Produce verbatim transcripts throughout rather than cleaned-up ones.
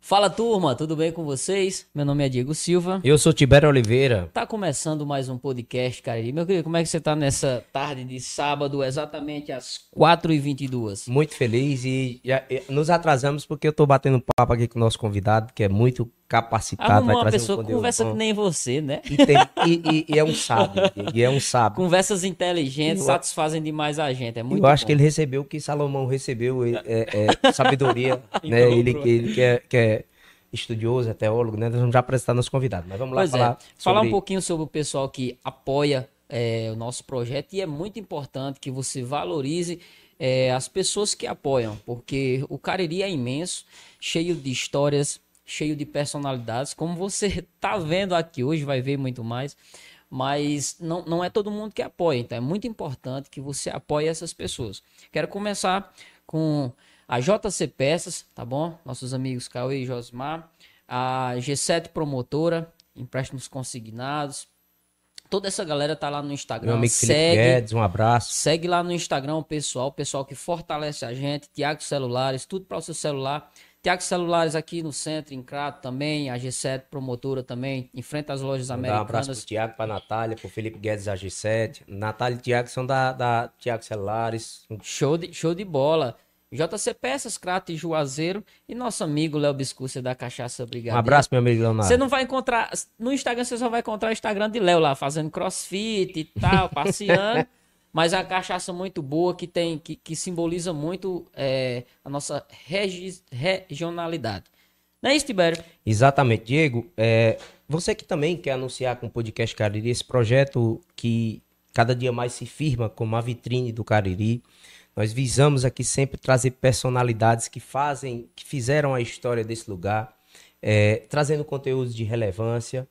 Fala turma, tudo bem com vocês? Meu nome é Diego Silva. Eu sou Tibério Oliveira. Tá começando mais um podcast, cara. E meu querido, como é que você tá nessa tarde de sábado, exatamente às quatro e vinte e duas? Muito feliz e, já, e nos atrasamos porque eu tô batendo papo aqui com o nosso convidado, que é muito capacitado, Arrumou vai uma trazer pessoa um que conteúdo conversa bom. que nem você, né? E, tem, e, e, e é um sábio, e é um sábio. Conversas inteligentes Eu- satisfazem demais a gente, é muito Eu acho bom. que ele recebeu o que Salomão recebeu, é, é, é sabedoria, Em né? Ele, dobro. que- ele que, é, que é estudioso, é teólogo, né? Nós vamos já apresentar nosso convidado, mas vamos lá Pois é, falar falar um sobre... pouquinho sobre o pessoal que apoia é, o nosso projeto, e é muito importante que você valorize é, as pessoas que apoiam, porque o Cariri é imenso, cheio de histórias, cheio de personalidades, como você tá vendo aqui hoje, vai ver muito mais, mas não, não é todo mundo que apoia, então é muito importante que você apoie essas pessoas. Quero começar com a J C Peças, tá bom? Nossos amigos Cauê e Josmar, a G sete Promotora, empréstimos consignados. Toda essa galera tá lá no Meu Instagram. amigo Felipe Segue, Guedes, um abraço. segue lá no Instagram o pessoal, o pessoal que fortalece a gente. Tiago Celulares, tudo para o seu celular. Tiago Celulares aqui no centro, em Crato também. A G sete Promotora também, em frente às lojas Mandar um abraço americanas. pro Tiago, pra Natália, pro Felipe Guedes da G sete. Natália e Tiago são da, da Tiago Celulares. Show de, show de bola. J C Peças, Crato e Juazeiro. E nosso amigo Léo Biscúcia da Cachaça Um Brigadeiro. abraço, meu amigo Leonardo. Você não vai encontrar. No Instagram você só vai encontrar o Instagram de Léo lá, fazendo crossfit e tal, passeando. Mas é uma cachaça muito boa que tem, que, que simboliza muito é, a nossa regi- regionalidade. Não é isso, Tibério? Exatamente, Diego. É, você que também quer anunciar com o Podcast Cariri, esse projeto que cada dia mais se firma como a vitrine do Cariri. Nós visamos aqui sempre trazer personalidades que fazem, que fizeram a história desse lugar, é, trazendo conteúdos de relevância.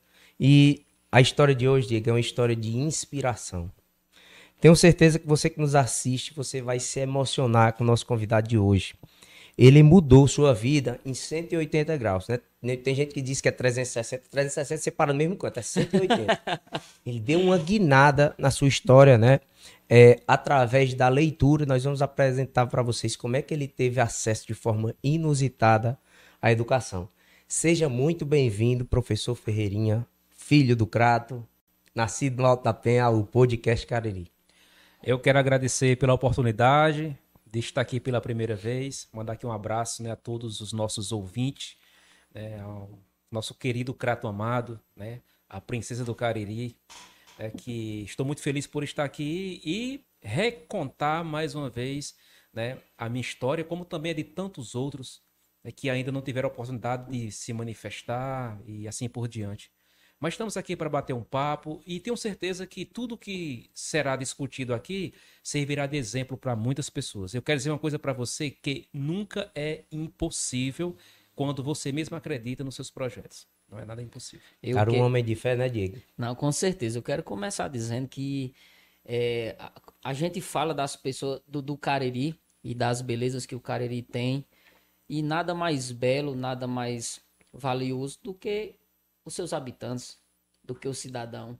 E a história de hoje, Diego, é uma história de inspiração. Tenho certeza que você que nos assiste, você vai se emocionar com o nosso convidado de hoje. Ele mudou sua vida em cento e oitenta graus, né? Tem gente que diz que é trezentos e sessenta, trezentos e sessenta você para no mesmo canto, é cento e oitenta. Ele deu uma guinada na sua história, né? É, através da leitura, nós vamos apresentar para vocês como é que ele teve acesso de forma inusitada à educação. Seja muito bem-vindo, professor Ferreirinha, filho do Crato, nascido no Alto da Penha, o Podcast Cariri. Eu quero agradecer pela oportunidade de estar aqui pela primeira vez, mandar aqui um abraço, né, a todos os nossos ouvintes, né, ao nosso querido Crato amado, né, a princesa do Cariri, é, que estou muito feliz por estar aqui e recontar mais uma vez, né, a minha história, como também a de tantos outros, né, que ainda não tiveram a oportunidade de se manifestar e assim por diante. Mas estamos aqui para bater um papo e tenho certeza que tudo que será discutido aqui servirá de exemplo para muitas pessoas. Eu quero dizer uma coisa para você, que nunca é impossível quando você mesmo acredita nos seus projetos. Não é nada impossível. Eu Cara, um que- homem de fé, né, Diego? Não, com certeza. Eu quero começar dizendo que é, a, a gente fala das pessoas do, do Cariri e das belezas que o Cariri tem, e nada mais belo, nada mais valioso do que os seus habitantes, do que o cidadão.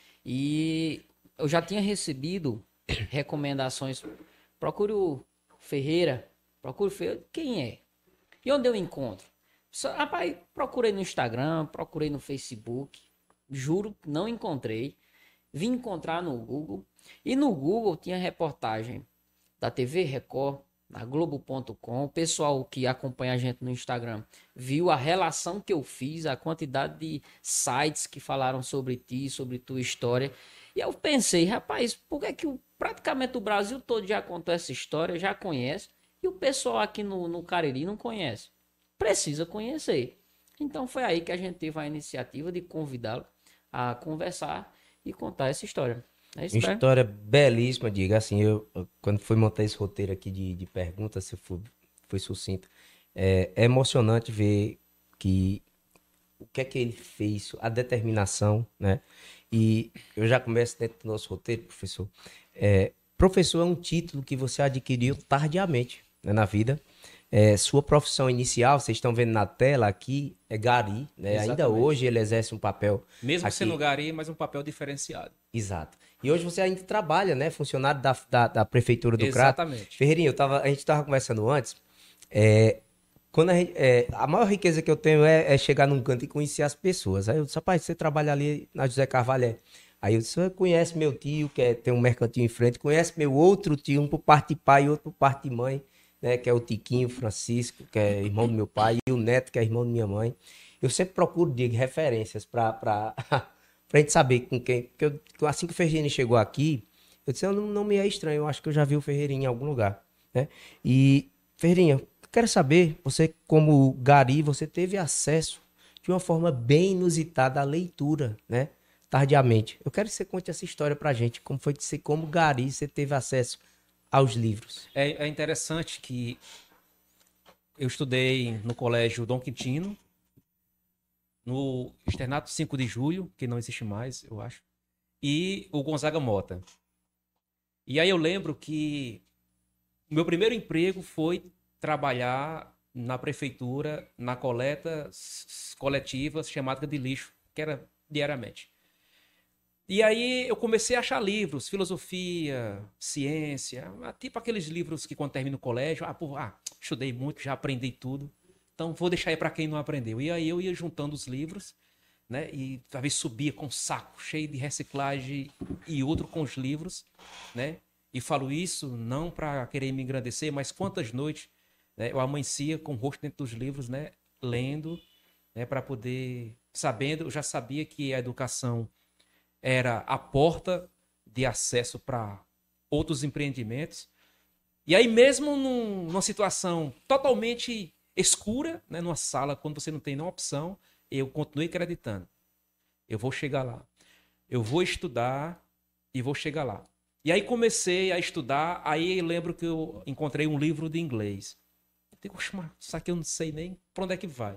E eu já tinha recebido recomendações. Procure o Ferreira, procure o Ferreira. Quem é? E onde eu encontro? Só, rapaz, procurei no Instagram, procurei no Facebook. Juro, não encontrei. Vim encontrar no Google. E no Google tinha reportagem da T V Record, na Globo ponto com. O pessoal que acompanha a gente no Instagram viu a relação que eu fiz, a quantidade de sites que falaram sobre ti, sobre tua história. E eu pensei, rapaz, por que é que o, praticamente o Brasil todo já contou essa história, já conhece, e o pessoal aqui no, no Cariri não conhece? Precisa conhecer. Então foi aí que a gente teve a iniciativa de convidá-lo a conversar e contar essa história. É isso, Uma Bé? história belíssima, Diego. Assim, eu, eu- quando fui montar esse roteiro aqui de, de perguntas, se foi, foi sucinto, é, é emocionante ver que o que é que ele fez, a determinação, né? E eu já começo dentro do nosso roteiro, professor. É, professor é um título que você adquiriu tardiamente, né, na vida. É, sua profissão inicial, vocês estão vendo na tela aqui, é gari, né? Ainda Exatamente. hoje ele exerce um papel Mesmo aqui. sendo gari, mas um papel diferenciado. Exato. E hoje você ainda trabalha, né? Funcionário da, da, da Prefeitura do Crato. Exatamente. Ferreirinha, eu tava, a gente estava conversando antes. é, Quando a, gente, é, a maior riqueza que eu tenho é, é chegar num canto e conhecer as pessoas. Aí eu disse, rapaz, você trabalha ali na José Carvalho? É. Aí eu disse, você conhece meu tio, que é, tem um mercantil em frente, conhece meu outro tio, um por parte de pai e outro por parte de mãe, né? Que é o Tiquinho Francisco, que é irmão do meu pai, e o Neto, que é irmão da minha mãe. Eu sempre procuro, digo, referências para pra, pra gente saber com quem. Porque eu, assim que o Ferreirinha chegou aqui, eu disse, eu não, não me é estranho, eu acho que eu já vi o Ferreirinha em algum lugar, né? E, Ferreirinha, eu quero saber, você como gari, você teve acesso de uma forma bem inusitada à leitura, né? Tardiamente. Eu quero que você conte essa história pra gente, como foi que você, como gari, você teve acesso aos livros. É, é interessante que eu estudei no colégio Dom Quintino, no Externato cinco de Julho, que não existe mais, eu acho, e o Gonzaga Mota. E aí eu lembro que o meu primeiro emprego foi trabalhar na prefeitura, na coleta coletiva chamada de lixo, que era diariamente. E aí eu comecei a achar livros, filosofia, ciência, tipo aqueles livros que quando termina o colégio, ah, pô, ah, estudei muito, já aprendi tudo, então vou deixar aí para quem não aprendeu. E aí eu ia juntando os livros, né, e talvez subia com um saco cheio de reciclagem e outro com os livros, né, e falo isso não para querer me engrandecer, mas quantas noites, né, eu amanhecia com o rosto dentro dos livros, né, lendo, né, para poder, sabendo, eu já sabia que a educação era a porta de acesso para outros empreendimentos. E aí mesmo num, numa situação totalmente escura, né, numa sala, quando você não tem nenhuma opção, eu continuei acreditando. Eu vou chegar lá. Eu vou estudar e vou chegar lá. E aí comecei a estudar, aí eu lembro que eu encontrei um livro de inglês. Eu digo, mas isso aqui eu não sei nem para onde é que vai.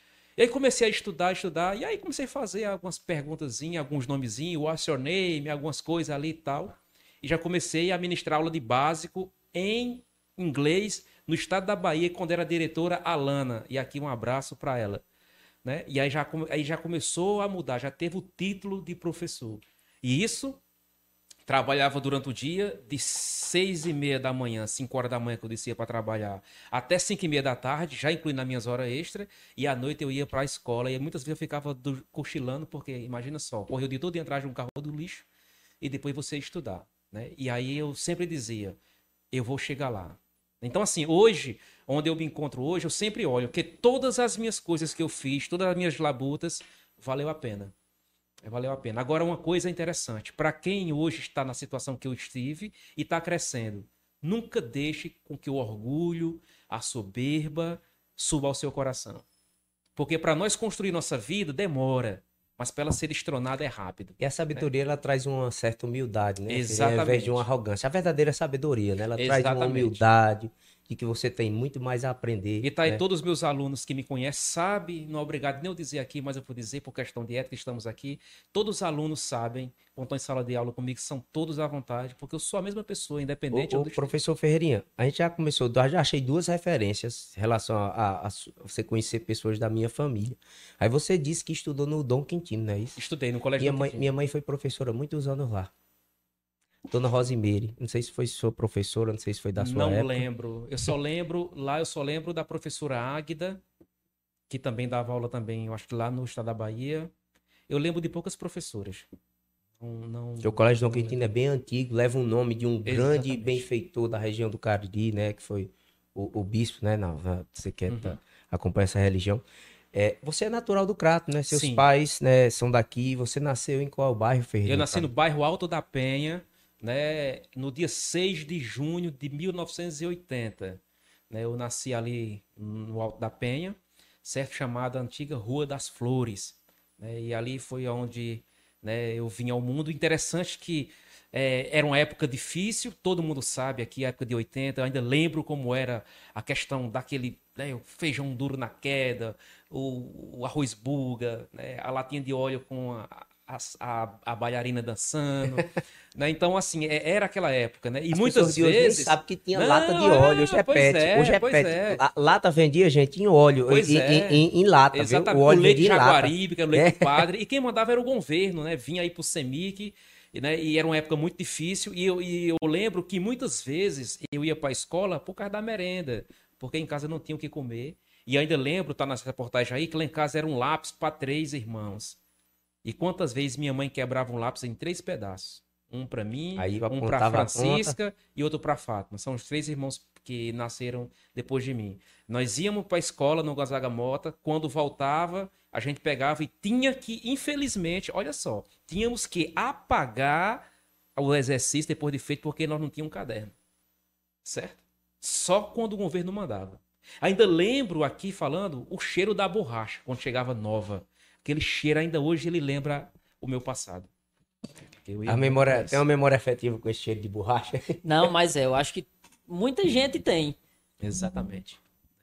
E aí comecei a estudar, estudar, e aí comecei a fazer algumas perguntazinhas, alguns nomezinhos, what's your name, algumas coisas ali e tal. E já comecei a ministrar aula de básico em inglês no estado da Bahia, quando era a diretora Alana. E aqui um abraço para ela. Né? E aí já, aí já começou a mudar, já teve o título de professor. E isso, trabalhava durante o dia, de seis e meia da manhã, cinco horas da manhã que eu descia para trabalhar, até cinco e meia da tarde, já incluindo nas minhas horas extras, e à noite eu ia para a escola, e muitas vezes eu ficava do, cochilando, porque imagina só, correu o dia todo atrás de um carro do lixo, e depois você estudar. Né? E aí eu sempre dizia, eu vou chegar lá. Então assim, hoje, onde eu me encontro hoje, eu sempre olho que todas as minhas coisas que eu fiz, todas as minhas labutas, valeu a pena. Valeu a pena. Agora, uma coisa interessante. Para quem hoje está na situação que eu estive e está crescendo, nunca deixe com que o orgulho, a soberba, suba ao seu coração. Porque para nós construir nossa vida, demora. Mas para ela ser destronada é rápido. E a sabedoria, né? Ela traz uma certa humildade, né? Exatamente. Ao invés de uma arrogância. A verdadeira sabedoria, né? Ela Exatamente. traz uma humildade, de que você tem muito mais a aprender. E tá aí, né? todos os meus alunos que me conhecem sabem, não é obrigado nem eu dizer aqui, mas eu vou dizer por questão de ética, estamos aqui. Todos os alunos sabem, quando estão em sala de aula comigo, são todos à vontade, porque eu sou a mesma pessoa, independente. O, o professor Ferreirinha, a gente já começou, já achei duas referências em relação a, a, a você conhecer pessoas da minha família. Aí você disse que estudou no Dom Quintino, não é isso? Estudei no colégio minha Dom mãe, Quintino. Minha mãe foi professora há muitos anos lá. Dona Rosimeire, não sei se foi sua professora, não sei se foi da sua não época. Não lembro, eu só lembro, lá eu só lembro da professora Águida, que também dava aula também, eu acho que lá no estado da Bahia. Eu lembro de poucas professoras. Não, não, o Colégio Dom Quintino é bem antigo, leva o nome de um Exatamente. grande benfeitor da região do Cariri, né, que foi o, o bispo, né, não, você quer uhum. tá, acompanhar essa religião. É, você é natural do Crato, né, seus Sim. pais, né, são daqui, você nasceu em qual bairro, Ferreira? Eu nasci no bairro Alto da Penha, né, no dia seis de junho de mil novecentos e oitenta. Né, eu nasci ali no Alto da Penha, certo, chamada antiga Rua das Flores. Né, e ali foi onde, né, eu vim ao mundo. Interessante que é, era uma época difícil, todo mundo sabe aqui, a época de oitenta, eu ainda lembro como era a questão daquele, né, o feijão duro na queda, o, o arroz buga, né, a latinha de óleo com a, a, a, a bailarina dançando. Né? Então, assim, é, era aquela época, né? E As muitas de hoje vezes nem sabe que tinha não, lata de óleo, hoje é pet. É, hoje é pois pet. É. A lata vendia, gente, em óleo, pois em, é. em, em, em lata, Exatamente. Viu? O óleo o leite de Jaguaribe, que era o leite é. do padre, e quem mandava era o governo, né? Vinha aí pro Semic, né? E era uma época muito difícil, e eu, e eu lembro que muitas vezes eu ia para a escola por causa da merenda, porque em casa não tinha o que comer. E ainda lembro, tá nessa reportagem aí, que lá em casa era um lápis para três irmãos. E quantas vezes minha mãe quebrava um lápis em três pedaços? Um para mim, Aí um para apontava a Francisca e outro para Fátima. São os três irmãos que nasceram depois de mim. Nós íamos para a escola no Gonzaga Mota, quando voltava, a gente pegava e tinha que, infelizmente, olha só, tínhamos que apagar o exercício depois de feito porque nós não tínhamos um caderno. Certo? Só quando o governo mandava. Ainda lembro aqui falando o cheiro da borracha, quando chegava nova. Aquele cheiro, ainda hoje, ele lembra o meu passado. A memória, tem uma memória afetiva com esse cheiro de borracha? Não, mas é, eu acho que muita gente tem. Exatamente.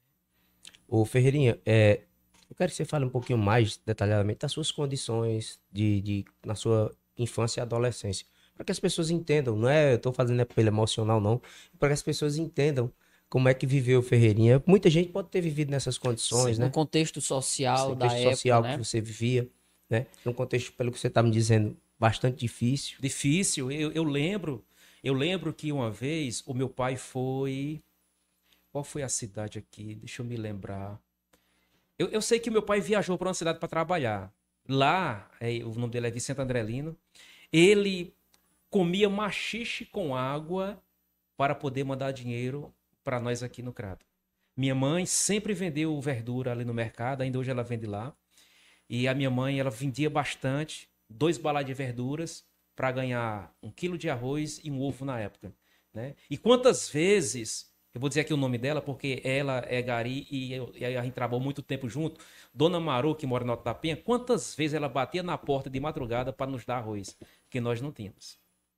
Ô Ferreirinha, é, eu quero que você fale um pouquinho mais detalhadamente das suas condições de, de, na sua infância e adolescência. Para que as pessoas entendam, não é, eu estou fazendo é pelo emocional não, para que as pessoas entendam como é que viveu o Ferreirinha. Muita gente pode ter vivido nessas condições, Sim, né? no contexto social No da contexto época, social né? que você vivia, né? Num contexto, pelo que você está me dizendo, bastante difícil. Difícil. Eu, eu lembro, eu lembro que uma vez o meu pai foi... Qual foi a cidade aqui? Deixa eu me lembrar. Eu, eu sei que meu pai viajou para uma cidade para trabalhar. Lá, é, o nome dele é Vicente Andrelino. Ele comia maxixe com água para poder mandar dinheiro para nós aqui no Crato. Minha mãe sempre vendeu verdura ali no mercado, ainda hoje ela vende lá. E a minha mãe, ela vendia bastante, dois balais de verduras para ganhar um quilo de arroz e um ovo na época, né? E quantas vezes, eu vou dizer aqui o nome dela porque ela é gari e, eu, e a gente trabalhou muito tempo junto, Dona Maru, que mora na Alto da Penha, quantas vezes ela batia na porta de madrugada para nos dar arroz, que nós não tínhamos.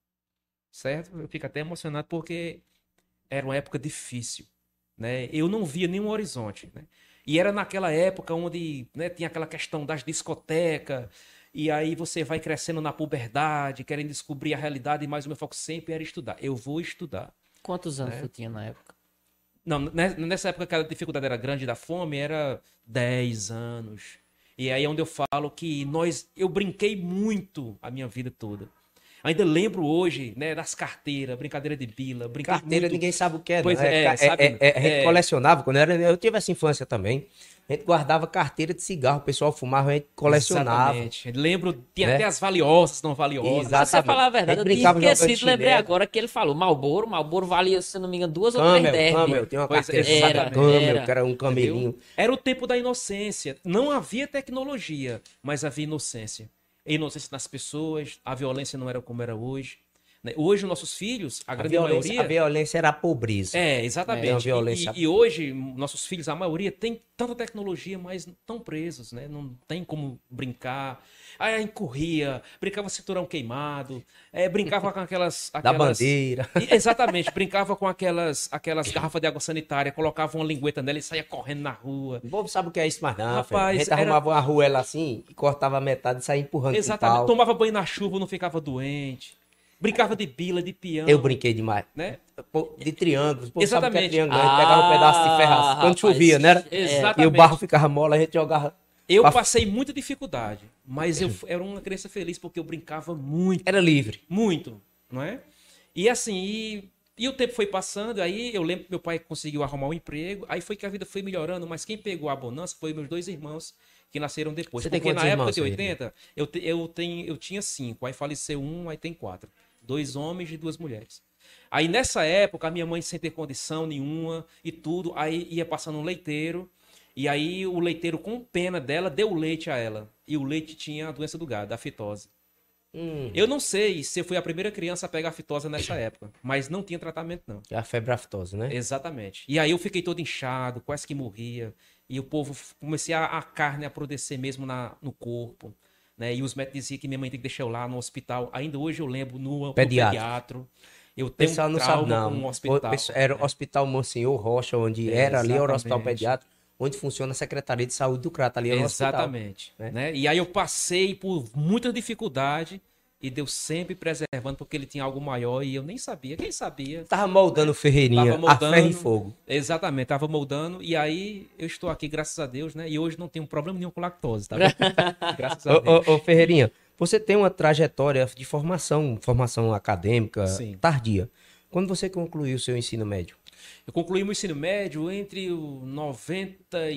Certo? Eu fico até emocionado porque era uma época difícil, né? Eu não via nenhum horizonte, né? E era naquela época onde, né, tinha aquela questão das discotecas, e aí você vai crescendo na puberdade, querendo descobrir a realidade, mas o meu foco sempre era estudar. Eu vou estudar. Quantos anos Né? tu tinha na época? Não, né, nessa época que a dificuldade era grande da fome, era dez anos. E aí é onde eu falo que nós, eu brinquei muito a minha vida toda. Ainda lembro hoje, né, das carteiras, brincadeira de bila, brinquei Carteira muito... ninguém sabe o que é, Pois não. é, É, sabe? é, é, a gente É. colecionava, quando era, eu tive essa infância também, a gente guardava carteira de cigarro, o pessoal fumava, a gente colecionava. Exatamente. Lembro, tinha Né? até as valiosas, não valiosas. Exato. Pra você falar a verdade, A eu gente tinha brincava jogando esquecido, lembrei chinelo. agora que ele falou Marlboro, Marlboro valia, se não me engano, duas ou três Camel, derby. Camel, tem uma Pois carteira é, chamada era, Camel, era. que era um camelinho. Entendeu? Era o tempo da inocência. Não havia tecnologia, mas havia inocência. A inocência nas pessoas, a violência não era como era hoje. Né? Hoje, nossos filhos, a A grande violência, maioria... a violência era a pobreza. É, É uma exatamente. violência- E, e hoje, nossos filhos, a maioria, tem tanta tecnologia, mas estão presos, né? Não tem como brincar. Aí corria, brincava cinturão queimado, é, brincava com aquelas... Da aquelas... bandeira. E, exatamente, brincava com aquelas, aquelas garrafas de água sanitária, colocava uma lingueta nela e saía correndo na rua. O povo sabe o que é isso, mas não, Rapaz, filho. A gente era- arrumava uma ruela assim e cortava a metade e saía empurrando com Exatamente, pau. tomava banho na chuva, não ficava doente. Brincava de bila, de peão. Eu brinquei demais. Né? Pô, de triângulos. O povo sabe o que é Exatamente. triângulo. A gente pegava um pedaço de ferro Ah, quando rapaz, chovia, né? exatamente. E o barro ficava mole, a gente jogava. Eu pra- passei muita dificuldade, mas eu era uma criança feliz porque eu brincava muito. Era livre. Muito, não é? E assim, e, e o tempo foi passando, aí eu lembro que meu pai conseguiu arrumar um emprego, aí foi que a vida foi melhorando, mas quem pegou a bonança foi meus dois irmãos que nasceram depois. Você tem Porque quantos na irmãos, época de Ferreira? oitenta, eu, te- eu, tenho, eu tinha cinco, aí faleceu um, aí tem quatro. Dois homens e duas mulheres. Aí nessa época, a minha mãe sem ter condição nenhuma e tudo, aí ia passando um leiteiro, e aí o leiteiro, com pena dela, deu leite a ela. E o leite tinha a doença do gado, a fitose. Hum, Eu não sei se eu fui a primeira criança a pegar a fitose nessa época, mas não tinha tratamento, não. é a febre aftosa, né? Exatamente. E aí eu fiquei todo inchado, quase que morria. E o povo, comecei a, a carne a apodrecer mesmo na, no corpo. Né? E os médicos diziam que minha mãe tem que deixar eu lá no hospital. Ainda hoje eu lembro no, no Pediatra. pediatro. Eu O tenho pessoal um não trauma sabe, não. com o O hospital. pessoal- Era o Hospital Monsenhor Rocha, onde É, era ali, era o Hospital exatamente. Pediátrico, onde funciona a Secretaria de Saúde do Crato, ali era o hospital. Exatamente. né? Né? E aí eu passei por muita dificuldade e Deus sempre preservando, porque ele tinha algo maior e eu nem sabia. Quem sabia? Tava moldando o Ferreirinha, Tava moldando. a ferro e fogo. Exatamente, tava moldando. E aí eu estou aqui, graças a Deus, né? E hoje não tenho problema nenhum com lactose, tá? vendo? Graças a Deus. Ô, ô, ô, Ferreirinha, você tem uma trajetória de formação, formação acadêmica Sim. tardia. Quando você concluiu o seu ensino médio? Eu concluí meu ensino médio entre o noventa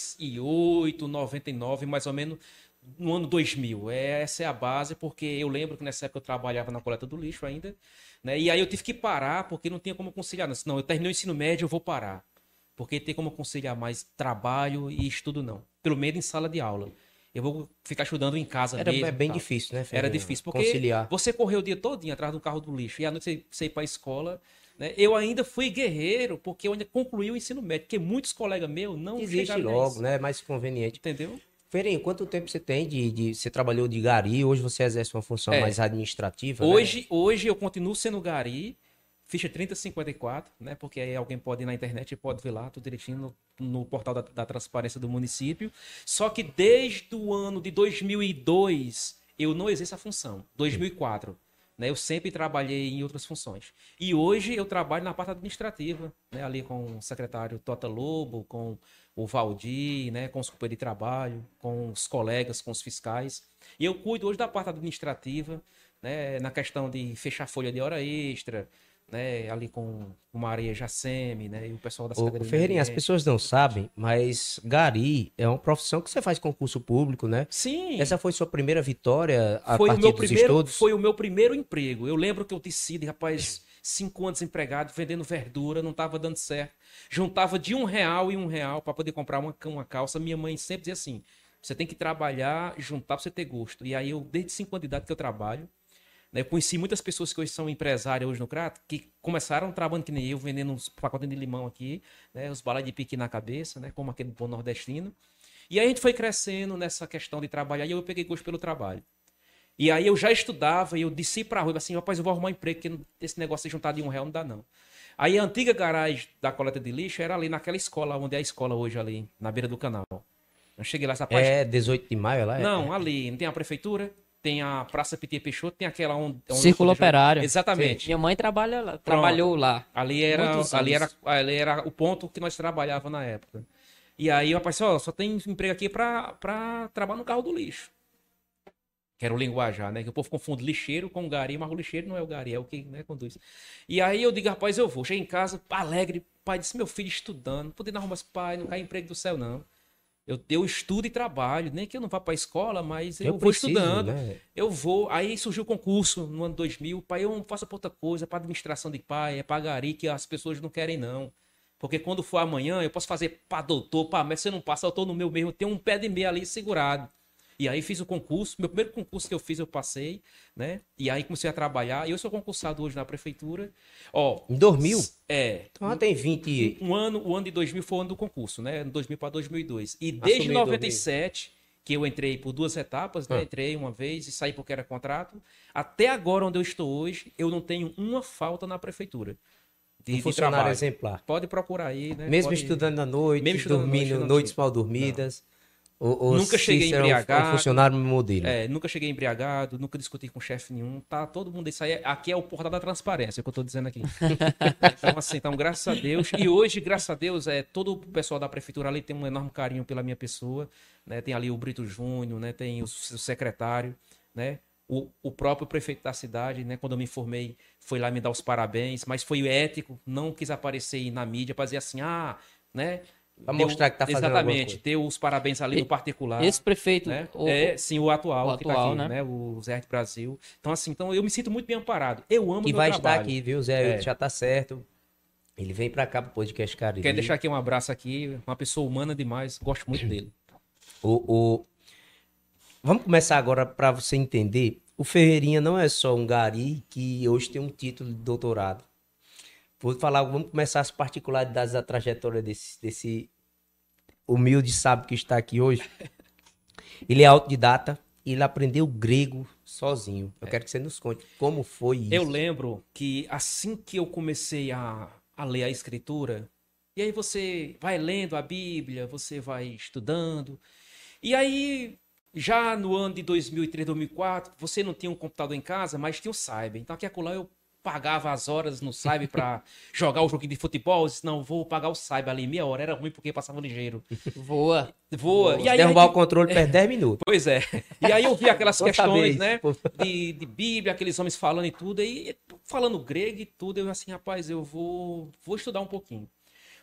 e oito, noventa e nove, mais ou menos no ano dois mil. Essa é a base, porque eu lembro que nessa época eu trabalhava na coleta do lixo ainda, né? E aí eu tive que parar porque não tinha como conciliar. Não, não, eu terminei o ensino médio, eu vou parar. Porque tem como conciliar mais trabalho e estudo, não. Pelo menos em sala de aula. Eu vou ficar estudando em casa Era mesmo. é bem tal. difícil, né, Era Ferreira? difícil, porque conciliar. você correu o dia todinho atrás do carro do lixo e à noite você, você ir para a escola, né? Eu ainda fui guerreiro porque eu ainda concluí o ensino médio, porque muitos colegas meus não Existe chegaram logo, nisso. né? É mais conveniente. Entendeu? Ferreirinha, quanto tempo você tem de, de... Você trabalhou de gari, hoje você exerce uma função É. mais administrativa, Hoje, né? hoje eu continuo sendo gari, ficha trinta cinquenta e quatro, né? Porque aí alguém pode ir na internet e pode ver lá tudo direitinho no, no portal da, da transparência do município. Só que desde o ano de dois mil e dois eu não exerço a função. dois mil e quatro, né? Eu sempre trabalhei em outras funções. E hoje eu trabalho na parte administrativa, né? Ali com o secretário Tota Lobo, com o Valdir, né? Com os companheiros de trabalho, com os colegas, com os fiscais. E eu cuido hoje da parte administrativa, né? Na questão de fechar folha de hora extra, né, ali com o Maria Jaceme, né, e o pessoal da Ô, Secretaria do Ferreirinha, as Meio Ambiente. pessoas não sabem, mas gari é uma profissão que você faz concurso público, né? Sim, Essa foi sua primeira vitória a foi o partir meu dos primeiro, estudos? foi o meu primeiro emprego. Eu lembro que eu decidi, rapaz, cinco anos desempregado, vendendo verdura, não estava dando certo. Juntava de um real e um real para poder comprar uma, uma calça. Minha mãe sempre dizia assim, você tem que trabalhar, juntar para você ter gosto. E aí eu, desde cinco anos de idade que eu trabalho, né, eu conheci muitas pessoas que hoje são empresárias hoje no Crato, que começaram trabalhando que nem eu, vendendo uns pacotinhos de limão aqui, né, os balas de pique na cabeça, né, como aquele bom nordestino. E aí a gente foi crescendo nessa questão de trabalhar e eu peguei gosto pelo trabalho. E aí eu já estudava e eu desci pra rua, assim, rapaz, eu vou arrumar um emprego, porque esse negócio de juntar de um real não dá não. Aí a antiga garagem da coleta de lixo era ali naquela escola, onde é a escola hoje ali, na beira do canal. Eu cheguei lá, essa parte... É dezoito de maio lá? É? Não, ali, não tem a prefeitura... Tem a Praça P T Peixoto, tem aquela onde... onde Círculo Operário. Exatamente. Minha mãe trabalha lá, trabalhou lá. Ali era, Muitos ali, era, anos. ali era o ponto que nós trabalhávamos na época. E aí, rapaz, ó, só tem emprego aqui pra, pra trabalhar no carro do lixo. Que era o linguajar, né? Que o povo confunde lixeiro com gari, mas o lixeiro não é o gari, é o que, né, conduz. E aí eu digo, rapaz, eu vou. Cheguei em casa, alegre, pai disse, meu filho estudando, podendo arrumar esse pai, não cai emprego do céu, não. Eu, eu estudo e trabalho, nem que eu não vá para a escola, mas eu, Eu vou preciso, estudando. né? Eu vou. Aí surgiu o concurso no ano dois mil. Pai, eu não faço pra outra coisa, é para administração de pai, é para gari, que as pessoas não querem, não. Porque quando for amanhã, eu posso fazer para doutor, para mestre, você não passa, eu tô no meu mesmo, eu tenho um pé de meia ali segurado. E aí fiz o concurso, meu primeiro concurso que eu fiz eu passei, né? E aí comecei a trabalhar, e eu sou concursado hoje na prefeitura. Ó, Em dois mil? é, Então já tem vinte... um ano, o ano de dois mil foi o ano do concurso, né? dois mil para dois mil e dois. E desde Assumiu em noventa e sete, que eu entrei por duas etapas, né? Ah. Entrei uma vez e saí porque era contrato. Até agora, onde eu estou hoje, eu não tenho uma falta na prefeitura. De, Um de funcionário trabalho. exemplar. Pode procurar aí, né? Mesmo Pode... estudando à noite, Mesmo estudando à noite, dormindo não noites tinha. mal dormidas. Ou, ou Nunca cheguei Cícero é um- é um embriagado. funcionário modelo. É, nunca cheguei embriagado, nunca discuti com chefe nenhum. Tá todo mundo isso aí. é- Aqui é o portal da transparência, que eu tô dizendo aqui. Então, assim, então, graças a Deus. E hoje, graças a Deus, é, todo o pessoal da prefeitura ali tem um enorme carinho pela minha pessoa. Né? Tem ali o Brito Júnior, né? Tem o, o secretário, né? O, o próprio prefeito da cidade, né? Quando eu me formei, foi lá me dar os parabéns, mas foi ético, não quis aparecer na mídia para dizer assim, ah, né? Pra Deu- mostrar que tá fazendo alguma Exatamente, coisa. deu os parabéns ali no particular. Esse prefeito, Né? o- é, sim, o atual, o que tá atual, aqui, né? né? O Zé Arte Brasil. Então, assim, então eu me sinto muito bem amparado. Eu amo Que meu vai trabalho. estar aqui, viu, Zé? É. Já tá certo. Ele vem pra cá pro podcast Cariri. Quero deixar aqui um abraço aqui, uma pessoa humana demais, gosto muito dele. O, o... Vamos começar agora para você entender. O Ferreirinha não é só um gari que hoje tem um título de doutorado. Vou falar, vamos começar as particularidades da trajetória desse, desse humilde sábio que está aqui hoje. Ele é autodidata e ele aprendeu grego sozinho. Eu quero que você nos conte como foi isso. Eu lembro que assim que eu comecei a, a ler a escritura, e aí você vai lendo a Bíblia, você vai estudando, e aí já no ano de dois mil e três, dois mil e quatro, você não tinha um computador em casa, mas tinha o Cyber. Então aqui acolá eu pagava as horas no Cyber para jogar o joguinho de futebol, eu disse, não, vou pagar o Cyber ali meia hora, era ruim porque passava ligeiro. Voa. Voa. E aí, Derrubar aí- o controle perde dez minutos. Pois é. E aí eu vi aquelas Vou saber questões, isso, né? pô. De, de Bíblia, aqueles homens falando e tudo, aí falando grego e tudo, eu assim, rapaz, eu vou, vou estudar um pouquinho.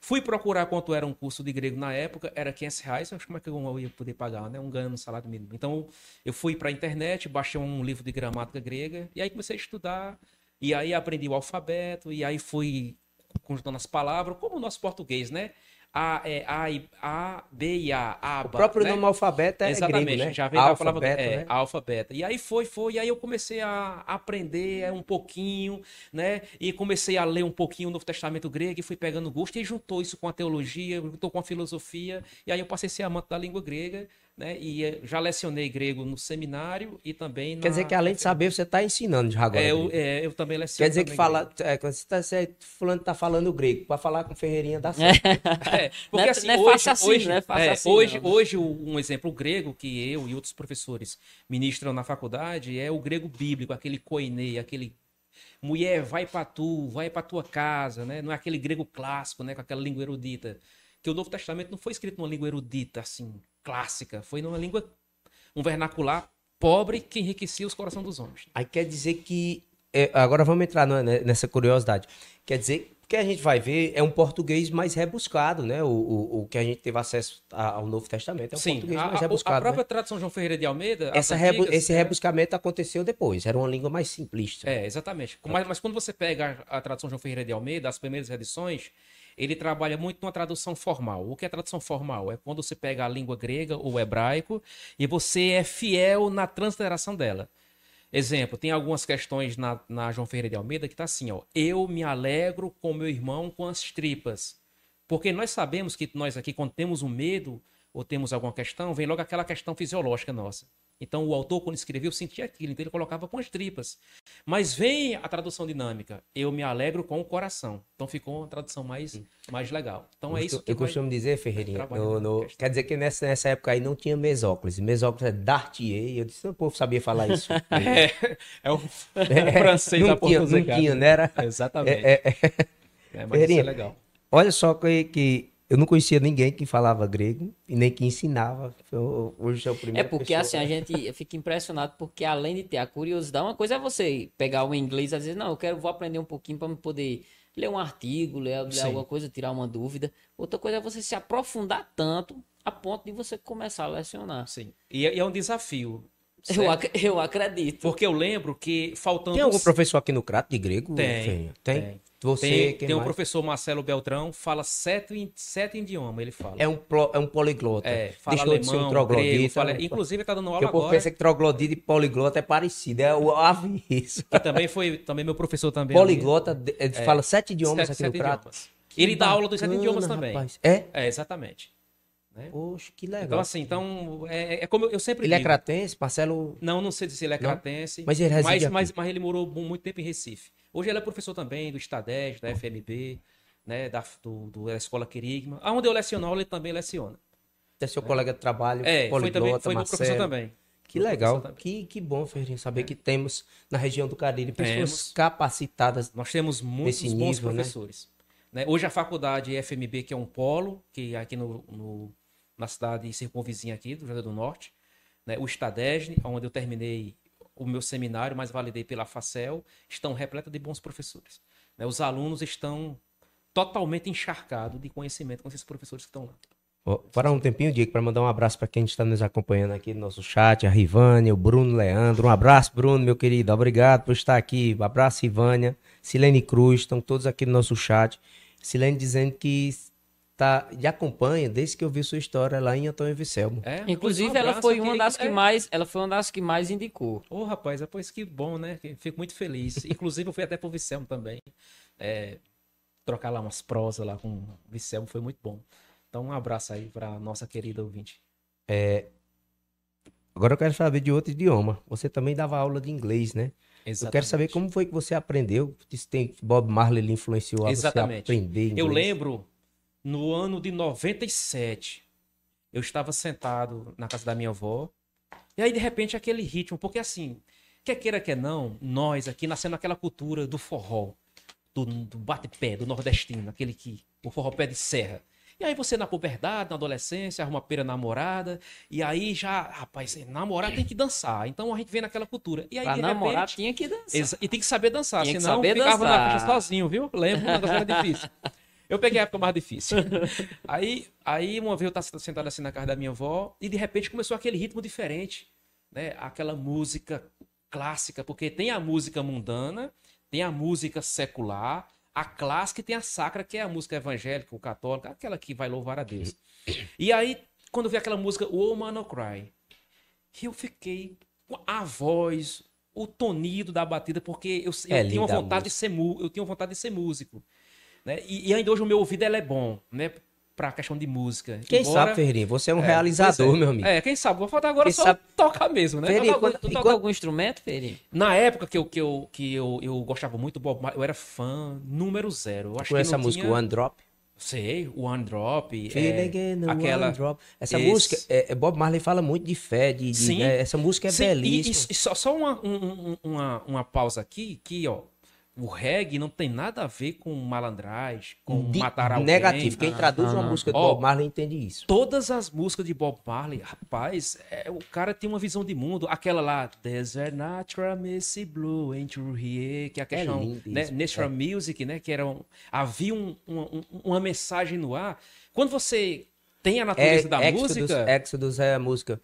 Fui procurar quanto era um curso de grego na época, era quinhentos reais, eu acho como é que eu ia poder pagar, né? Um ganho no salário mínimo. Então, eu fui para a internet, baixei um livro de gramática grega, e aí comecei a estudar, e aí aprendi o alfabeto, e aí fui conjuntando as palavras, como o nosso português, né? A, é, a, I- A, B e A, aba, O próprio né? nome alfabeto é Exatamente, grego, né? já veio da Alfa, palavra beta, é, né? alfa, beta. E aí foi, foi, e aí eu comecei a aprender um pouquinho, né? E comecei a ler um pouquinho o Novo Testamento grego e fui pegando gosto e juntou isso com a teologia, juntou com a filosofia, e aí eu passei a ser amante da língua grega, né? E eh, já lecionei grego no seminário e também na... Quer dizer que além de saber, você está ensinando já agora. É, eu, grego. é, eu também leciono. Quer dizer que também fala, grego. é, quando você tá, você, fulano tá falando grego, para falar com Ferreirinha dá certo. É, porque Não é- assim, não é hoje, fácil assim, hoje, não é fácil é, assim, hoje, não. hoje o- um exemplo grego que eu e outros professores ministram na faculdade é o grego bíblico, aquele koinê, aquele mulher, vai pra tu, vai pra tua casa, né? Não é aquele grego clássico, né? Com aquela língua erudita. Que o Novo Testamento não foi escrito numa língua erudita, assim, clássica. Foi numa língua, um vernacular pobre que enriquecia os corações dos homens. Aí quer dizer que. é, agora vamos entrar no- né, nessa curiosidade. Quer dizer que a gente vai ver é um português mais rebuscado, né? O, o, o que a gente teve acesso a- ao Novo Testamento é um Sim, português a, mais a- rebuscado. a própria né? tradução João Ferreira de Almeida, as Essa rebu- antigas, esse era- rebuscamento aconteceu depois, era uma língua mais simplista. É, exatamente. Mas, mas quando você pega a, a tradução João Ferreira de Almeida, as primeiras edições, ele trabalha muito numa tradução formal. O que é tradução formal? É quando você pega a língua grega ou hebraico e você é fiel na transliteração dela. Exemplo, tem algumas questões na, na João Ferreira de Almeida que está assim, ó. Eu me alegro com meu irmão com as tripas. Porque nós sabemos que nós aqui, quando temos um medo ou temos alguma questão, vem logo aquela questão fisiológica nossa. Então, o autor, quando escreveu, sentia aquilo, então ele colocava com as tripas. Mas vem a tradução dinâmica, eu me alegro com o coração. Então, ficou uma tradução mais, mais legal. Então, é isso que Eu vai- costumo dizer, Ferreirinha, trabalhando no- no- na questão. quer dizer que nessa, nessa época aí não tinha mesóclise. Mesóclise é Dartier. Eu disse, o povo sabia falar isso. É, é o francês não da tinha, não Portugal. tinha, né? Era, Exatamente. é, é, É, mas isso Ferreirinha, é legal. olha só que, que eu não conhecia ninguém que falava grego e nem que ensinava. Eu- hoje é o É primeiro. porque assim, a gente fica impressionado porque além de ter a curiosidade, uma coisa é você pegar o inglês e dizer, não, eu quero, vou aprender um pouquinho para poder ler um artigo, ler, ler Sim. alguma coisa, tirar uma dúvida. Outra coisa é você se aprofundar tanto a ponto de você começar a lecionar. Sim. E, é- e é um desafio. Eu, certo? ac- eu acredito. Porque eu lembro que faltando... Tem algum professor aqui no Crato de grego? Tem, Ferreirinha? Tem? tem. Você, Tem, quem tem o mais? professor Marcelo Beltrão, fala sete, sete idiomas, ele fala. É um, plo- é um poliglota. É, fala Deixou de ser um alemão, troglodita. grego, fala... um- inclusive tá dando Porque aula o povo agora, pensa que troglodita e poliglota é parecido. É o avesso. que também foi também meu professor também. Poliglota de- ele fala sete ali. idiomas Sete- aqui no sete Crato. idiomas. Ele dá aula dos sete bacana, idiomas também. rapaz. É? É, exatamente. Poxa, que legal. Então assim, então é, é como eu sempre Ele é digo. cratense, Marcelo. Não, não sei se ele é Não? cratense, Mas ele reside mas, aqui. mas, mas ele morou mu- muito tempo em Recife. Hoje ele é professor também do Estadés, da F M B, né, da, do, do- da Escola Querigma. Aonde eu leciono aula, ele também leciona. É seu colega de trabalho, É, foi, poliglota, também, foi meu Marcelo. professor também. Que Meu legal. professor também. Que, que bom, Ferreirinha, saber que temos na região do Cariri pessoas Temos. capacitadas. Nós temos muitos Nesse bons nível, né? professores. Né? Hoje a faculdade F M B, que é um polo, que é aqui no, no- na cidade circunvizinha aqui, do Rio Grande do Norte, né? O Estadesne, onde eu terminei o meu seminário, mas validei pela Facel, estão repletas de bons professores. Né? Os alunos estão totalmente encharcados de conhecimento com esses professores que estão lá. Ó, parar um tempinho, Diego, para mandar um abraço para quem está nos acompanhando aqui no nosso chat, a Rivânia, o Bruno Leandro. Um abraço, Bruno, meu querido. Obrigado por estar aqui. Um abraço, Rivânia. Silene Cruz, estão todos aqui no nosso chat. Silene dizendo que tá, e acompanha desde que eu vi sua história lá em Antônio Vicelmo. É, Inclusive, pois um ela abraço, foi eu uma queria das que é. mais, ela foi uma das que mais indicou. Ô, rapaz, é, pois que bom, né? Fico muito feliz. Inclusive, eu fui até pro Vicelmo também. É, trocar lá umas prosas lá com o Vicelmo foi muito bom. Então, um abraço aí pra nossa querida ouvinte. Agora eu quero saber de outro idioma. Você também dava aula de inglês, né? Eu quero saber como foi que você aprendeu. Se tem Bob Marley lhe influenciou a Exatamente. você aprender inglês. Eu lembro, no ano de noventa e sete, eu estava sentado na casa da minha avó, e aí, de repente, aquele ritmo, porque assim, quer queira, quer não, nós aqui nascendo naquela cultura do forró, do, do bate-pé, do nordestino, aquele que, o forró pé de serra. E aí você na puberdade, na adolescência, arruma pera namorada, e aí já, rapaz, namorar tem que dançar. Então a gente vem naquela cultura. E aí, Pra de namorar repente, tinha que dançar. Exa- E tem que saber dançar, Tinha que senão saber ficava dançar. na faixa sozinho, viu? Lembro, o negócio era difícil. Eu peguei a época mais difícil. Aí, aí uma vez eu estava sentado assim na casa da minha avó e de repente começou aquele ritmo diferente, né? Aquela música clássica, porque tem a música mundana, tem a música secular, a clássica e tem a sacra, que é a música evangélica ou católica, aquela que vai louvar a Deus. E aí, quando eu vi aquela música Woman No Cry, eu fiquei com a voz, o tonido da batida, porque eu, eu É tinha uma linda a vontade de ser mu- eu tinha uma vontade de ser músico, né? E, e ainda hoje o meu ouvido ele é bom, né? Pra questão de música. Quem Embora- sabe, Ferreirinha, você é um É, realizador, pois é. meu amigo. É, quem sabe? Vou faltar agora Quem só sabe- tocar mesmo, né? Ferreirinha, Tu toca, quando- tu e toca quando- algum instrumento, Feri? Na época que eu, que eu, que eu, eu gostava muito do Bob Marley, eu era fã número zero. Eu acho Com que essa não música, tinha... One Drop. Sei, One Drop. Feel é, again, no aquela... One Drop. Essa Esse- música, é, é Bob Marley fala muito de fé, de, de, Sim. né? Essa música é Sim, e- belíssima. E, e só, só uma, um- um- uma, uma pausa aqui, que ó, o reggae não tem nada a ver com malandragem, com De- matar alguém. negativo. Quem traduz uma ah, música do ó. Bob Marley entende isso. Todas as músicas de Bob Marley, rapaz, é, o cara tem uma visão de mundo. Aquela lá, Desert Natural Missy Blue into Here, que é a questão, lindo né, isso, Natural Music, né, que era um, havia um- um- um- uma mensagem no ar. Quando você tem a natureza É, da Exodus, música, Exodus é a música.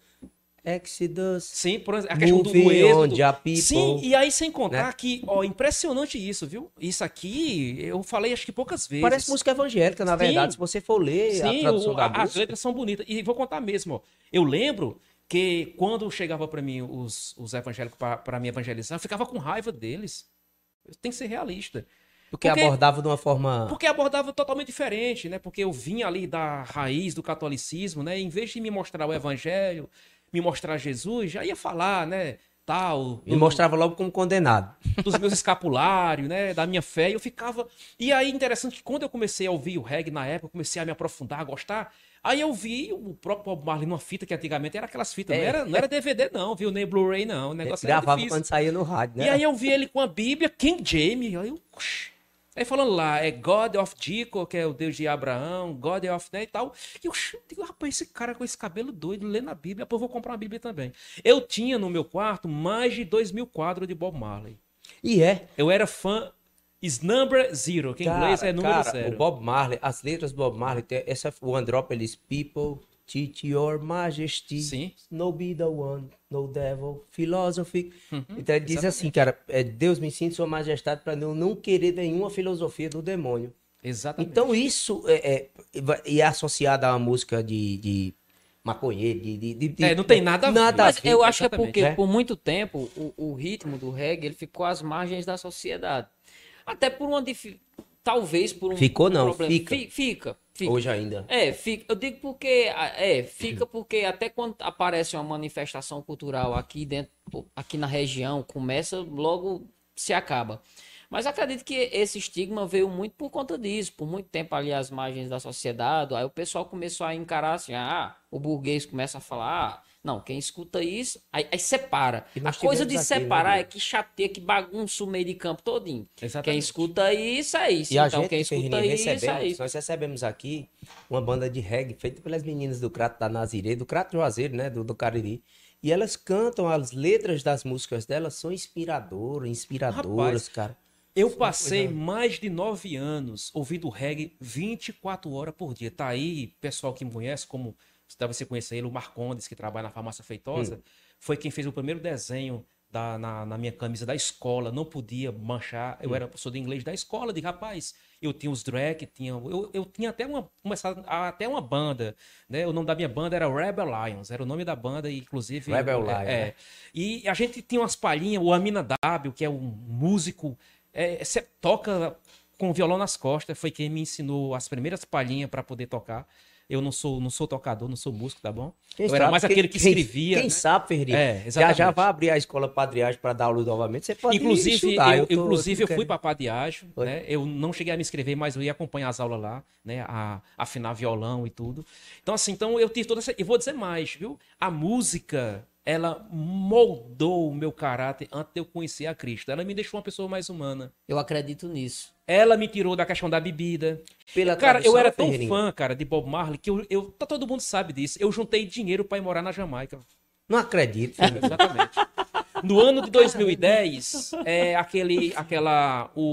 Exodus. sim, por exemplo, a questão do, do Moving on, êxodo. ja, people, Sim, e aí sem contar né? que, ó, impressionante isso, viu? Isso aqui, eu falei acho que poucas vezes. Parece música evangélica, na Sim. verdade. Se você for ler a Sim, tradução o- da a- as música. letras são bonitas. E vou contar mesmo, ó. Eu lembro que quando chegava pra mim os, os evangélicos pra- pra me evangelizar, eu ficava com raiva deles. Eu tenho que ser realista. Porque, porque- abordava de uma forma. Porque abordava totalmente diferente, né? Porque eu vinha ali da raiz do catolicismo, né? Em vez de me mostrar o evangelho, me mostrar Jesus, já ia falar, né? Tal, Me mostrava logo como condenado. dos meus escapulários, né? Da minha fé. E eu ficava. E aí, interessante que quando eu comecei a ouvir o reggae na época, eu comecei a me aprofundar, a gostar. Aí eu vi o próprio Bob Marley numa fita que antigamente era aquelas fitas, não, É. era, não era D V D, não, viu? Nem Blu-ray, não. O negócio era Gravava difícil. quando saía no rádio, né? E aí eu vi ele com a Bíblia, King James, aí eu... oxi. Aí falando lá, é God of Jacob, que é o Deus de Abraão, God of, né, e tal. E eu oxi, digo, rapaz, esse cara com esse cabelo doido, lendo a Bíblia, pô, eu vou comprar uma Bíblia também. Eu tinha no meu quarto mais de dois mil quadros de Bob Marley. E é. Eu era fã is number zero, que em inglês é número cara, zero. o Bob Marley, as letras do Bob Marley, tem essa One Drop, ele diz, People, teach your majesty, Sim. no be the one, no devil, philosophy. Uhum, Então ele diz assim, cara, é, Deus me ensina sua majestade para não, não querer nenhuma filosofia do demônio. Exatamente. Então isso é, é, vai- e é associado a uma música de, de maconheiro, de, de, de- de- É, não tem nada a ver. nada a Mas ver. eu acho que é exatamente, porque, né? por muito tempo, o, o ritmo do reggae ele ficou às margens da sociedade. Até por uma difi... Talvez por um, Ficou um não, problema. fica. Fi- Fica. fica. Hoje ainda. É, fica. Eu digo porque. É, fica porque até quando aparece uma manifestação cultural aqui dentro, aqui na região, começa, logo se acaba. Mas acredito que esse estigma veio muito por conta disso, por muito tempo ali às margens da sociedade. Aí o pessoal começou a encarar assim, ah, o burguês começa a falar, ah, não, quem escuta isso, aí, aí separa. E A nós coisa de tivemos aqui, né, separar é Bruno? que chateia, que bagunça o meio de campo todinho. Exatamente. Quem escuta isso é isso. E a então gente, quem escuta Ferreirinha, isso é recebemos, isso. nós recebemos aqui uma banda de reggae feita pelas meninas do Crato da Nazirê, do Crato Juazeiro, né, do, do Cariri. E elas cantam, as letras das músicas delas são inspiradoras, inspiradoras, Rapaz, cara. Eu Foi uma passei coisa- mais de nove anos ouvindo reggae vinte e quatro horas por dia. Tá aí, pessoal que me conhece, como talvez você conheça ele, o Marcondes, que trabalha na Farmácia Feitosa, foi quem fez o primeiro desenho da, na, na minha camisa da escola. Não podia manchar. Eu era professor de inglês da escola. De rapaz, eu tinha os drag, tinha, eu, eu tinha até uma, começado a- até uma banda, né? O nome da minha banda era Rebel Lions, era o nome da banda, e inclusive. Rebel é, Lion, é. né? E a gente tinha umas palhinhas, o Amina W, que é um músico. É, você toca com o violão nas costas, foi quem me ensinou as primeiras palhinhas para poder tocar. Eu não sou, não sou tocador, não sou músico, tá bom? Quem eu era sabe, mais quem- aquele que quem- escrevia. Quem né? sabe, Ferreirinha, É, já exatamente. já vai abrir a escola Padriagem para dar aula novamente, você pode Inclusive, estudar. eu, tô- inclusive eu tô fui querendo. para Padiágio, Foi. né? Eu não cheguei a me inscrever, mas eu ia acompanhar as aulas lá, né? A afinar violão e tudo. Então, assim, então eu tive toda essa. E vou dizer mais, viu? A música, ela moldou o meu caráter antes de eu conhecer a Cristo. Ela me deixou uma pessoa mais humana. Eu acredito nisso. Ela me tirou da questão da bebida. Pela Cara, eu tradução, era tão Ferreirinha, fã, cara, de Bob Marley, que eu, eu. tá- Todo mundo sabe disso. Eu juntei dinheiro para ir morar na Jamaica. Não acredito, Ferreirinha. Exatamente. No ano de dois mil e dez, é aquele, aquela, o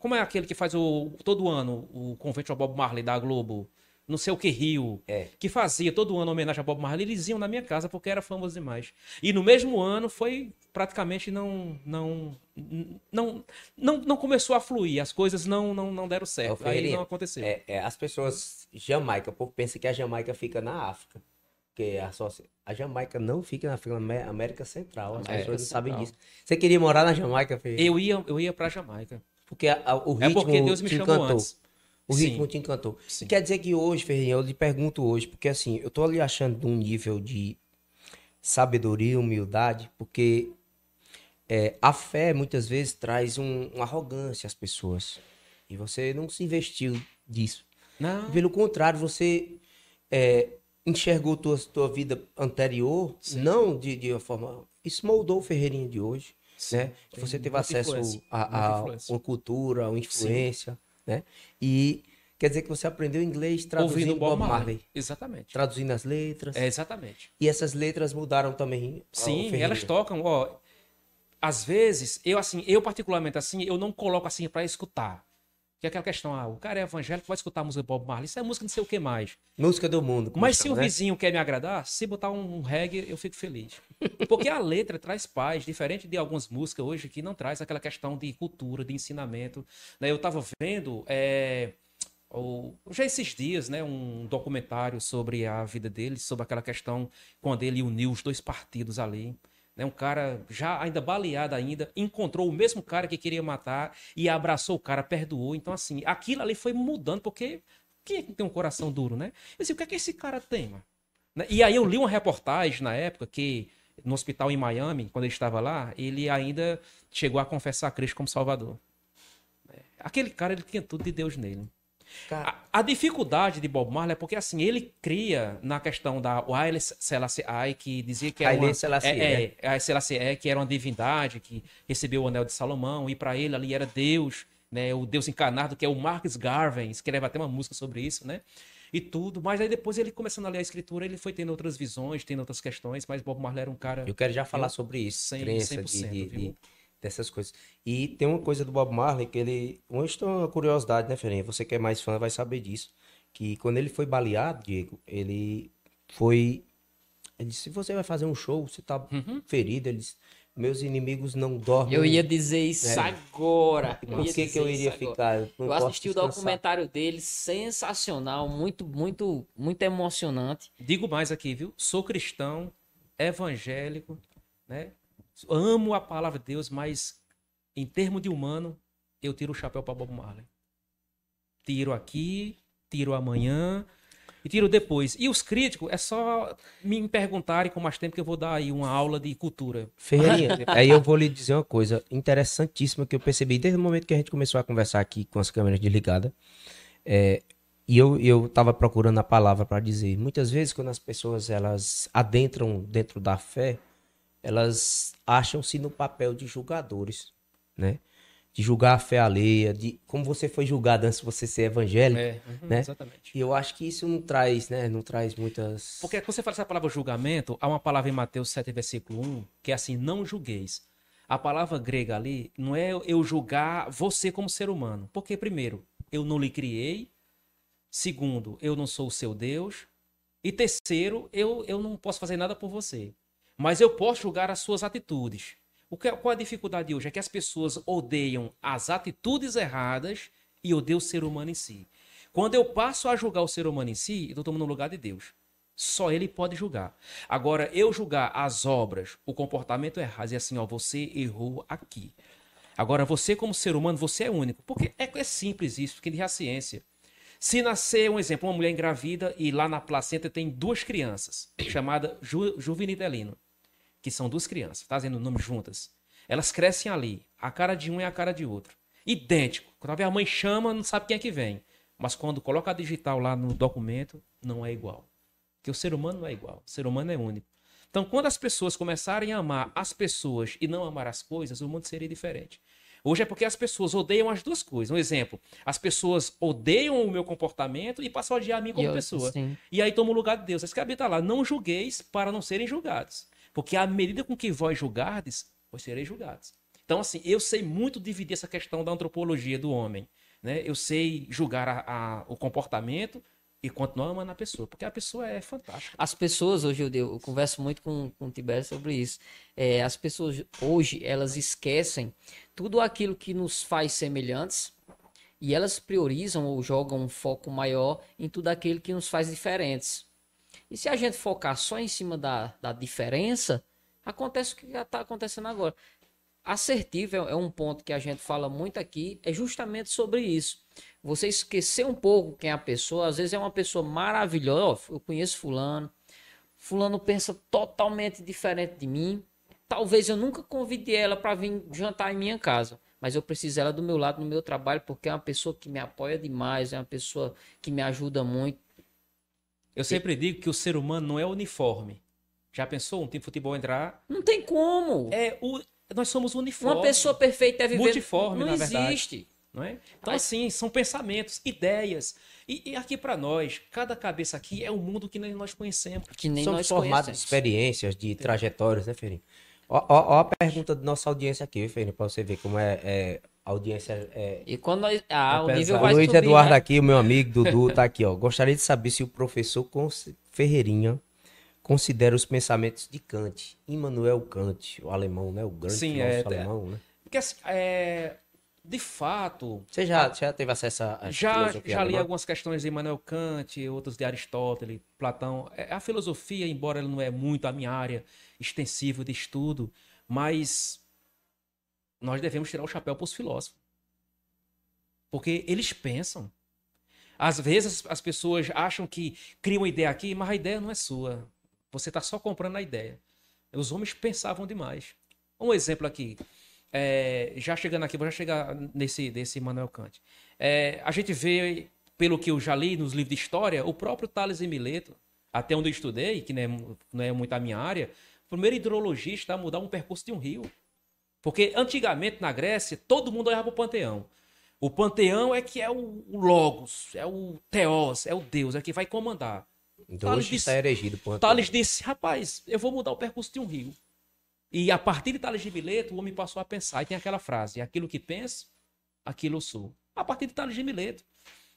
Como é aquele que faz o, todo ano o convite ao Bob Marley da Globo? Não sei o que Rio, É. que fazia todo ano homenagem a Bob Marley, eles iam na minha casa porque era famoso demais. E no mesmo ano foi praticamente não não não não, não começou a fluir, as coisas não não, não deram É, certo, o aí Ferreirinha, não aconteceu. é, é, as pessoas, Jamaica, o povo pensa que a Jamaica fica na África, porque a, só- a Jamaica não fica na África, na América Central, as América pessoas não sabem Central. disso. Você queria morar na Jamaica, Ferreirinha? Eu ia eu ia para Jamaica. Porque a- a- o É porque ritmo Deus me te chamou encantou. antes. O ritmo Sim, te encantou. sim. Quer dizer que hoje, Ferreirinha, eu lhe pergunto hoje, porque assim, eu tô ali achando de um nível de sabedoria, humildade, porque é, a fé muitas vezes traz um, uma arrogância às pessoas. E você não se investiu disso. Não, Pelo contrário, você é, enxergou tua, tua vida anterior, Sim. não de, de uma forma. Isso moldou o Ferreirinha de hoje, Sim, né? tem Você teve muita acesso influência, a, muita a influência. uma cultura, uma influência, né? E quer dizer que você aprendeu inglês traduzindo ouvindo Bob, Marley, Exatamente. traduzindo as letras. É, exatamente. E essas letras mudaram também. ó, o Sim, Ferreirinha. elas tocam, ó. Às vezes, eu assim, eu particularmente assim, eu não coloco assim pra escutar. Que é aquela questão, ah, o cara é evangélico, vai escutar a música do Bob Marley, isso é música não sei o que mais. Música do mundo. como Mas se chama, o né? vizinho quer me agradar, se botar um reggae, eu fico feliz. Porque a letra traz paz, diferente de algumas músicas hoje que não traz aquela questão de cultura, de ensinamento. Né? Eu tava vendo, é, o- já esses dias, né, um documentário sobre a vida dele, sobre aquela questão quando ele uniu os dois partidos ali. Né? Um cara já ainda baleado ainda, encontrou o mesmo cara que queria matar e abraçou o cara, perdoou. Então, assim, aquilo ali foi mudando, porque quem é que tem um coração duro, né? Eu disse, o que é que esse cara tem, mano? Né? E aí eu li uma reportagem na época que no hospital em Miami, quando ele estava lá, ele ainda chegou a confessar a Cristo como Salvador. É, aquele cara, ele tinha tudo de Deus nele. Cara, A, a dificuldade de Bob Marley é porque assim, ele cria na questão da Haile Selassie, que dizia que era Haile uma, Selassie, é, é, a Selassie, que era uma divindade que recebeu o Anel de Salomão e para ele ali era Deus, né, o Deus encarnado, que é o Marcus Garvey, escreve até uma música sobre isso, né? E tudo, mas aí depois ele começando a ler a escritura, ele foi tendo outras visões, tendo outras questões, mas Bob Marley era um cara eu quero já falar eu- sobre isso, cem- crença cem por de, cento, de- viu? de- dessas coisas. E tem uma coisa do Bob Marley que ele. Uma história, uma curiosidade, né, Ferinha? Você que é mais fã vai saber disso. Que quando ele foi baleado, Diego, ele foi. Ele disse: se você vai fazer um show, você tá Uhum. ferido. Ele disse: meus inimigos não dormem. Eu ia dizer isso É. agora. Eu Por ia que, que eu dizer iria isso agora. ficar? Eu, não Eu posso assisti o descansar. documentário dele, sensacional, muito, muito, muito emocionante. Digo mais aqui, viu? Sou cristão, evangélico, né? Amo a palavra de Deus, mas em termos de humano, eu tiro o chapéu para Bob Marley. Tiro aqui, tiro amanhã e tiro depois. E os críticos, é só me perguntarem com mais tempo que eu vou dar aí uma aula de cultura. Ferreirinha, aí eu vou lhe dizer uma coisa interessantíssima que eu percebi desde o momento que a gente começou a conversar aqui com as câmeras desligadas. É, e eu, eu tava procurando a palavra para dizer. Muitas vezes, quando as pessoas elas adentram dentro da fé, elas acham-se no papel de julgadores, né? De julgar a fé alheia, de como você foi julgado antes de você ser evangélico, É, uhum, né? exatamente. E eu acho que isso não traz, né? Não traz muitas. Porque quando você fala essa palavra julgamento, há uma palavra em Mateus sete, versículo um, que é assim, não julgueis. A palavra grega ali não é eu julgar você como ser humano. Porque, primeiro, eu não lhe criei. Segundo, eu não sou o seu Deus. E terceiro, eu, eu não posso fazer nada por você. Mas eu posso julgar as suas atitudes. O que, qual a dificuldade hoje? É que as pessoas odeiam as atitudes erradas e odeiam o ser humano em si. Quando eu passo a julgar o ser humano em si, eu estou tomando o lugar de Deus. Só ele pode julgar. Agora, eu julgar as obras, o comportamento errado, e assim, ó, você errou aqui. Agora, você como ser humano, você é único. Porque é, é simples isso, porque diz a ciência. Se nascer, um exemplo, uma mulher engravida e lá na placenta tem duas crianças, chamada ju, juvenitelino, que são duas crianças, tá dizendo o nome juntas. Elas crescem ali, a cara de um é a cara de outro. Idêntico. Quando a mãe chama, não sabe quem é que vem. Mas quando coloca a digital lá no documento, não é igual. Porque o ser humano não é igual. O ser humano é único. Então, quando as pessoas começarem a amar as pessoas e não amar as coisas, o mundo seria diferente. Hoje é porque as pessoas odeiam as duas coisas. Um exemplo, as pessoas odeiam o meu comportamento e passam a odiar a mim como E eu- pessoa. sim. E aí toma o lugar de Deus. Esse que está lá, não julgueis para não serem julgados. Porque à medida com que vós julgardes, vós sereis julgados. Então, assim, eu sei muito dividir essa questão da antropologia do homem, né? Eu sei julgar a, a, o comportamento e continuar amando a pessoa, porque a pessoa é fantástica. As pessoas, hoje eu, eu converso muito com, com o Tibério sobre isso, é, as pessoas hoje, elas esquecem tudo aquilo que nos faz semelhantes e elas priorizam ou jogam um foco maior em tudo aquilo que nos faz diferentes. E se a gente focar só em cima da, da diferença, acontece o que já está acontecendo agora. Assertivo é um ponto que a gente fala muito aqui, é justamente sobre isso. Você esquecer um pouco quem é a pessoa, às vezes é uma pessoa maravilhosa, eu conheço fulano, fulano pensa totalmente diferente de mim, talvez eu nunca convide ela para vir jantar em minha casa, mas eu preciso dela do meu lado no meu trabalho, porque é uma pessoa que me apoia demais, é uma pessoa que me ajuda muito. Eu sempre digo que o ser humano não é uniforme. Já pensou um time de futebol entrar? Não tem como. É o Nós somos uniformes. Uma pessoa perfeita é viver... Multiforme, não na verdade. existe. Não é? Então, assim, são pensamentos, ideias. E, e aqui para nós, cada cabeça aqui é um mundo que nem nós conhecemos. Que nem Somos nós formados de conhecemos. experiências, de trajetórias, né, Ferinho? Ó, ó, ó a pergunta da nossa audiência aqui, Ferinho, para você ver como é, é a audiência. É... E quando nós... Ah, É o nível pesado. vai O Luiz subir, Eduardo né? aqui, o meu amigo Dudu, tá aqui, ó. Gostaria de saber se o professor Cons- Ferreirinha considera os pensamentos de Kant, Immanuel Kant, o alemão, né? O grande Sim, filósofo é- alemão, né? Porque, assim, é, de fato, Você já, já teve acesso a essa já, filosofia já li alemã? algumas questões de Immanuel Kant, outras de Aristóteles, Platão. É, A filosofia, embora ela não é muito a minha área extensiva de estudo, mas nós devemos tirar o chapéu para os filósofos. Porque eles pensam. Às vezes as pessoas acham que criam uma ideia aqui, mas a ideia não é sua. Você está só comprando a ideia. Os homens pensavam demais. Um exemplo aqui. É, já chegando aqui, vou já chegar nesse, nesse Immanuel Kant. É, a gente vê, pelo que eu já li nos livros de história, o próprio Tales de Mileto, até onde eu estudei, que não é, não é muito a minha área, o primeiro hidrologista a mudar um percurso de um rio. Porque antigamente na Grécia, todo mundo olhava para o panteão. O panteão é que é o, o Logos, é o Theos, é o Deus, é que vai comandar. Então Tales hoje disse- está erigido. Ponto. Tales disse, rapaz, eu vou mudar o percurso de um rio. E a partir de Tales de Mileto, o homem passou a pensar. E tem aquela frase, aquilo que penso, aquilo eu sou. A partir de Tales de Mileto.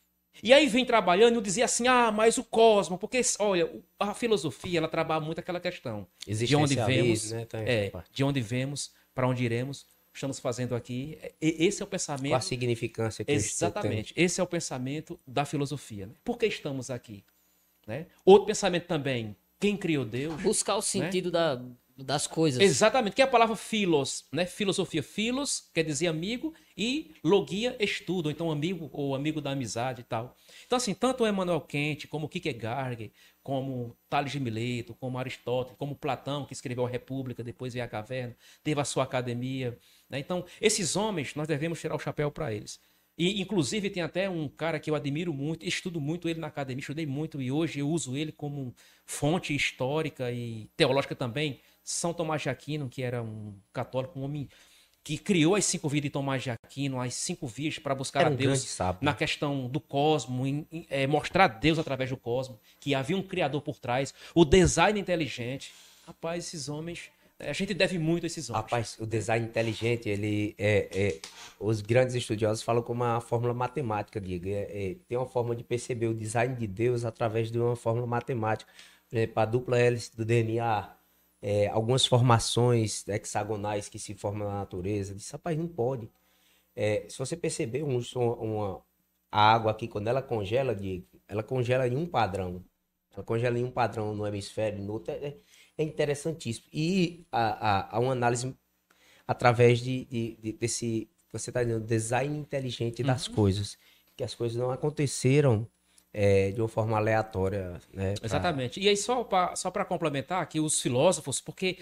E aí vem trabalhando e dizia assim, ah, mas o cosmos, porque, olha, a filosofia, ela trabalha muito aquela questão. De onde vemos, né? Tem é, essa parte. de onde vemos, para onde iremos, estamos fazendo aqui. E- Esse é o pensamento... Qual a significância que isso tem? Exatamente. Esse é o pensamento da filosofia. Né? Por que estamos aqui? Né? Outro pensamento também, quem criou Deus? Buscar o sentido da, das coisas. Exatamente, que é a palavra filos, né? Filosofia, filos quer dizer amigo e logia, estudo, ou então amigo ou amigo da amizade e tal. Então assim, tanto o Immanuel Kant, como Kierkegaard, como Tales de Mileto, como Aristóteles, como Platão, que escreveu a República, depois veio a Caverna, teve a sua academia, né? Então, esses homens, nós devemos tirar o chapéu para eles. E, inclusive, tem até um cara que eu admiro muito, estudo muito ele na academia, estudei muito e hoje eu uso ele como fonte histórica e teológica também. São Tomás de Aquino, que era um católico, um homem que criou as cinco vias de Tomás de Aquino, as cinco vias para buscar Era a um Deus grande sábio. na questão do cosmo, em, em, é, mostrar Deus através do cosmo, que havia um criador por trás, o design inteligente. Rapaz, esses homens, a gente deve muito a esses homens. Rapaz, o design inteligente, ele é, é- os grandes estudiosos falam como uma fórmula matemática, Diego. É- é- tem uma forma de perceber o design de Deus através de uma fórmula matemática. Por exemplo, a dupla hélice do D N A, é, algumas formações hexagonais que se formam na natureza. Diz, rapaz, não pode. É, se você perceber um, uma, uma- a água aqui, quando ela congela, Diego, ela congela em um padrão. Ela congela em um padrão no hemisfério, no outro. É, é interessantíssimo. E a, a, a uma análise através de, de- de- desse, você está dizendo, design inteligente das coisas. Que as coisas não aconteceram é, de uma forma aleatória, né? pra- Exatamente. E aí, só para só para complementar, que os filósofos, porque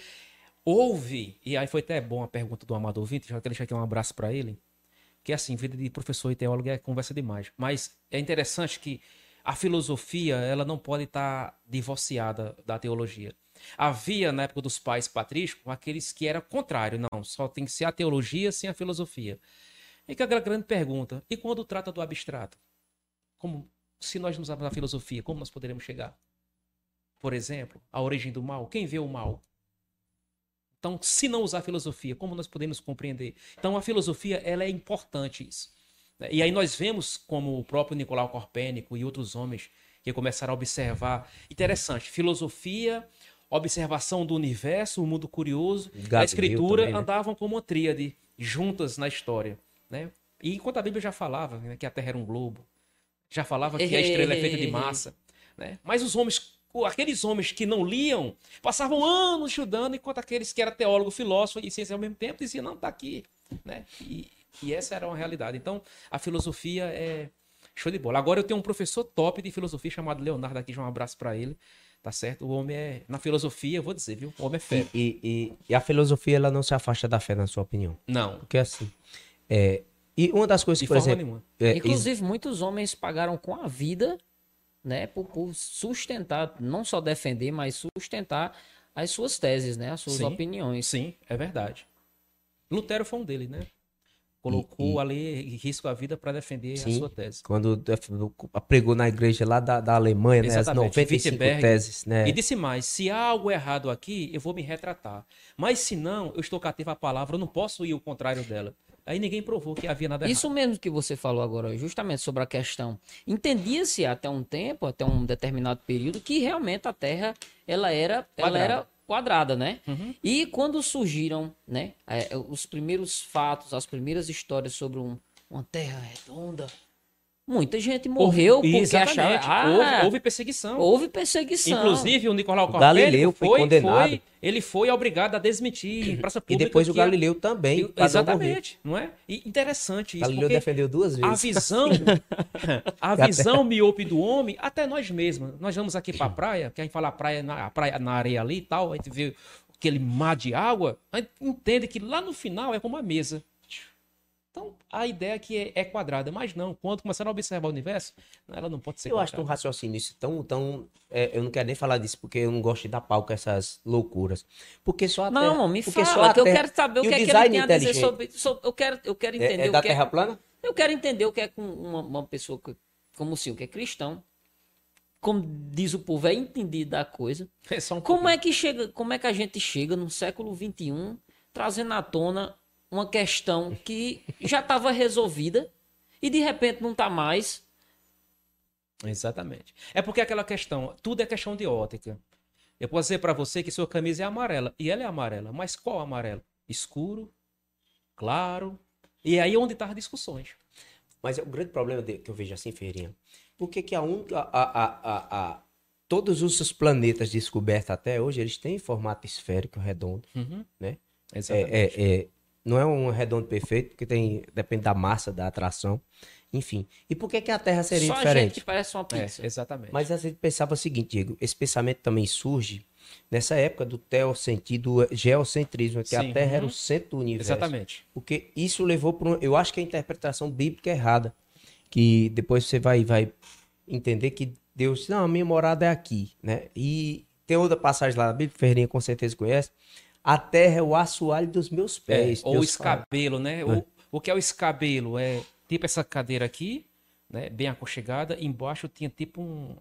houve, e aí foi até bom a pergunta do amado ouvinte, já que deixar aqui um abraço para ele, que assim, vida de professor e teólogo é conversa demais. Mas é interessante que a filosofia, ela não pode estar divorciada da teologia. Havia, na época dos pais patrísticos, aqueles que eram contrário, não, só tem que ser a teologia sem a filosofia. E que aquela grande pergunta, e quando trata do abstrato? Como, se nós nos usarmos a filosofia, como nós poderemos chegar? Por exemplo, a origem do mal. Quem vê o mal? Então, se não usar a filosofia, como nós podemos compreender? Então, a filosofia, ela é importante isso. E aí nós vemos como o próprio Nicolau Copérnico e outros homens que começaram a observar. Interessante, filosofia, observação do universo, o mundo curioso, Galileu, a escritura também, né? Andavam como uma tríade, juntas na história, né? E enquanto a Bíblia já falava, né, que a Terra era um globo, já falava que a estrela é feita de massa, né? Mas os homens, aqueles homens que não liam, passavam anos estudando, enquanto aqueles que eram teólogo, filósofo e ciência ao mesmo tempo diziam, não, tá aqui, né? E, e essa era uma realidade. Então, a filosofia é show de bola. Agora eu tenho um professor top de filosofia chamado Leonardo aqui, já um abraço para ele. Tá certo? O homem é, na filosofia, eu vou dizer, viu? O homem é fé. E, e, e a filosofia, ela não se afasta da fé, na sua opinião? Não. Porque assim, é, e uma das coisas, de por exemplo... É, Inclusive, is... muitos homens pagaram com a vida, né? Por, por sustentar, não só defender, mas sustentar as suas teses, né? As suas sim, opiniões. Sim, é verdade. Lutero foi um deles, né? Colocou e, e... ali em risco a vida para defender sim, a sua tese. Quando pregou na igreja lá da, da Alemanha, né, as noventa e cinco teses. Né? E disse mais, se há algo errado aqui, eu vou me retratar. Mas se não, eu estou cativo à palavra, eu não posso ir ao contrário dela. Aí ninguém provou que havia nada errado. Isso mesmo que você falou agora, justamente sobre a questão. Entendia-se até um tempo, até um determinado período, que realmente a Terra ela era... Ela era quadrada, né? Uhum. E quando surgiram, né, é, os primeiros fatos, as primeiras histórias sobre um, uma terra redonda, muita gente morreu houve, porque achava... Ah, houve, houve perseguição. Houve perseguição. Inclusive, o Nicolau Copérnico Galileu foi, foi condenado. Foi, ele foi obrigado a desmentir em praça pública. E depois o Galileu a... também. Exatamente. Não é? E interessante isso. Galileu defendeu duas vezes. A visão, a visão miope do homem, até nós mesmos. Nós vamos aqui para a praia, que a gente fala a praia, na, a praia na areia ali e tal, a gente vê aquele mar de água, a gente entende que lá no final é como uma mesa. Então, a ideia aqui é, é quadrada, mas não. Quando começaram a observar o universo, ela não pode ser eu quadrada. Eu acho que um raciocínio isso tão... tão é, eu não quero nem falar disso, porque eu não gosto de dar palco a essas loucuras. Porque só a Terra... Não, me porque fala, que eu terra, quero saber o que, é que ele tem a dizer sobre... sobre eu, quero, eu quero entender... É, é da o que Terra é, plana? Eu quero entender o que é com uma, uma pessoa que, como o senhor, que é cristão, como diz o povo, é entendido da coisa. É só um como, é que chega, como é que a gente chega no século vinte e um, trazendo à tona uma questão que já estava resolvida e de repente não está mais. Exatamente. É porque aquela questão, tudo é questão de ótica. Eu posso dizer para você que sua camisa é amarela, e ela é amarela, mas qual amarelo? Escuro, claro, e aí é onde estão as discussões. Mas o grande problema de, que eu vejo assim, Ferreirinha, por que que a, un... a, a, a, a todos os planetas descobertos até hoje, eles têm formato esférico, redondo, uhum. né? Exatamente. É, é, é, não é um redondo perfeito, porque tem, depende da massa, da atração, enfim. E por que que a Terra seria Só diferente? A gente parece uma pizza. É, exatamente. Mas a gente pensava o seguinte, Diego, esse pensamento também surge nessa época do teocentrismo, do geocentrismo, que Sim, a Terra uhum. era o centro do universo. Exatamente. Porque isso levou para um, eu acho que a interpretação bíblica é errada, que depois você vai, vai entender que Deus, não, a minha morada é aqui, né? E tem outra passagem lá na Bíblia, Ferreirinha com certeza conhece, a terra é o assoalho dos meus pés. É, ou o escabelo, né? É. O, o que é o escabelo? É tipo essa cadeira aqui, né? Bem aconchegada. Embaixo tinha tipo um,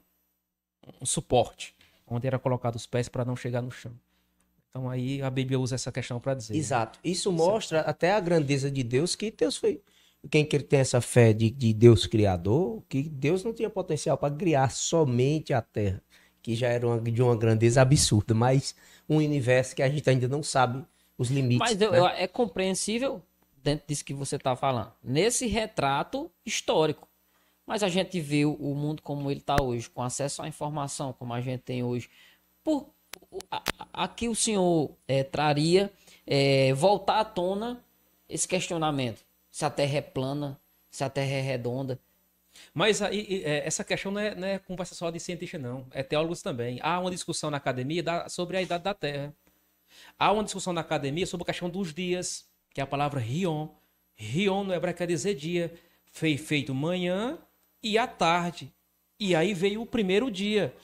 um suporte, onde era colocado os pés para não chegar no chão. Então aí a Bíblia usa essa questão para dizer. Exato. Isso mostra certo. Até a grandeza de Deus, que Deus foi... Quem que tem essa fé de, de Deus criador, que Deus não tinha potencial para criar somente a terra, que já era uma, de uma grandeza absurda, mas um universo que a gente ainda não sabe os limites. Mas eu, né? eu, é compreensível dentro disso que você está falando, nesse retrato histórico. Mas a gente vê o mundo como ele está hoje, com acesso à informação como a gente tem hoje. Por, a, aqui o senhor é, traria é, voltar à tona esse questionamento. Se a Terra é plana, se a Terra é redonda. Mas aí, essa questão não é, não é conversa só de cientista, não. É teólogos também. Há uma discussão na academia da, sobre a idade da Terra. Há uma discussão na academia sobre a questão dos dias, que é a palavra rion. Rion no hebraico quer dizer dia. Foi feito manhã e à tarde. E aí veio o primeiro dia.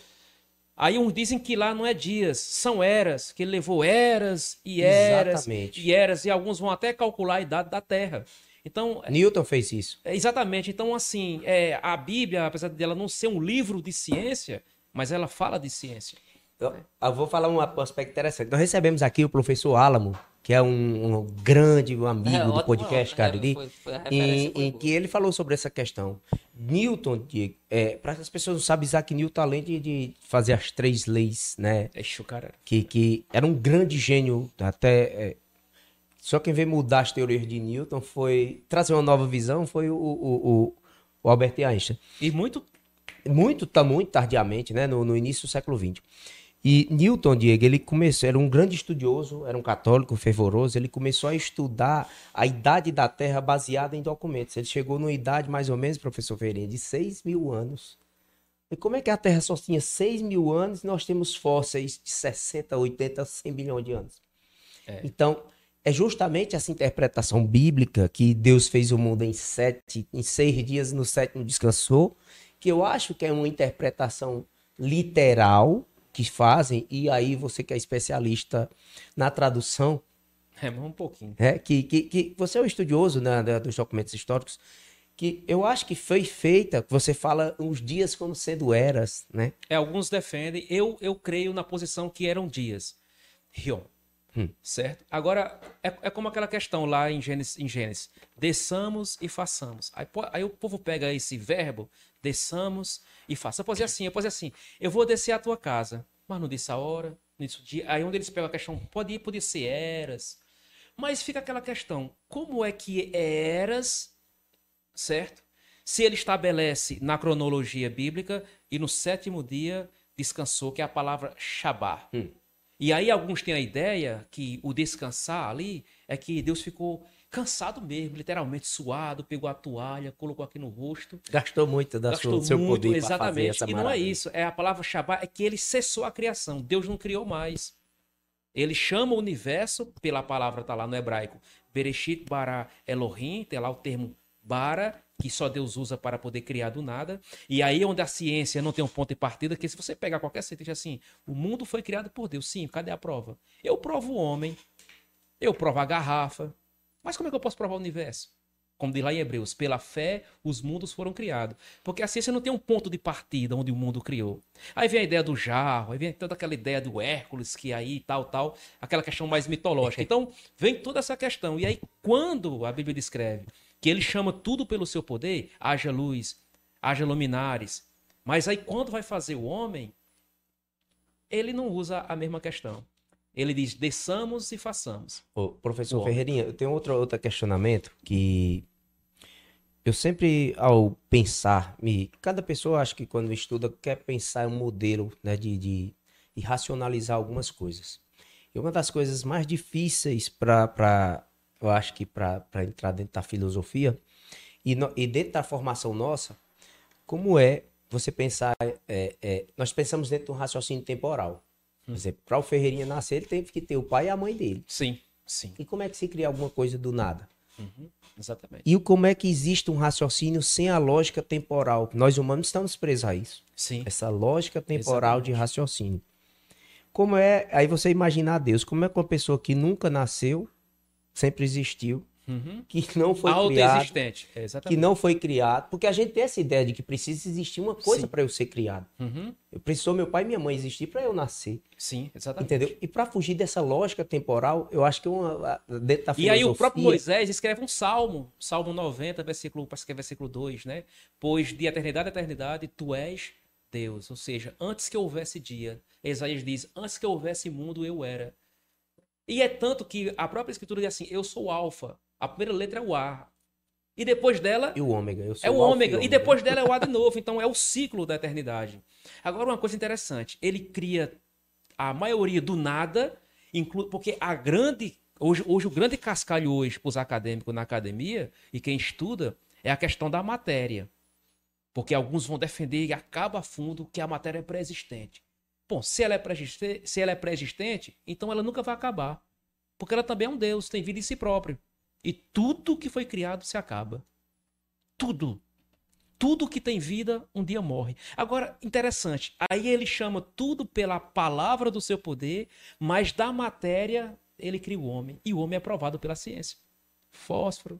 Aí uns dizem que lá não é dias, são eras, que ele levou eras e eras Exatamente. e eras. E alguns vão até calcular a idade da Terra. Então, Newton fez isso. É, exatamente. Então, assim, é, a Bíblia, apesar dela não ser um livro de ciência, mas ela fala de ciência. Eu, eu vou falar um aspecto interessante. Nós recebemos aqui o professor Álamo, que é um, um grande amigo É, do ótimo, podcast é, Cariri, foi- foi- a em, referência foi em boa. que ele falou sobre essa questão. Newton, é, para as pessoas não sabem, Isaac Newton, além de, de fazer as três leis, né, Ixi, o cara. que, que era um grande gênio, até é, só quem veio mudar as teorias de Newton foi trazer uma nova visão, foi o, o, o, o Albert Einstein. E muito. Muito, tá muito tardiamente, né, no, no início do século vinte. E Newton, Diego, ele começou, era um grande estudioso, era um católico fervoroso, ele começou a estudar a idade da Terra baseada em documentos. Ele chegou numa idade mais ou menos, professor Ferreira, de seis mil anos. E como é que a Terra só tinha seis mil anos e nós temos fósseis de sessenta, oitenta, cem bilhões de anos? É. Então, é justamente essa interpretação bíblica que Deus fez o mundo em sete, em seis dias e no sétimo descansou, que eu acho que é uma interpretação literal que fazem, e aí você que é especialista na tradução, É, mas um pouquinho. é, que, que, que você é um estudioso, né, da- dos documentos históricos, que eu acho que foi feita, você fala os dias como sendo eras, né? É, alguns defendem. Eu, eu creio na posição que eram dias. Rion. Hum. Certo? Agora, é, é como aquela questão lá em Gênesis, em Gênesis. Desçamos e façamos. Aí, po- aí o povo pega esse verbo, desçamos e faça. Eu posso dizer assim, eu posso dizer assim, eu vou descer à tua casa, mas não disse a hora, não disse o dia. Aí onde eles pegam a questão, pode, podia ser eras. Mas fica aquela questão, como é que é eras, certo? Se ele estabelece na cronologia bíblica e no sétimo dia descansou, que é a palavra Shabá. Hum. E aí alguns têm a ideia que o descansar ali é que Deus ficou cansado mesmo, literalmente suado, pegou a toalha, colocou aqui no rosto. Gastou muito da sua, do seu muito, poder para fazer exatamente. essa E não é maravilha. isso, é a palavra Shabá, é que ele cessou a criação. Deus não criou mais. Ele chama o universo, pela palavra tá lá no hebraico, Bereshit bara Elohim, tem lá o termo bara, que só Deus usa para poder criar do nada. E aí onde a ciência não tem um ponto de partida, que se você pegar qualquer cientista assim, o mundo foi criado por Deus. Sim, cadê a prova? Eu provo o homem, eu provo a garrafa, mas como é que eu posso provar o universo? Como diz lá em Hebreus, pela fé os mundos foram criados. Porque a ciência não tem um ponto de partida onde o mundo criou. Aí vem a ideia do jarro, aí vem toda aquela ideia do Hércules, que aí tal, tal, aquela questão mais mitológica. Então, vem toda essa questão. E aí, quando a Bíblia descreve que ele chama tudo pelo seu poder, haja luz, haja luminares, mas aí quando vai fazer o homem, ele não usa a mesma questão. Ele diz, desçamos e façamos. Ô, professor O homem. Ferreirinha, eu tenho outro, outro questionamento que eu sempre, ao pensar, me, cada pessoa acho que quando estuda quer pensar em um modelo, né, de, de, de racionalizar algumas coisas. E uma das coisas mais difíceis para, eu acho que para entrar dentro da filosofia e, no, e dentro da formação nossa, como é você pensar, é, é, nós pensamos dentro de um raciocínio temporal. Por exemplo, para o Ferreirinha nascer, ele teve que ter o pai e a mãe dele. Sim, sim. E como é que se cria alguma coisa do nada? Uhum, exatamente. E o- como é que existe um raciocínio sem a lógica temporal? Nós humanos estamos presos a isso. Sim. Essa lógica temporal Exatamente. de raciocínio. Como é, aí você imaginar Deus, como é que uma pessoa que nunca nasceu, sempre existiu, Uhum. que não foi criado, Autoexistente. É, que exatamente. não foi criado, porque a gente tem essa ideia de que precisa existir uma coisa Sim. para eu ser criado. Uhum. Eu precisou meu pai e minha mãe existir para eu nascer, Sim, exatamente. entendeu? E para fugir dessa lógica temporal, eu acho que uma, a- dentro da E aí o próprio filosofia- Moisés escreve um salmo, Salmo noventa, versículo, parece que é versículo dois, né? Pois de eternidade a eternidade tu és Deus. Ou seja, antes que houvesse dia, Isaías diz, antes que houvesse mundo eu era. E é tanto que a própria escritura diz assim, eu sou o alfa. A primeira letra é o A. E depois dela E o ômega. Eu sou é o alfa ômega. E depois dela é o A de novo. Então é o ciclo da eternidade. Agora uma coisa interessante. Ele cria a maioria do nada, inclu... porque a grande... Hoje, hoje o grande cascalho hoje para os acadêmicos na academia, e quem estuda, é a questão da matéria. Porque alguns vão defender e acaba a fundo que a matéria é pré-existente. Bom, se ela é pré-existente, se ela é pré-existente, então ela nunca vai acabar. Porque ela também é um Deus, tem vida em si próprio. E tudo que foi criado se acaba. Tudo. Tudo que tem vida, um dia morre. Agora, interessante, aí ele chama tudo pela palavra do seu poder, mas da matéria ele cria o homem. E o homem é provado pela ciência. Fósforo.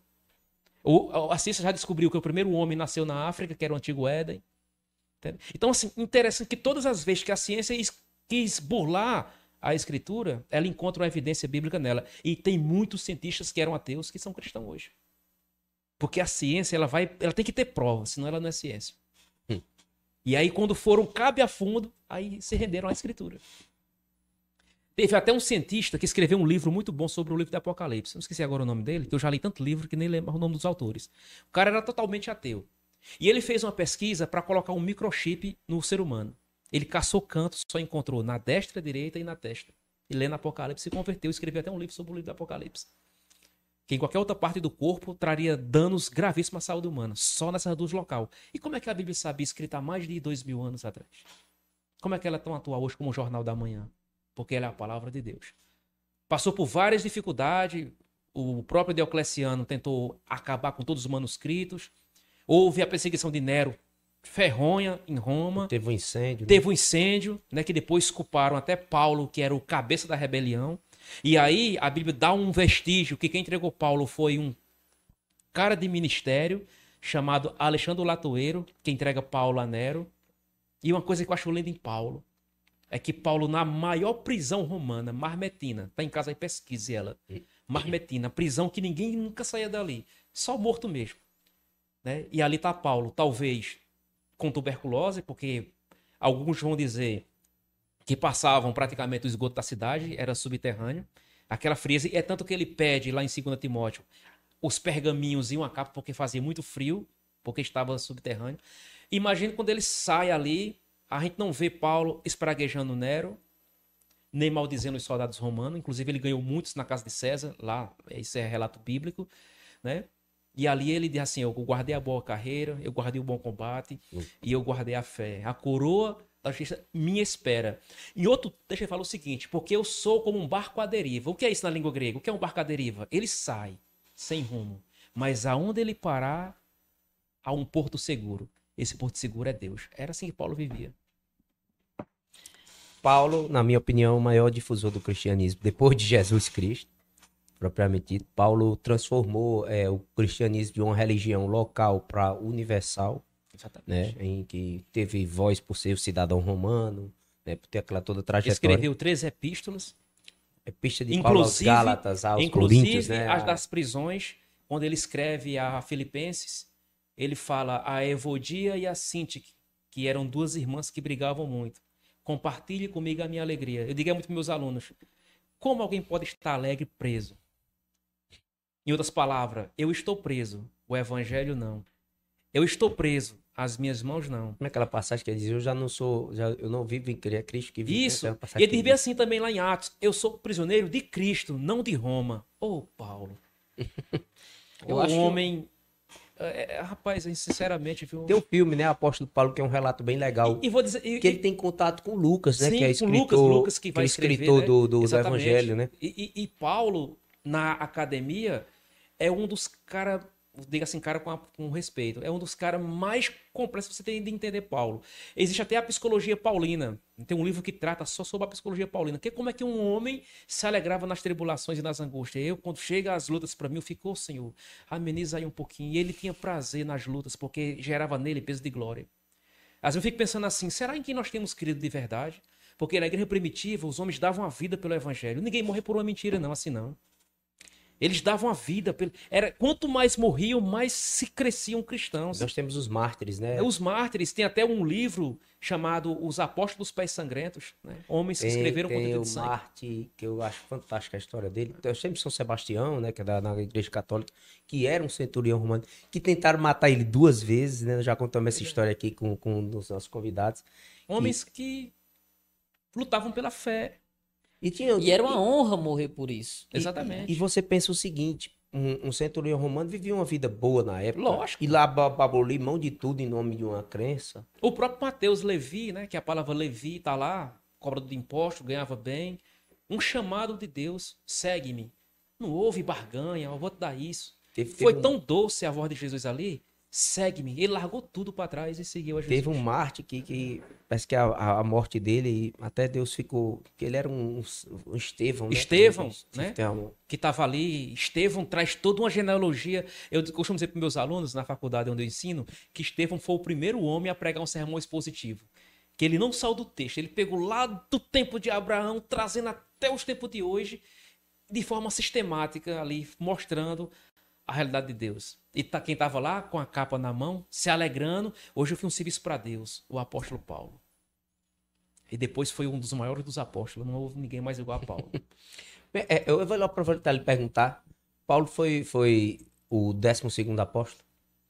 O- A ciência já descobriu que o primeiro homem nasceu na África, que era o antigo Éden. Entende? Então, assim, interessante que todas as vezes que a ciência es- quis burlar a escritura, ela encontra uma evidência bíblica nela. E tem muitos cientistas que eram ateus que são cristãos hoje. Porque a ciência, ela vai, ela tem que ter prova, senão ela não é ciência. Hum. E aí, quando foram cabe a fundo, aí se renderam à escritura. Teve até um cientista que escreveu um livro muito bom sobre o livro do Apocalipse. Não esqueci agora o nome dele, que eu já li tanto livro que nem lembro o nome dos autores. O cara era totalmente ateu. E ele fez uma pesquisa para colocar um microchip no ser humano. Ele caçou cantos, só encontrou na destra, direita e na testa. E lendo Apocalipse, se converteu e escreveu até um livro sobre o livro do Apocalipse. Que em qualquer outra parte do corpo traria danos gravíssimos à saúde humana. Só nessas duas locais. E como é que a Bíblia sabia, escrita há mais de dois mil anos atrás? Como é que ela é tão atual hoje como o Jornal da Manhã? Porque ela é a palavra de Deus. Passou por várias dificuldades. O próprio Diocleciano tentou acabar com todos os manuscritos. Houve a perseguição de Nero, ferronha em Roma. Teve um incêndio. Né? Teve um incêndio, né, que depois culparam até Paulo, que era o cabeça da rebelião. E aí a Bíblia dá um vestígio que quem entregou Paulo foi um cara de ministério chamado Alexandre Latoeiro, que entrega Paulo a Nero. E uma coisa que eu acho linda em Paulo é que Paulo, na maior prisão romana, Marmetina, tá em casa aí, pesquise ela. Marmetina, prisão que ninguém nunca saía dali. Só morto mesmo. Né? E ali tá Paulo, talvez com tuberculose, porque alguns vão dizer que passavam praticamente o esgoto da cidade, era subterrâneo. Aquela frieza, é tanto que ele pede lá em Segundo Timóteo os pergaminhos e uma capa, porque fazia muito frio, porque estava subterrâneo. Imagina quando ele sai ali, a gente não vê Paulo espraguejando Nero, nem maldizendo os soldados romanos. Inclusive, ele ganhou muitos na casa de César, lá, isso é relato bíblico, né? E ali ele diz assim, eu guardei a boa carreira, eu guardei o bom combate, uhum. e eu guardei a fé. A coroa da justiça me espera. Em outro, deixa eu falar o seguinte, porque eu sou como um barco à deriva. O que é isso na língua grega? O que é um barco à deriva? Ele sai, sem rumo, mas aonde ele parar, há um porto seguro. Esse porto seguro é Deus. Era assim que Paulo vivia. Paulo, na minha opinião, o maior difusor do cristianismo, depois de Jesus Cristo, propriamente dito, Paulo transformou é, o cristianismo de uma religião local para universal, né, em que teve voz por ser o cidadão romano, né, por ter aquela toda trajetória. Escreveu três epístolas. Epístola de Paulo aos Gálatas, aos inclusive, Coríntios, né? As das prisões, quando ele escreve a Filipenses, ele fala a Evodia e a Sintique, que eram duas irmãs que brigavam muito. Compartilhe comigo a minha alegria. Eu digo muito para meus alunos, como alguém pode estar alegre preso? Em outras palavras, eu estou preso, o evangelho não. Eu estou preso, as minhas mãos não. Como é aquela passagem que ele diz, eu já não sou, já, eu não vivo em Cristo, é Cristo que vive. Isso, e ele diz assim também lá em Atos, eu sou prisioneiro de Cristo, não de Roma. Ô, oh, Paulo. eu o acho homem... É, é, rapaz, sinceramente, viu? Tem um filme, né, Apóstolo Paulo, que é um relato bem legal. E, e vou dizer, e, que ele tem contato com Lucas, né, sim, que é escritor, Lucas, Lucas que vai que é escritor escrever, do, do, né? do Evangelho, né? E, e, e Paulo, na academia, é um dos caras, diga assim, cara com, a, com respeito, é um dos caras mais complexos que você tem de entender Paulo. Existe até a psicologia paulina. Tem um livro que trata só sobre a psicologia paulina, que é como é que um homem se alegrava nas tribulações e nas angústias. Eu, quando chega as lutas para mim, eu fico, oh, Senhor, ameniza aí um pouquinho. E ele tinha prazer nas lutas, porque gerava nele peso de glória. Às vezes eu fico pensando assim, será em que nós temos crido de verdade? Porque na igreja primitiva, os homens davam a vida pelo evangelho. Ninguém morre por uma mentira, não, assim não. Eles davam a vida. Pelo... Era... Quanto mais morriam, mais se cresciam cristãos. Nós temos os mártires, né? Os mártires. Tem até um livro chamado Os Apóstolos dos Pés Sangrentos. Né? Homens que tem, escreveram tem contra o de sangue. Marte, que eu acho fantástica a história dele. Eu sempre São Sebastião, né? Que é da, na igreja católica, que era um centurião romano, que tentaram matar ele duas vezes, né? Já contamos essa história aqui com, com um dos nossos convidados. Homens que, que lutavam pela fé. E, tinha, e era uma e, honra morrer por isso. E, Exatamente. E você pensa o seguinte, um, um centurião romano vivia uma vida boa na época. Lógico. E lá babou mão de tudo em nome de uma crença. O próprio Mateus Levi, né, que a palavra Levi tá lá, cobrador de imposto, ganhava bem. Um chamado de Deus, segue-me. Não houve barganha, eu vou te dar isso. Teve, teve Foi um... tão doce a voz de Jesus ali, segue-me. Ele largou tudo para trás e seguiu a Jesus. Teve um Marte que, que parece que a, a morte dele, até Deus ficou... que ele era um, um Estevão, né? Estevão, né? Que estava ali. Estevão traz toda uma genealogia. Eu costumo dizer para meus alunos, na faculdade onde eu ensino, que Estevão foi o primeiro homem a pregar um sermão expositivo. que ele não saiu do texto, ele pegou lá do tempo de Abraão, trazendo até os tempos de hoje, de forma sistemática ali, mostrando a realidade de Deus. E tá, quem estava lá com a capa na mão, se alegrando, hoje eu fiz um serviço para Deus, o apóstolo Paulo. E depois foi um dos maiores dos apóstolos, não houve ninguém mais igual a Paulo. É, eu vou lá aproveitar e lhe perguntar, Paulo foi, foi o décimo segundo apóstolo?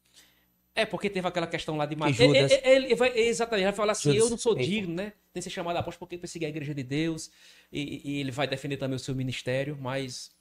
É, porque teve aquela questão lá de Que Mateus. Judas- Ele, ele, ele vai, exatamente, ele vai falar assim, Judas- eu não sou enfim. digno, né? De ser chamado apóstolo porque persegui a igreja de Deus. E, e ele vai defender também o seu ministério, mas...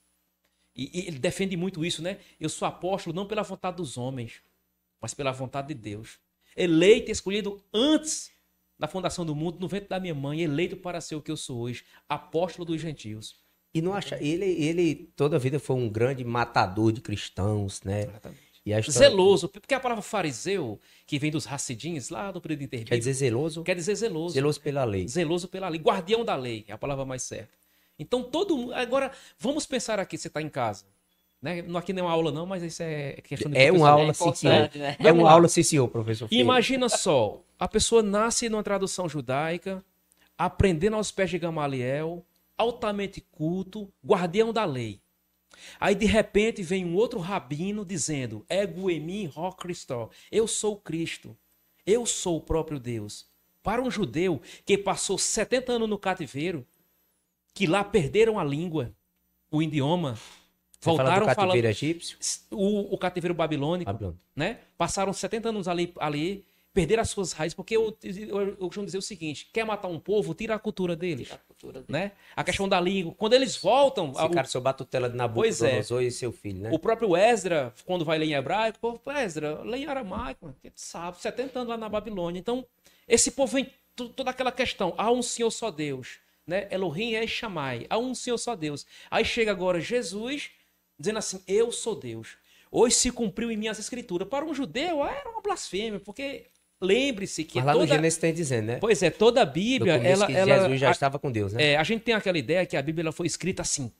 E, e ele defende muito isso, né? Eu sou apóstolo não pela vontade dos homens, mas pela vontade de Deus. Eleito e escolhido antes da fundação do mundo, no ventre da minha mãe, eleito para ser o que eu sou hoje, apóstolo dos gentios. E não acha, ele, ele toda a vida foi um grande matador de cristãos, né? Exatamente. E a história- Zeloso, porque a palavra fariseu, que vem dos Hassidins, lá do período interbíblico, Quer dizer zeloso? quer dizer zeloso. Zeloso pela lei. Zeloso pela lei, guardião da lei, é a palavra mais certa. Então todo mundo, agora vamos pensar aqui, você está em casa, né? Não aqui não é uma aula não, mas isso é questão de É uma professor. aula, é sim, importante, senhor. né? É Vamos uma lá. aula, sim, senhor, professor Freire. Imagina só, a pessoa nasce numa tradução judaica, aprendendo aos pés de Gamaliel, altamente culto, guardião da lei. Aí de repente vem um outro rabino dizendo: Ego emi ho Christo, eu sou o Cristo, eu sou o próprio Deus. Para um judeu que passou setenta anos no cativeiro, que lá perderam a língua, o idioma, Você fala do voltaram cativeiro falando egípcio? o, o cativeiro babilônico, Babilônia. né? Passaram setenta anos ali, ali perderam as suas raízes, porque eu, eu, eu costumo dizer o seguinte: quer matar um povo, tira a cultura deles, A cultura dele. né? A questão da língua. Quando eles voltam, a- Ficaram sob a tutela de Pois é. Nabucodonosor e seu filho, né? o próprio Esdra, quando vai ler em hebraico, o povo, Esdra, lê em aramaico, mano, que tu sabe, setenta anos lá na Babilônia. Então, esse povo vem tu- toda aquela questão, há um Senhor só Deus, né? Elohim é Shammai, há um Senhor só Deus. Aí chega agora Jesus dizendo assim: eu sou Deus. Hoje se cumpriu em minhas escrituras. Para um judeu era uma blasfêmia, porque lembre-se que Mas lá toda... no Gênesis tem dizendo, né? Pois é, toda a No Bíblia, começo ela, que ela Jesus já a- estava com Deus, né? é, a gente tem aquela ideia que a Bíblia ela foi escrita assim.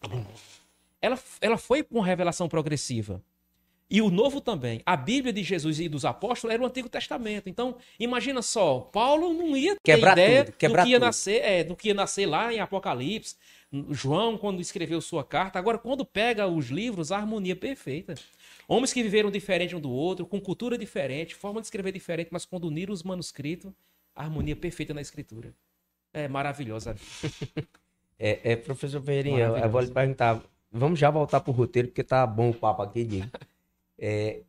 Ela, ela foi com revelação progressiva. E o Novo também. A Bíblia de Jesus e dos apóstolos era o Antigo Testamento. Então, imagina só, Paulo não ia ter Quebrar ideia tudo, quebrar do que ia tudo. nascer, é, do que ia nascer lá em Apocalipse. João, quando escreveu sua carta. Agora, quando pega os livros, a harmonia perfeita. Homens que viveram diferente um do outro, com cultura diferente, forma de escrever diferente, mas quando uniram os manuscritos, a harmonia perfeita na escritura. É maravilhosa. É, é, professor Ferreirinha, eu, eu Maravilhoso. vou lhe perguntar. Vamos já voltar pro roteiro, porque tá bom o papo aqui, Diego. É,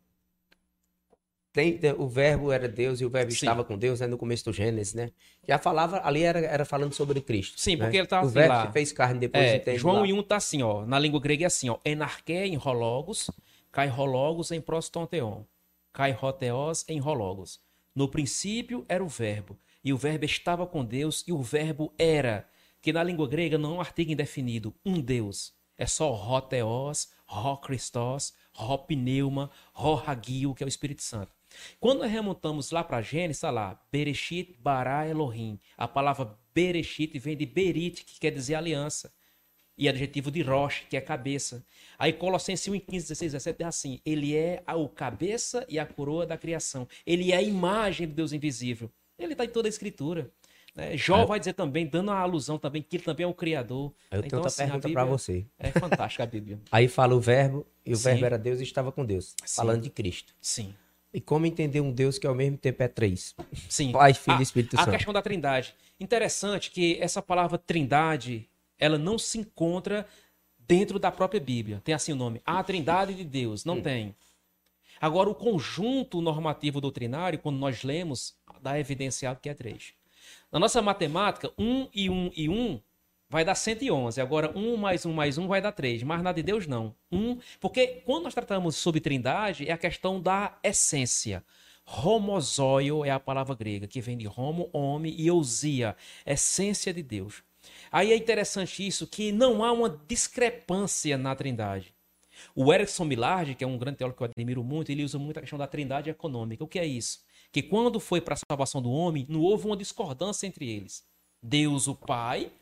tem, tem- o verbo era Deus e o verbo Sim. estava com Deus, né? No começo do Gênesis, né? Já falava, ali era, era falando sobre Cristo. Sim, né? porque ele tá O assim verbo lá. se fez carne depois, É, entende João lá. um tá assim, ó. Na língua grega é assim, ó. Enarque em rologos, kai rologos em prostonteon. Kai roteos em rologos. No princípio era o verbo, e o verbo estava com Deus, e o verbo era, que na língua grega não é um artigo indefinido, um Deus. É só roteos, ro Christos, ro pneuma, ro hagio, que é o Espírito Santo. Quando nós remontamos lá para Gênesis, está lá, Bereshit bara Elohim. A palavra Bereshit vem de Berit, que quer dizer aliança. E adjetivo de Rosh, que é cabeça. Aí Colossenses um, quinze, dezesseis, dezessete diz assim: ele é o cabeça e a coroa da criação. Ele é a imagem do Deus invisível. Ele está em toda a escritura. Né? Jó Ah. vai dizer também, dando a alusão também, que ele também é o Criador. Eu tenho Então, outra assim, a pergunta Bíblia para você. É fantástica a Bíblia. Aí fala o verbo, e o Sim. verbo era Deus e estava com Deus. Sim. Falando de Cristo. Sim. E como entender um Deus que ao mesmo tempo é três? Sim. Pai, Filho a, e Espírito a Santo. questão da trindade. Interessante que essa palavra trindade, ela não se encontra dentro da própria Bíblia. Tem assim o nome, a trindade de Deus. Não Hum. tem. Agora, o conjunto normativo doutrinário, quando nós lemos, dá evidenciado que é três. Na nossa matemática, um e um e um vai dar cento e onze. Agora, um mais um mais um vai dar três. Mas na de Deus, não. Um, porque quando nós tratamos sobre trindade, é a questão da essência. Homozóio é a palavra grega, que vem de homo, homem, e ousia, essência de Deus. Aí é interessante isso, que não há uma discrepância na trindade. O Erickson Millardi, que é um grande teólogo que eu admiro muito, ele usa muito a questão da trindade econômica. O que é isso? Que quando foi para a salvação do homem, não houve uma discordância entre eles. Deus, o Pai,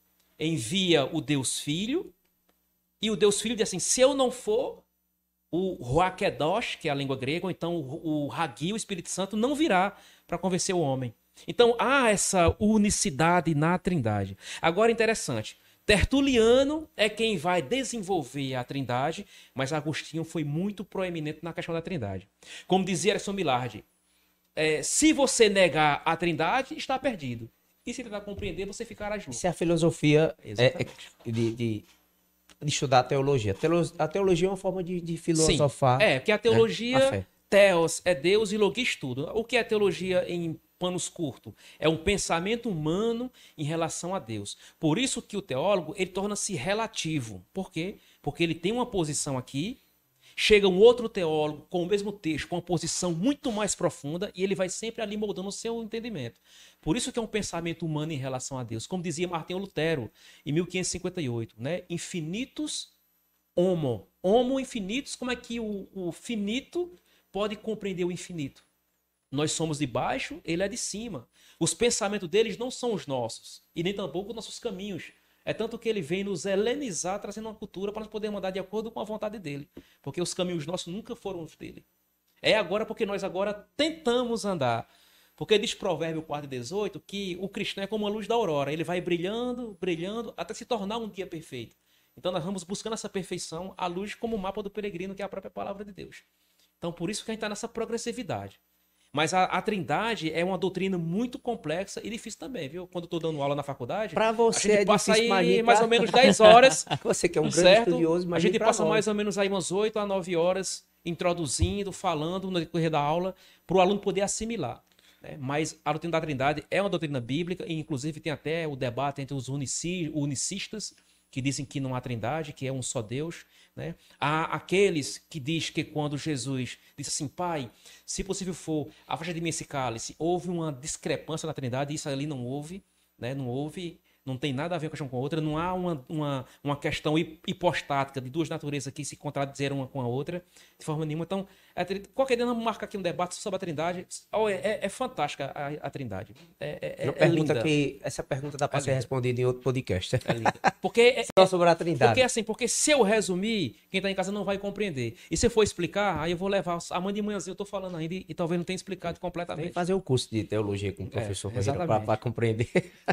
envia o Deus Filho, e o Deus Filho diz assim: se eu não for, o Ruakedosh, que é a língua grega, ou então o, o Hagi, o Espírito Santo, não virá para convencer o homem. Então, há essa unicidade na Trindade. Agora, interessante, Tertuliano é quem vai desenvolver a Trindade, mas Agostinho foi muito proeminente na questão da Trindade. Como dizia Erison Millardi, é, se você negar a Trindade, está perdido. E se tentar compreender, você ficará junto. Isso é a filosofia é, é, de, de, de estudar a teologia. A teologia é uma forma de, de filosofar. Sim. É, que a teologia, né? A Theos é Deus e logis tudo. O que é teologia em panos curtos? É um pensamento humano em relação a Deus. Por isso que o teólogo, ele torna-se relativo. Por quê? Porque ele tem uma posição aqui, chega um outro teólogo com o mesmo texto, com uma posição muito mais profunda, e ele vai sempre ali moldando o seu entendimento. Por isso que é um pensamento humano em relação a Deus. Como dizia Martinho Lutero, em mil quinhentos e cinquenta e oito, né? Infinitus homo. Homo infinitus, como é que o, o finito pode compreender o infinito? Nós somos de baixo, ele é de cima. Os pensamentos deles não são os nossos, e nem tampouco os nossos caminhos. É tanto que ele vem nos helenizar, trazendo uma cultura para nós podermos andar de acordo com a vontade dele. Porque os caminhos nossos nunca foram os dele. É agora porque nós agora tentamos andar. Porque diz Provérbio quatro, dezoito que o cristão é como a luz da aurora. Ele vai brilhando, brilhando, até se tornar um dia perfeito. Então nós vamos buscando essa perfeição, a luz como o mapa do peregrino, que é a própria palavra de Deus. Então por isso que a gente está nessa progressividade. Mas a, a Trindade é uma doutrina muito complexa e difícil também, viu? Quando eu tô dando aula na faculdade, pra você a gente é passa aí difícil, mais ou menos dez horas. Você que é um grande certo? estudioso, A gente passa nós. mais ou menos aí umas oito a nove horas introduzindo, falando no decorrer da aula, para o aluno poder assimilar. Né? Mas a doutrina da Trindade é uma doutrina bíblica, e inclusive tem até o debate entre os unici, unicistas, que dizem que não há Trindade, que é um só Deus. Né? Há aqueles que diz que quando Jesus disse assim, Pai, se possível for, afasta de mim esse cálice, houve uma discrepância na Trindade, e isso ali não houve, né? Não houve, não tem nada a ver uma questão com a outra, não há uma, uma, uma questão hipostática de duas naturezas que se contradizeram uma com a outra, de forma nenhuma. Então, a, qualquer dia nós marca aqui um debate sobre a Trindade. Oh, é, é, é fantástica a, a Trindade. É, é, Uma é pergunta linda. que, essa pergunta dá para É ser linda. respondida em outro podcast. É linda. Porque é, Só sobre a Trindade. Porque assim, porque se eu resumir, quem tá em casa não vai compreender. E se eu for explicar, aí eu vou levar. Amanhã de manhãzinha eu tô falando ainda e, e talvez não tenha explicado completamente. Tem que fazer um curso de teologia com o professor É, Ferreira exatamente. para compreender.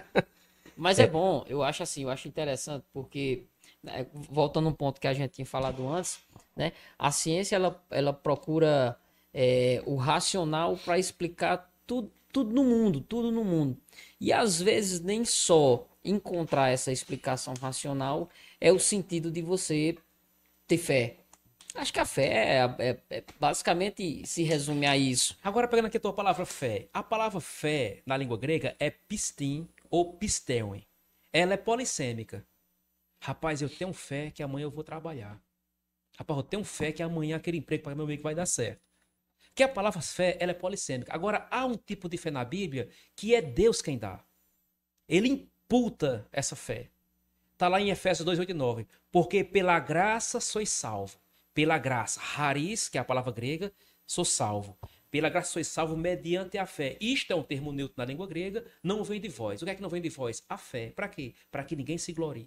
Mas é bom, eu acho assim, eu acho interessante, porque, né, voltando a um ponto que a gente tinha falado antes, né, a ciência ela, ela procura é, o racional para explicar tudo, tudo no mundo, tudo no mundo. E às vezes nem só encontrar essa explicação racional é o sentido de você ter fé. Acho que a fé é, é, é, basicamente se resume a isso. Agora, pegando aqui a tua palavra fé. A palavra fé, na língua grega, é pistin ou pisteuen. Ela é polissêmica. Rapaz, eu tenho fé que amanhã eu vou trabalhar. Rapaz, eu tenho fé que amanhã aquele emprego para meu amigo vai dar certo. Porque a palavra fé, ela é polissêmica. Agora, há um tipo de fé na Bíblia que é Deus quem dá. Ele imputa essa fé. Está lá em Efésios dois, oito e nove. Porque pela graça sois salvo. Pela graça, haris, que é a palavra grega, sou salvo. Pela graça sois salvo mediante a fé. Isto é um termo neutro na língua grega, não vem de vós. O que é que não vem de vós? A fé. Para quê? Para que ninguém se glorie.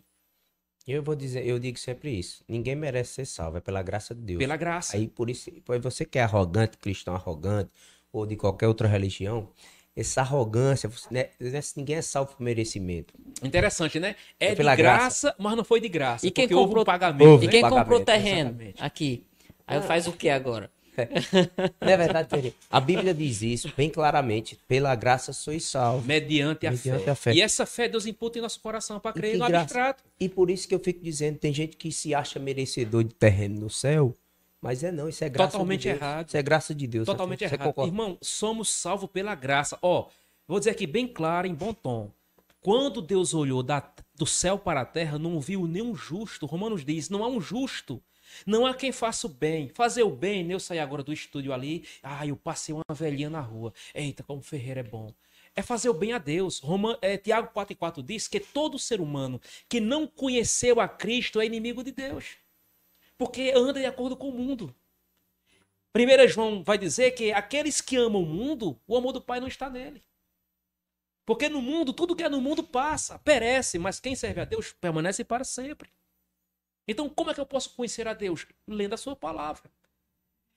Eu vou dizer, eu digo sempre isso. Ninguém merece ser salvo, é pela graça de Deus. Pela graça. Aí por isso, por você que é arrogante, cristão arrogante, ou de qualquer outra religião, essa arrogância, né, ninguém é salvo por merecimento. Interessante, né? É, É pela de graça, mas não foi de graça. E quem porque houve comprou- um pagamento. Houve. E quem Pagamento, comprou terreno exatamente. aqui? Aí faz o que agora? Não é verdade, Ferreira? A Bíblia diz isso bem claramente. Pela graça sois salvos. Mediante, a, Mediante fé. a fé. E essa fé Deus imputa em nosso coração para E crer que no graça. abstrato. E por isso que eu fico dizendo, tem gente que se acha merecedor de terreno no céu, mas é não, isso é graça Totalmente de Deus. errado. Isso é graça de Deus. Totalmente Você errado. concorda? Irmão, somos salvos pela graça. Ó, vou dizer aqui bem claro, em bom tom. Quando Deus olhou da, do céu para a terra, não viu nenhum justo. Romanos diz, não há um justo. Não há quem faça o bem. Fazer o bem, eu saí agora do estúdio ali. Ah, eu passei uma velhinha na rua. Eita, como o Ferreira é bom. É fazer o bem a Deus. Roman, é, Tiago quatro e quatro diz que todo ser humano que não conheceu a Cristo é inimigo de Deus. Porque anda de acordo com o mundo. primeiro João vai dizer que aqueles que amam o mundo, o amor do Pai não está nele. Porque no mundo, tudo que é no mundo passa, perece, mas quem serve a Deus permanece para sempre. Então, como é que eu posso conhecer a Deus? Lendo a sua palavra.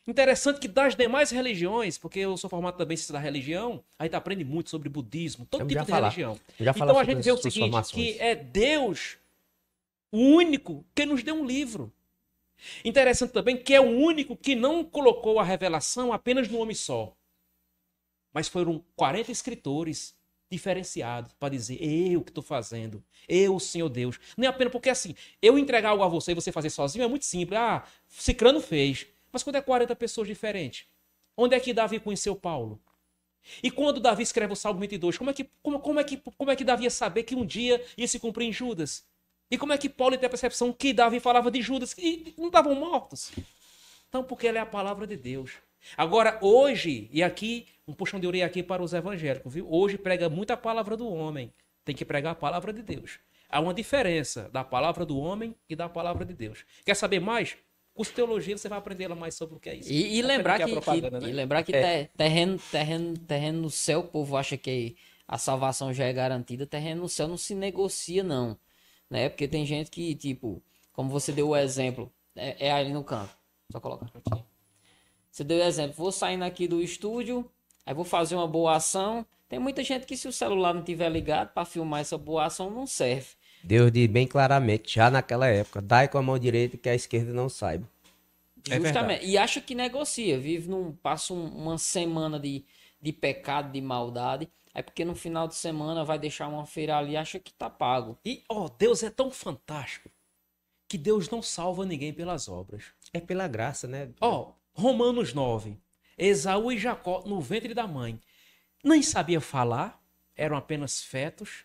Interessante que das demais religiões, porque eu sou formado também em ciência da religião, a gente aprende muito sobre budismo, todo Vamos tipo já de falar. religião. Já falar Então a sobre gente vê o as seguinte, transformações. que é Deus o único que nos deu um livro. Interessante também que é o único que não colocou a revelação apenas no homem só. Mas foram quarenta escritores diferenciados para dizer, eu que estou fazendo, eu, Senhor Deus. Não é apenas porque assim, eu entregar algo a você e você fazer sozinho é muito simples. Ah, Cicrano fez. Mas quando é quarenta pessoas diferentes, onde é que Davi conheceu Paulo? E quando Davi escreve o Salmo vinte e dois, como é que, como, como é que, como é que Davi ia saber que um dia ia se cumprir em Judas? E como é que Paulo tem a percepção que Davi falava de Judas e não estavam mortos? Então, porque ela é a palavra de Deus. Agora, hoje, e aqui, um puxão de orelha aqui para os evangélicos, viu? Hoje prega muito a palavra do homem. Tem que pregar a palavra de Deus. Há uma diferença da palavra do homem e da palavra de Deus. Quer saber mais? Curso de teologia, você vai aprender mais sobre o que é isso. E, e lembrar que, é propaganda, que, né? e lembrar que É. te- terreno, terreno, terreno no céu, o povo acha que a salvação já é garantida, terreno no céu não se negocia, não. Né? Porque tem gente que, tipo, como você deu o exemplo, é, é ali no canto. Só colocar. Você deu o exemplo, vou saindo aqui do estúdio, aí vou fazer uma boa ação. Tem muita gente que se o celular não tiver ligado para filmar essa boa ação, não serve. Deus diz bem claramente, já naquela época, dai com a mão direita que a esquerda não saiba. É Justamente. verdade. E acha que negocia, vive num, passa um- uma semana de, de pecado, de maldade. É porque no final de semana vai deixar uma feira ali e acha que tá pago. E, ó, Deus é tão fantástico que Deus não salva ninguém pelas obras. É pela graça, né? Ó, Romanos nove. Esaú e Jacó no ventre da mãe. Nem sabia falar, eram apenas fetos.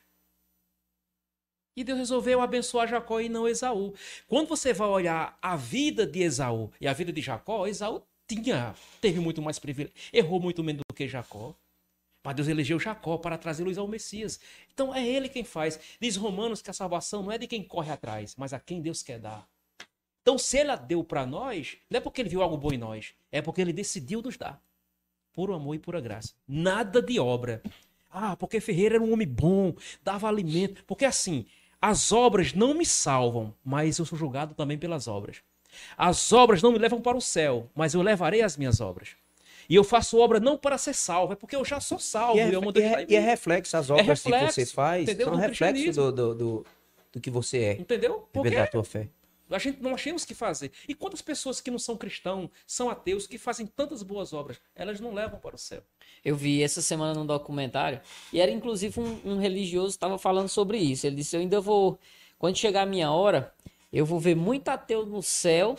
E Deus resolveu abençoar Jacó e não Esaú. Quando você vai olhar a vida de Esaú e a vida de Jacó, Esaú tinha, teve muito mais privilégio, errou muito menos do que Jacó. Mas Deus elegeu Jacó para trazê-los ao Messias. Então é ele quem faz. Diz Romanos que a salvação não é de quem corre atrás, mas a quem Deus quer dar. Então se ele a deu para nós, não é porque ele viu algo bom em nós, é porque ele decidiu nos dar. Puro amor e pura graça. Nada de obra. Ah, porque Ferreira era um homem bom, dava alimento. Porque assim, as obras não me salvam, mas eu sou julgado também pelas obras. As obras não me levam para o céu, mas eu levarei as minhas obras. E eu faço obra não para ser salvo, é porque eu já sou salvo. E é, e eu e mandei é- e é reflexo, as obras reflexo, que você faz entendeu? são Do reflexo cristianismo. do, do, do, do que você é, Entendeu? Porque da tua fé. a gente não temos que fazer. E quantas pessoas que não são cristãos, são ateus, que fazem tantas boas obras, elas não levam para o céu. Eu vi essa semana num documentário, e era inclusive um, um religioso que estava falando sobre isso. Ele disse, eu ainda vou, quando chegar a minha hora, eu vou ver muito ateu no céu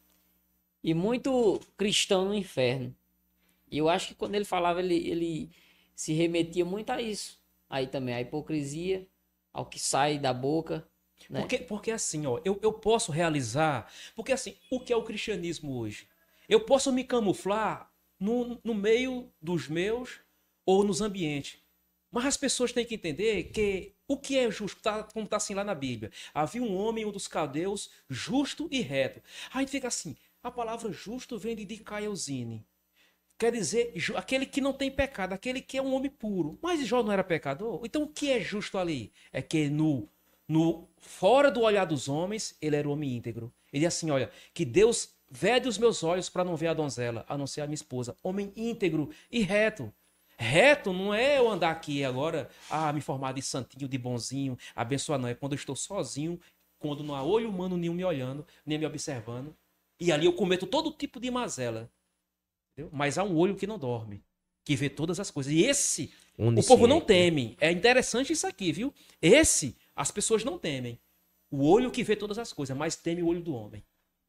e muito cristão no inferno. E eu acho que quando ele falava, ele, ele se remetia muito a isso. Aí também, a hipocrisia, ao que sai da boca, né? Porque, porque assim, ó, eu, eu posso realizar... Porque assim, o que é o cristianismo hoje? Eu posso me camuflar no, no meio dos meus ou nos ambientes. Mas as pessoas têm que entender que o que é justo, tá, como está assim lá na Bíblia. Havia um homem, um dos caldeus, justo e reto. Aí a gente fica assim, a palavra justo vem de dikaiosine. Quer dizer, ju- aquele que não tem pecado, aquele que é um homem puro. Mas Jó não era pecador? Então o que é justo ali? É que no, no fora do olhar dos homens, ele era um homem íntegro. Ele é assim, olha, que Deus vede os meus olhos para não ver a donzela, a não ser a minha esposa. Homem íntegro e reto. Reto não é eu andar aqui agora, ah, me formar de santinho, de bonzinho, abençoar, não. É quando eu estou sozinho, quando não há olho humano nenhum me olhando, nem me observando. E ali eu cometo todo tipo de mazela. Entendeu? Mas há um olho que não dorme, que vê todas as coisas. E esse, o povo não teme. É interessante isso aqui, viu? Esse, as pessoas não temem. O olho que vê todas as coisas, mas teme o olho do homem.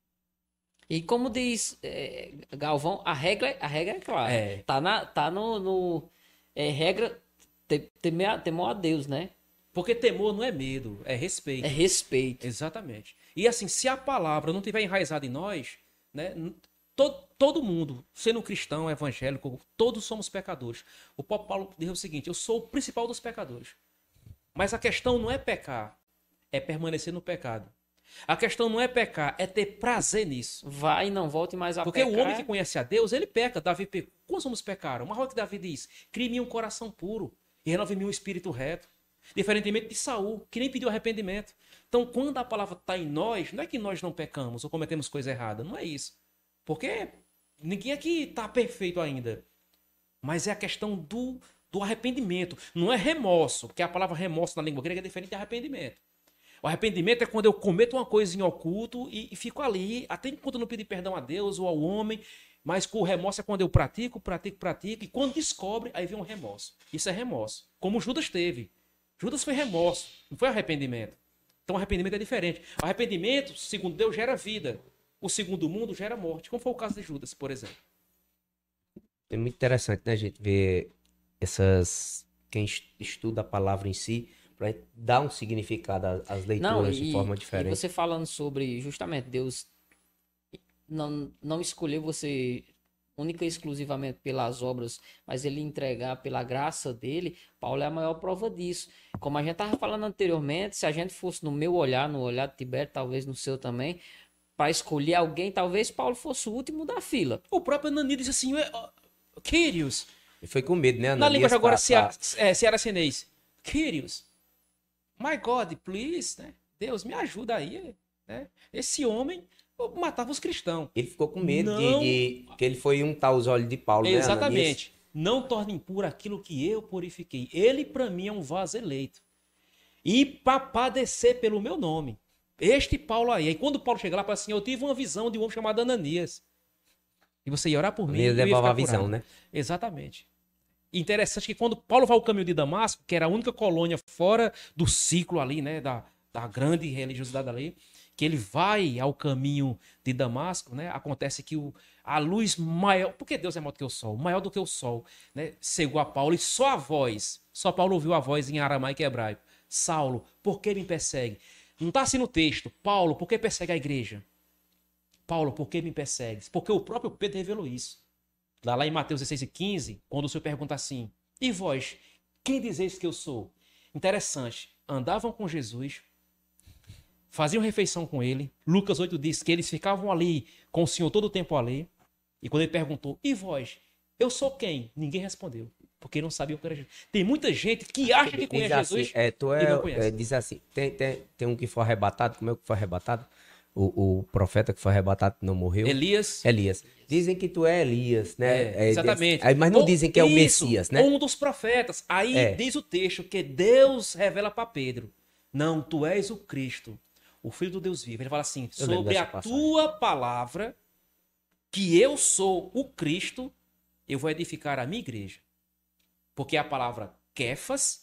E como diz é, Galvão, a regra, a regra é clara. É. Tá, na, tá no, no é, regra te- temer, a- temor a Deus, né? Porque temor não é medo, é respeito. É respeito. Exatamente. E assim, se a palavra não tiver enraizada em nós, né, todo, todo mundo, sendo cristão, evangélico, todos somos pecadores. O próprio Paulo diz o seguinte: eu sou o principal dos pecadores. Mas a questão não é pecar, é permanecer no pecado. A questão não é pecar, é ter prazer nisso. Vai e não volte mais a Porque pecar. o homem que conhece a Deus, ele peca. Davi pecou. Quantos homens pecaram? Mas olha o que Davi diz: crie em mim um coração puro e renove em mim um espírito reto. Diferentemente de Saul, que nem pediu arrependimento. Então, quando a palavra está em nós, não é que nós não pecamos ou cometemos coisa errada. Não é isso. Porque ninguém aqui tá perfeito ainda. Mas é a questão do, do arrependimento. Não é remorso, porque a palavra remorso na língua grega é diferente de arrependimento. O arrependimento é quando eu cometo uma coisa em oculto e, e fico ali, até enquanto eu não pedir perdão a Deus ou ao homem, mas com o remorso é quando eu pratico, pratico, pratico, e quando descobre, aí vem um remorso. Isso é remorso. Como Judas teve. Judas foi remorso, não foi arrependimento. Então o arrependimento é diferente. O arrependimento, segundo Deus, gera vida. O segundo mundo gera morte, como foi o caso de Judas, por exemplo. É muito interessante, né, a gente ver essas... Quem estuda a palavra em si, para dar um significado às leituras Não, de e, forma e diferente. você falando sobre, justamente, Deus não, não escolheu você única e exclusivamente pelas obras, mas ele entregar pela graça dele, Paulo é a maior prova disso. Como a gente estava falando anteriormente, se a gente fosse no meu olhar, no olhar de Tibério, talvez no seu também, para escolher alguém, talvez Paulo fosse o último da fila. O próprio Ananias disse assim, Kyrios. Ele foi com medo, né, Ananias? Na língua agora pra, pra... é, cearacenês. Kyrios. My God, please, né? Deus, me ajuda aí, né? Esse homem matava os cristãos. Ele ficou com medo Não... de, de... que ele foi untar os olhos de Paulo, Exatamente. Né, Ananias? Não torne impuro aquilo que eu purifiquei. Ele, para mim, é um vaso eleito. E para padecer pelo meu nome. Este Paulo aí. Aí quando Paulo chega lá, fala assim, eu tive uma visão de um homem chamado Ananias. E você ia orar por mim. Ele levava a visão, curado. né? Exatamente. Interessante que quando Paulo vai ao caminho de Damasco, que era a única colônia fora do ciclo ali, né, da, da grande religiosidade ali, que ele vai ao caminho de Damasco, né, acontece que o, a luz maior, porque Deus é maior do que o sol, maior do que o sol, né, cegou a Paulo e só a voz, só Paulo ouviu a voz em aramaico e hebraico. Saulo, por que me persegue? Não está assim no texto. Paulo, por que persegue a igreja? Paulo, por que me persegues? Porque o próprio Pedro revelou isso. Lá, lá em Mateus dezesseis e quinze, quando o Senhor pergunta assim, e vós, quem dizeis que eu sou? Interessante, andavam com Jesus, faziam refeição com ele. Lucas oito diz que eles ficavam ali com o Senhor todo o tempo ali. E quando ele perguntou, e vós, eu sou quem? Ninguém respondeu, porque não sabiam que era Jesus. Tem muita gente que acha que conhece assim, Jesus é, tu é, e não conhece. É, diz assim, tem, tem, tem um que foi arrebatado, como é que foi arrebatado? O, o profeta que foi arrebatado não morreu? Elias. Elias. Dizem que tu é Elias, né? É, exatamente. É, mas não ou, dizem que é o isso, Messias, né? Ou um dos profetas. Aí é. diz o texto que Deus revela para Pedro. Não, tu és o Cristo, o Filho do Deus vivo. Ele fala assim, eu sobre a passagem. Tua palavra, que eu sou o Cristo, eu vou edificar a minha igreja. Porque a palavra Kefas,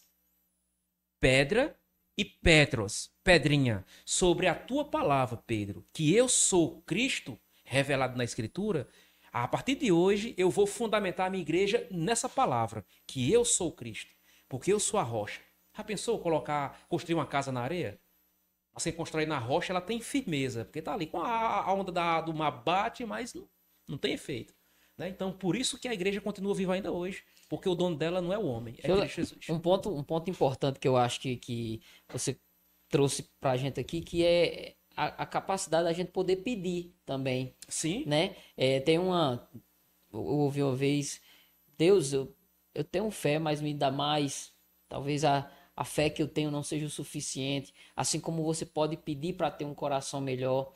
pedra, e Petros, pedrinha, sobre a tua palavra, Pedro, que eu sou Cristo, revelado na Escritura, a partir de hoje eu vou fundamentar a minha igreja nessa palavra, que eu sou Cristo, porque eu sou a rocha. Já pensou colocar, construir uma casa na areia? Você constrói na rocha, ela tem firmeza, porque tá ali com a, a onda da, do mar bate, mas não, não tem efeito. Né? Então, por isso que a igreja continua viva ainda hoje, porque o dono dela não é o homem, é Cristo Jesus. Um ponto, um ponto importante que eu acho que, que você trouxe pra gente aqui, que é a, a capacidade da gente poder pedir também. Sim. Né? É, tem uma... Eu ouvi uma vez, Deus, eu, eu tenho fé, mas me dá mais. Talvez a, a fé que eu tenho não seja o suficiente. Assim como você pode pedir para ter um coração melhor.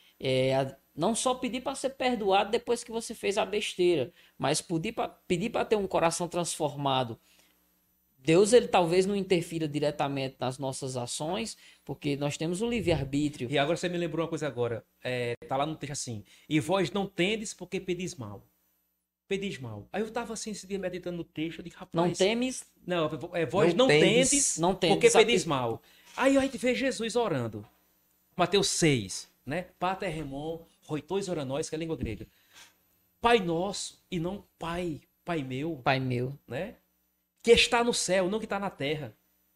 É, a, não só pedir para ser perdoado depois que você fez a besteira, mas pedir para pedir para ter um coração transformado. Deus, ele talvez não interfira diretamente nas nossas ações, porque nós temos o livre-arbítrio. E agora você me lembrou uma coisa agora. É, tá lá no texto assim, e vós não tendes porque pedis mal. Pedis mal. Aí eu tava assim, esse dia meditando no texto, eu digo, rapaz... Não temes... Não, é, vós não, não tendes, tendes não tendes porque pedis mal. Aí a gente vê Jesus orando. Mateus seis, né? Pater remon, roitois ora nós, que é a língua grega. Pai nosso e não pai, pai meu. Pai meu. Né? Que está no céu, não que está na terra.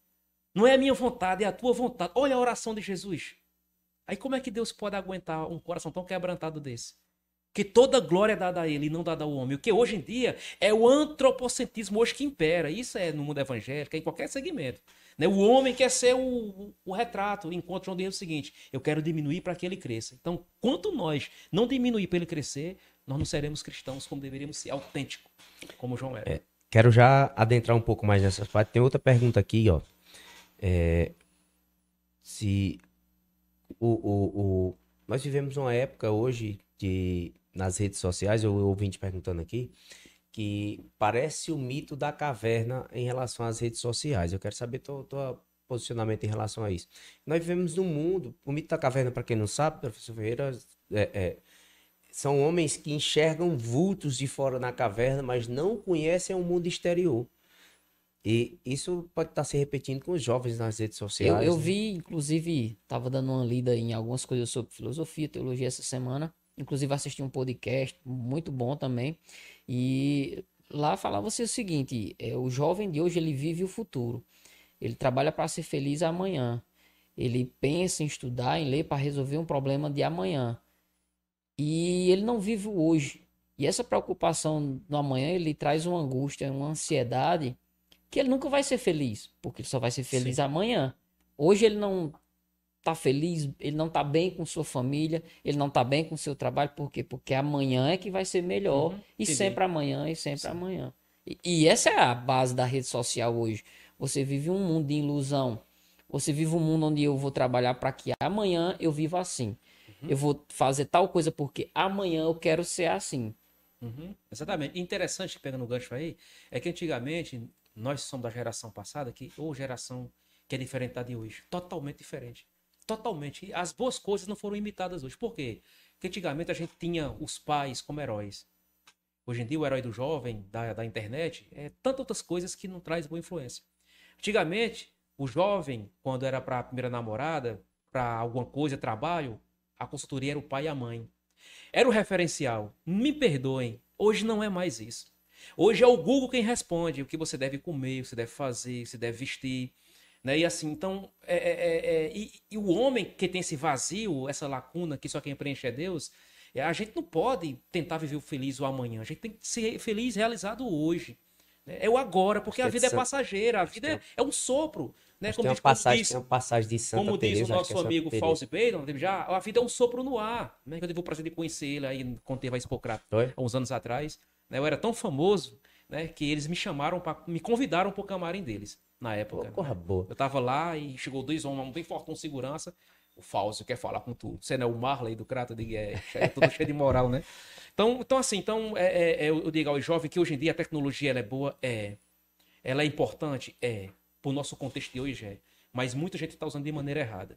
Não é a minha vontade, é a tua vontade. Olha a oração de Jesus. Aí como é que Deus pode aguentar um coração tão quebrantado desse? Que toda glória é dada a ele e não dada ao homem. O que hoje em dia é o antropocentrismo hoje que impera. Isso é no mundo evangélico, é em qualquer segmento. Né? O homem quer ser o, o, o retrato. Encontra onde é o seguinte, eu quero diminuir para que ele cresça. Então, quanto nós não diminuir para ele crescer, nós não seremos cristãos como deveríamos ser, autênticos, como João era. É, quero já adentrar um pouco mais nessa parte. Tem outra pergunta aqui, ó. É, se o, o, o, nós vivemos uma época hoje de... nas redes sociais, eu ouvinte perguntando aqui, que parece o mito da caverna em relação às redes sociais. Eu quero saber teu, teu posicionamento em relação a isso. Nós vivemos num mundo, o mito da caverna, para quem não sabe, professor Ferreira, é, é, são homens que enxergam vultos de fora na caverna, mas não conhecem o mundo exterior. E isso pode estar se repetindo com os jovens nas redes sociais. Eu, eu né? vi, inclusive, estava dando uma lida em algumas coisas sobre filosofia, teologia essa semana. Inclusive assisti um podcast muito bom também. E lá falava-se o seguinte, é, o jovem de hoje ele vive o futuro. Ele trabalha para ser feliz amanhã. Ele pensa em estudar, em ler para resolver um problema de amanhã. E ele não vive o hoje. E essa preocupação no amanhã, ele traz uma angústia, uma ansiedade, que ele nunca vai ser feliz, porque ele só vai ser feliz Sim. amanhã. Hoje ele não tá feliz, ele não tá bem com sua família, ele não tá bem com seu trabalho, por quê? Porque amanhã é que vai ser melhor, uhum, e entendi. sempre amanhã, e sempre Sim. amanhã. E, e essa é a base da rede social hoje. Você vive um mundo de ilusão. Você vive um mundo onde eu vou trabalhar para que amanhã eu viva assim. Uhum. Eu vou fazer tal coisa porque amanhã eu quero ser assim. Uhum. Exatamente. Interessante, pegando o gancho aí, é que antigamente nós somos da geração passada, que, ou geração que é diferente da de hoje. Totalmente diferente. Totalmente. As boas coisas não foram imitadas hoje. Por quê? Porque antigamente a gente tinha os pais como heróis. Hoje em dia o herói do jovem, da, da internet, é tantas outras coisas que não traz boa influência. Antigamente, o jovem, quando era para a primeira namorada, para alguma coisa, trabalho, a consultoria era o pai e a mãe. Era o referencial. Me perdoem, hoje não é mais isso. Hoje é o Google quem responde o que você deve comer, o que você deve fazer, o que você deve vestir. Né? E assim, então, é, é, é, e, e o homem que tem esse vazio, essa lacuna que só quem preenche é Deus, a gente não pode tentar viver o feliz o amanhã. A gente tem que ser feliz realizado hoje. É o agora, porque a vida é passageira, a vida é, é um sopro. Né? Como tem, diz, uma passagem, diz, tem uma passagem de Santa Como Teresa, diz o nosso é amigo Fauzi Beidon, já, a vida é um sopro no ar. Né? Eu tive o prazer de conhecer ele aí quando teve a Expocrato, há uns anos atrás. Né? Eu era tão famoso, né, que eles me chamaram, pra, me convidaram para o camarim deles, na época. Porra, né? boa. Eu tava lá e chegou dois homens bem fortão segurança. O Fauzi quer falar com tu. Você não é o Marley do Crato? De, é, é tudo cheio de moral, né? Então, então assim, então, é, é, é, eu digo ao jovem que hoje em dia a tecnologia ela é boa, é. Ela é importante, é. Pro nosso contexto de hoje, é. Mas muita gente está usando de maneira errada.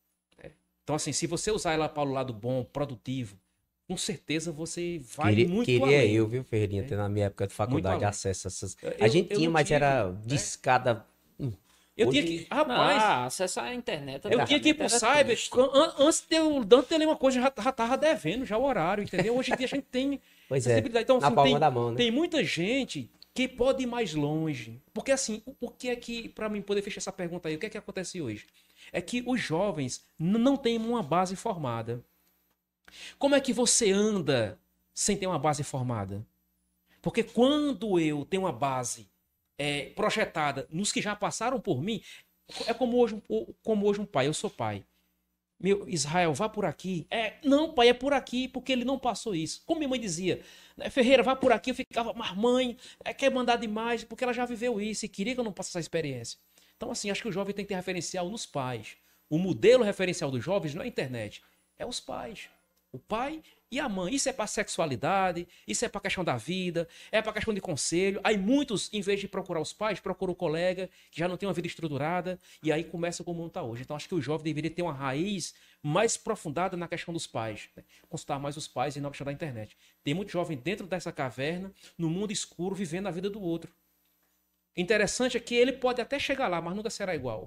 É. Então, assim, se você usar ela para o lado bom, produtivo, com certeza você vai queria, muito queria além. eu, viu, Ferreirinha, é. ter na minha época de faculdade acesso a essas... Eu, a gente eu tinha, mas tive, era né? discada... Hum. Eu Hoje... tinha que... Rapaz... Ah, acessar a internet... Eu tinha que ir pro Cyber... Antes de eu, antes de eu ler uma coisa, já, já tava devendo já o horário, entendeu? Hoje em dia a gente tem... Pois é, então, na assim, palma tem, da mão, né? Tem muita gente que pode ir mais longe. Porque assim, o, o que é que... Para mim poder fechar essa pergunta aí, o que é que acontece hoje? É que os jovens não têm uma base formada. Como é que você anda sem ter uma base formada? Porque quando eu tenho uma base é, projetada nos que já passaram por mim, é como hoje, como hoje um pai. Eu sou pai. Meu, Israel, vá por aqui. É, não, pai, é por aqui, porque ele não passou isso. Como minha mãe dizia, né, Ferreira, vá por aqui. Eu ficava, mas mãe, é, quer mandar demais, porque ela já viveu isso e queria que eu não passasse essa experiência. Então, assim, acho que o jovem tem que ter referencial nos pais. O modelo referencial dos jovens não é a internet, é os pais. O pai e a mãe. Isso é para sexualidade, isso é para questão da vida, é para questão de conselho. Aí muitos, em vez de procurar os pais, procuram o colega que já não tem uma vida estruturada e aí começa como está hoje. Então acho que o jovem deveria ter uma raiz mais aprofundada na questão dos pais. Né? Consultar mais os pais e não a questão da internet. Tem muito jovem dentro dessa caverna, no mundo escuro, vivendo a vida do outro. Interessante é que ele pode até chegar lá, mas nunca será igual.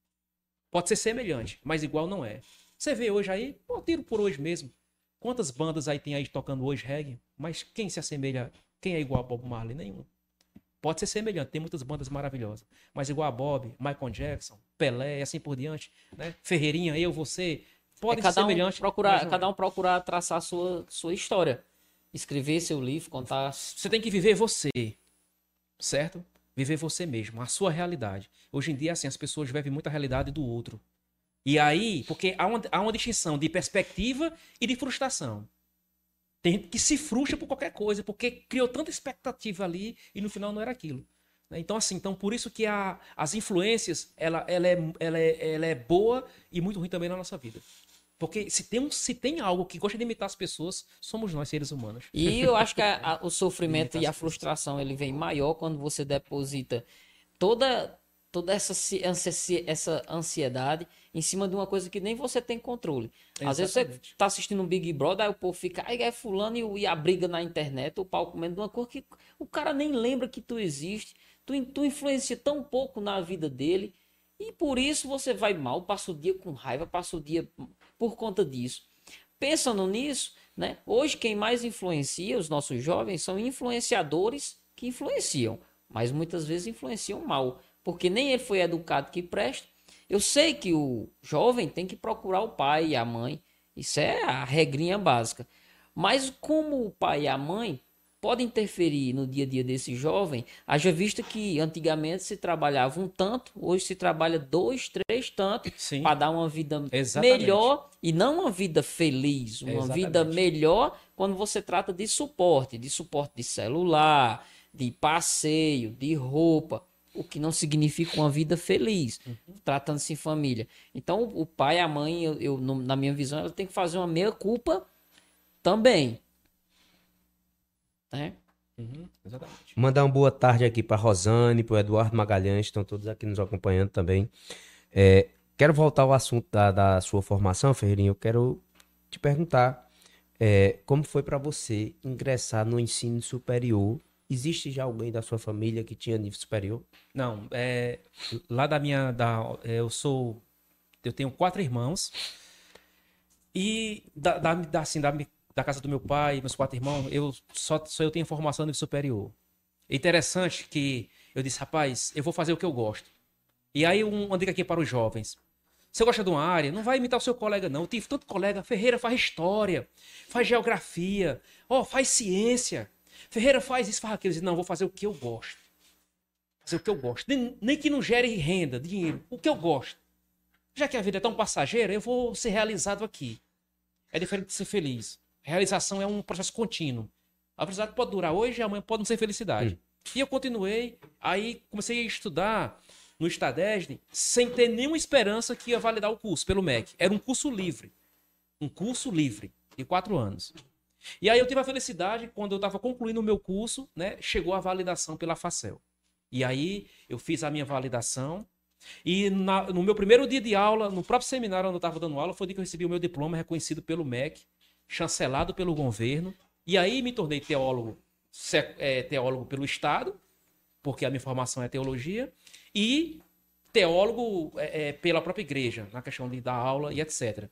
Pode ser semelhante, mas igual não é. Você vê hoje aí, pô, tiro por hoje mesmo. Quantas bandas aí tem aí tocando hoje reggae? Mas quem se assemelha, quem é igual a Bob Marley? Nenhum. Pode ser semelhante, tem muitas bandas maravilhosas. Mas igual a Bob, Michael Jackson, Pelé e assim por diante, né? Ferreirinha, eu, você, pode é ser semelhante. Um procurar, cada um procurar traçar a sua, sua história. Escrever seu livro, contar... Você tem que viver você, certo? Viver você mesmo, a sua realidade. Hoje em dia, assim, as pessoas vivem muito a realidade do outro. E aí, porque há uma, há uma distinção de perspectiva e de frustração. Tem gente que se frustra por qualquer coisa, porque criou tanta expectativa ali e no final não era aquilo. Então, assim, então por isso que a, as influências, ela, ela, é, ela, é, ela é boa e muito ruim também na nossa vida. Porque se tem, um, se tem algo que gosta de imitar as pessoas, somos nós, seres humanos. E eu acho que a, a, o sofrimento e a frustração, ele vem maior quando você deposita toda, toda essa, ansi- essa ansiedade em cima de uma coisa que nem você tem controle. Às vezes você Exatamente. tá assistindo um Big Brother, aí o povo fica, ai, é fulano, e, o- e a briga na internet, o pau comendo de uma cor que o cara nem lembra que tu existe, tu, in- tu influencia tão pouco na vida dele, e por isso você vai mal, passa o dia com raiva, passa o dia por conta disso. Pensando nisso, né? Hoje quem mais influencia os nossos jovens são influenciadores que influenciam, mas muitas vezes influenciam mal, porque nem ele foi educado que presta. Eu sei que o jovem tem que procurar o pai e a mãe, isso é a regrinha básica. Mas como o pai e a mãe podem interferir no dia a dia desse jovem, haja vista que antigamente se trabalhava um tanto, hoje se trabalha dois, três tantos Sim. para dar uma vida Exatamente. melhor e não uma vida feliz, uma Exatamente. vida melhor quando você trata de suporte, de suporte de celular, de passeio, de roupa, o que não significa uma vida feliz, uhum. Tratando-se em família. Então o pai e a mãe, eu, eu, na minha visão, ela tem que fazer uma meia-culpa também. Né? Uhum, exatamente. Mandar uma boa tarde aqui para Rosane, para o Eduardo Magalhães, estão todos aqui nos acompanhando também. É, quero voltar ao assunto da, da sua formação, Ferreirinha. Eu quero te perguntar é, como foi para você ingressar no ensino superior. Existe já alguém da sua família que tinha nível superior? Não, é, lá da minha, da, eu sou, eu tenho quatro irmãos e da, da, da assim, da da casa do meu pai, meus quatro irmãos, eu só, só eu tenho formação no nível superior. É interessante que eu disse, rapaz, eu vou fazer o que eu gosto. E aí um, uma dica aqui para os jovens. Você gosta de uma área, não vai imitar o seu colega não. Eu tive tanto colega, Ferreira faz história, faz geografia, ó, faz ciência. Ferreira faz isso, faz aquilo. Eu disse, não, vou fazer o que eu gosto. Fazer o que eu gosto. Nem, nem que não gere renda, dinheiro, o que eu gosto. Já que a vida é tão passageira, eu vou ser realizado aqui. É diferente de ser feliz. Realização é um processo contínuo. A felicidade pode durar hoje e amanhã pode não ser felicidade. Hum. E eu continuei, aí comecei a estudar no Stadesd sem ter nenhuma esperança que ia validar o curso pelo M E C. Era um curso livre. Um curso livre, de quatro anos. E aí eu tive a felicidade, quando eu estava concluindo o meu curso, né, chegou a validação pela Facel. E aí eu fiz a minha validação. E na, no meu primeiro dia de aula, no próprio seminário onde eu estava dando aula, foi o dia que eu recebi o meu diploma reconhecido pelo M E C, chancelado pelo governo, e aí me tornei teólogo, é, teólogo pelo Estado, porque a minha formação é teologia, e teólogo é, é, pela própria igreja, na questão de dar aula e etcétera.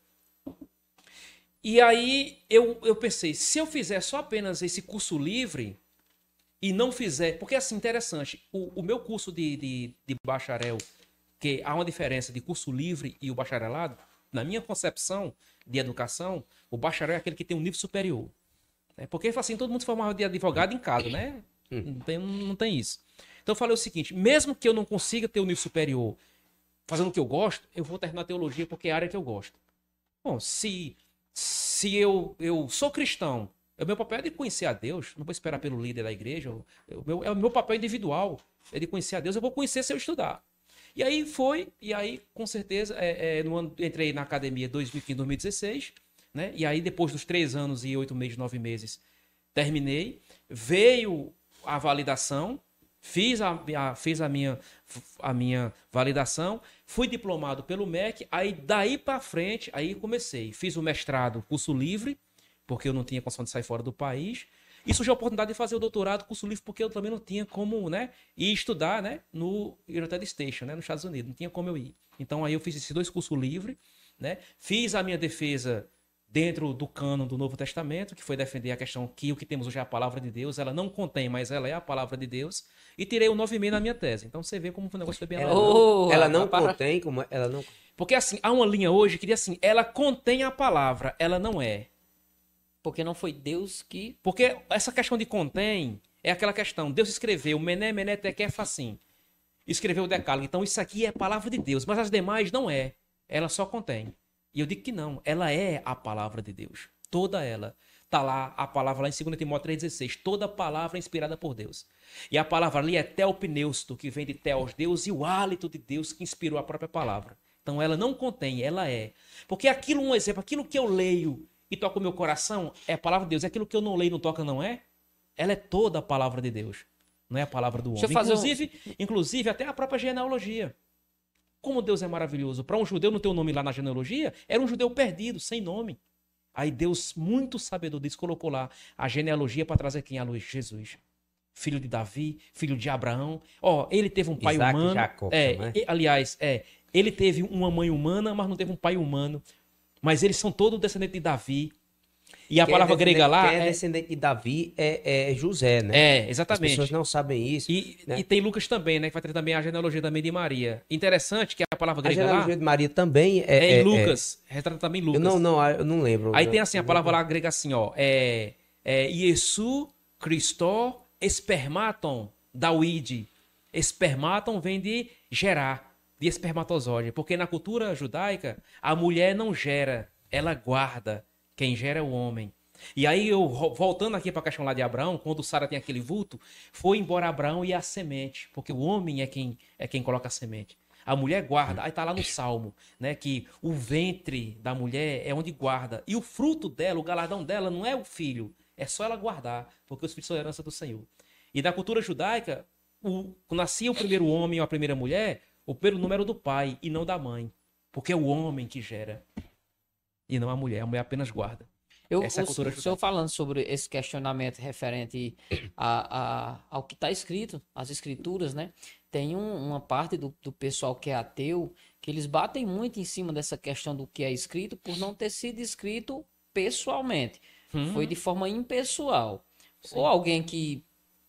E aí eu, eu pensei, se eu fizer só apenas esse curso livre e não fizer... Porque assim, interessante, o, o meu curso de, de, de bacharel, que há uma diferença de curso livre e o bacharelado, na minha concepção de educação, o bacharel é aquele que tem um nível superior. Né? Porque assim, todo mundo se formava de advogado em casa, né? Não tem, não tem isso. Então eu falei o seguinte, mesmo que eu não consiga ter o um nível superior fazendo o que eu gosto, eu vou terminar a teologia porque é a área que eu gosto. Bom, se, se eu, eu sou cristão, o meu papel é de conhecer a Deus, não vou esperar pelo líder da igreja, o meu, é o meu papel individual, é de conhecer a Deus, eu vou conhecer se eu estudar. E aí foi, e aí com certeza, é, é, no ano, entrei na academia dois mil e quinze, dois mil e dezesseis, né? E aí depois dos três anos e oito meses, nove meses, terminei, veio a validação, fiz a, a, fiz a, minha, a minha validação, fui diplomado pelo M E C, aí daí para frente, aí comecei, fiz o mestrado, curso livre, porque eu não tinha condição de sair fora do país, e surgiu a oportunidade de fazer o doutorado, curso livre, porque eu também não tinha como, né, ir estudar, né, no United Station, né, nos Estados Unidos, não tinha como eu ir. Então aí eu fiz esses dois cursos livres, né, fiz a minha defesa dentro do cânon do Novo Testamento, que foi defender a questão que o que temos hoje é a palavra de Deus, ela não contém, mas ela é a palavra de Deus, e tirei o nove e meio na minha tese. Então você vê como o negócio foi bem ela elaborado. não, ela não contém, como ela não... Porque assim, há uma linha hoje que diz assim, ela contém a palavra, ela não é. Porque não foi Deus que... Porque essa questão de contém é aquela questão, Deus escreveu, mené, mené, tequé, facim. Escreveu o decálogo. Então isso aqui é a palavra de Deus, mas as demais não é. Ela só contém. E eu digo que não, ela é a palavra de Deus. Toda ela. Está lá a palavra lá em dois Timóteo três dezesseis. Toda palavra é inspirada por Deus. E a palavra ali é teopneusto, que vem de teos, Deus, e o hálito de Deus que inspirou a própria palavra. Então ela não contém, ela é. Porque aquilo, um exemplo, aquilo que eu leio e toca o meu coração é a palavra de Deus. Aquilo que eu não leio e não toca não é? Ela é toda a palavra de Deus. Não é a palavra do Deixa eu homem. fazer um- Inclusive, inclusive, até a própria genealogia. Como Deus é maravilhoso. Para um judeu não ter o nome lá na genealogia, era um judeu perdido, sem nome. Aí Deus, muito sabedor disso, colocou lá a genealogia para trazer quem à luz? Jesus. Filho de Davi, filho de Abraão. Ó, ele teve um pai Isaac e humano. Jacó, é, não é? e- aliás, é, ele teve uma mãe humana, mas não teve um pai humano. Mas eles são todos descendentes de Davi. E a Quem é palavra grega descendente- lá Quem é, é, descendente de Davi é, é José, né? é, As exatamente. pessoas não sabem isso. E, né? e tem Lucas também, né? Que vai ter também a genealogia também de Maria. Interessante que a palavra A grega lá genealogia de Maria também é, é... em é- Lucas. Retrata também é- Lucas. Eu não, não, eu não lembro. Aí Eu- tem assim, a eu palavra não- lá grega assim, ó. É, é Iesu, Christo, espermaton, Dawid. Espermaton vem de gerar, de espermatozoide. Porque na cultura judaica, a mulher não gera, ela guarda. Quem gera é o homem. E aí, eu ro- voltando aqui para a questão lá de Abraão, quando Sara tem aquele vulto, foi embora Abraão e a semente. Porque o homem é quem, é quem coloca a semente. A mulher guarda. Aí tá lá no Salmo, né? Que o ventre da mulher é onde guarda. E o fruto dela, o galardão dela, não é o filho. É só ela guardar. Porque os filhos são herança do Senhor. E na cultura judaica, o, quando nascia o primeiro homem ou a primeira mulher, o primeiro número do pai e não da mãe. Porque é o homem que gera. E não a mulher. A mulher apenas guarda. Eu, Essa é a o, cultura o senhor judaica. falando sobre esse questionamento referente a, a- ao que está escrito, as escrituras, né? Tem um- uma parte do, do pessoal que é ateu que eles batem muito em cima dessa questão do que é escrito por não ter sido escrito pessoalmente. Hum. Foi de forma impessoal. Sim. Ou alguém que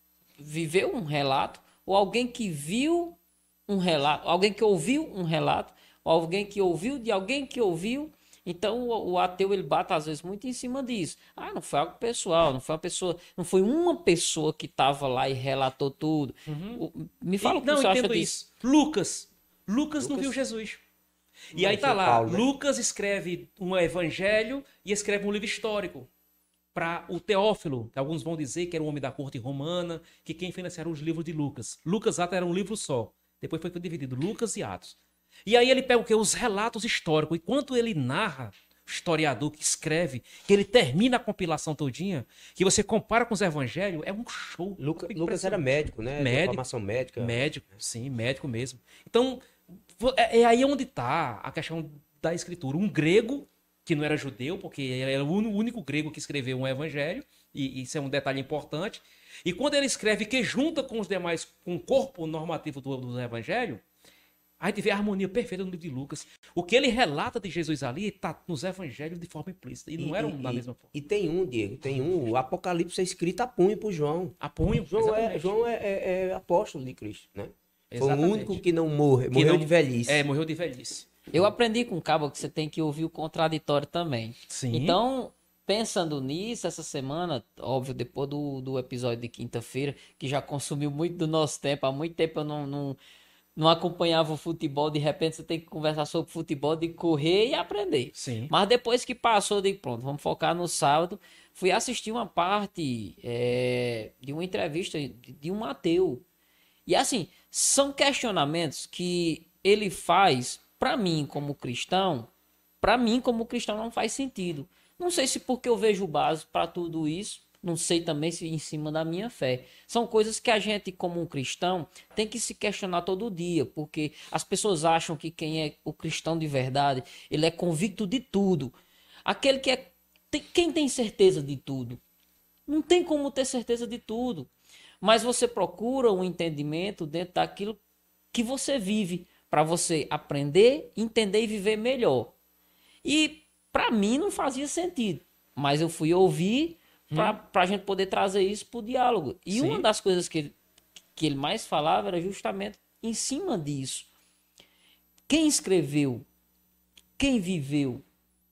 viveu um relato, ou alguém que viu um relato, alguém que ouviu um relato, ou alguém que ouviu de alguém que ouviu. Então o, o ateu ele bate às vezes muito em cima disso. Ah, não foi algo pessoal, não foi uma pessoa, não foi uma pessoa que estava lá e relatou tudo. O- me fala o que não, você acha entendo disso. isso. Lucas. Lucas não Lucas? viu Jesus. E Não, aí tá foi lá, Paulo, né? Lucas escreve um evangelho e escreve um livro histórico para o Teófilo, que alguns vão dizer que era um homem da corte romana, que quem financiaram os livros de Lucas. Lucas Atos era um livro só. Depois foi dividido, Lucas e Atos. E aí ele pega o quê? Os relatos históricos. E quanto ele narra, o historiador que escreve, que ele termina a compilação todinha, que você compara com os evangelhos, é um show. Luca- Fica Lucas era impressionante. médico, né? De Médico. formação médica. Médico, sim, médico mesmo. Então, vo- é, é aí onde está a questão da escritura. Um grego, que não era judeu, porque ele era o uni- o único grego que escreveu um evangelho, e isso é um detalhe importante. E quando ele escreve que junta com os demais, com o corpo normativo do, do evangelho, a gente vê a harmonia perfeita no livro de Lucas. O que ele relata de Jesus ali está nos evangelhos de forma implícita. E não era da mesma forma. E tem um, Diego, tem um. O Apocalipse é escrito a punho por João. A punho, João, é, exatamente. João é, é- é apóstolo de Cristo, né? Foi o Exatamente. único que não morre, Que morreu não- de velhice. É, morreu de velhice. Eu aprendi com o Cabo que você tem que ouvir o contraditório também. Sim. Então, pensando nisso, essa semana, óbvio, depois do, do episódio de quinta-feira, que já consumiu muito do nosso tempo, há muito tempo eu não, não, não acompanhava o futebol, de repente você tem que conversar sobre futebol, de correr e aprender. Sim. Mas depois que passou, eu digo, pronto, vamos focar no sábado. Fui assistir uma parte é, de uma entrevista de, de um ateu. E assim, são questionamentos que ele faz, para mim como cristão, para mim como cristão não faz sentido. Não sei se porque eu vejo base para tudo isso, não sei também se em cima da minha fé. São coisas que a gente como um cristão tem que se questionar todo dia, porque as pessoas acham que quem é o cristão de verdade, ele é convicto de tudo. Aquele que é tem- quem tem certeza de tudo. Não tem como ter certeza de tudo. Mas você procura um entendimento dentro daquilo que você vive, para você aprender, entender e viver melhor. E para mim não fazia sentido. Mas eu fui ouvir para a gente poder trazer isso para o diálogo. E Sim. uma das coisas que ele, que ele mais falava era justamente em cima disso. Quem escreveu? Quem viveu?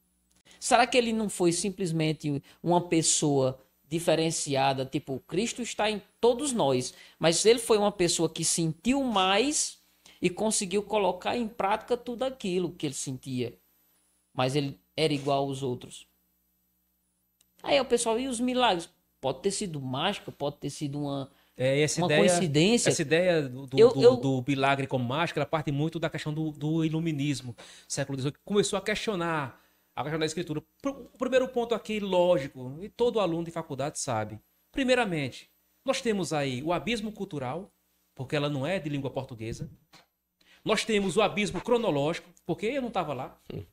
Será que ele não foi simplesmente uma pessoa diferenciada? Tipo, Cristo está em todos nós, mas ele foi uma pessoa que sentiu mais e conseguiu colocar em prática tudo aquilo que ele sentia. Mas ele era igual aos outros. Aí o pessoal, e os milagres? Pode ter sido mágica, pode ter sido uma É, essa uma ideia, coincidência. Essa ideia do, do, Eu- do- eu- do milagre como mágica, ela parte muito da questão do, do iluminismo. Século dezoito começou a questionar a questão da escritura. Pr- O primeiro ponto aqui, lógico, e todo aluno de faculdade sabe. Primeiramente, nós temos aí o abismo cultural, porque ela não é de língua portuguesa. Nós temos o abismo cronológico, porque eu não estava lá.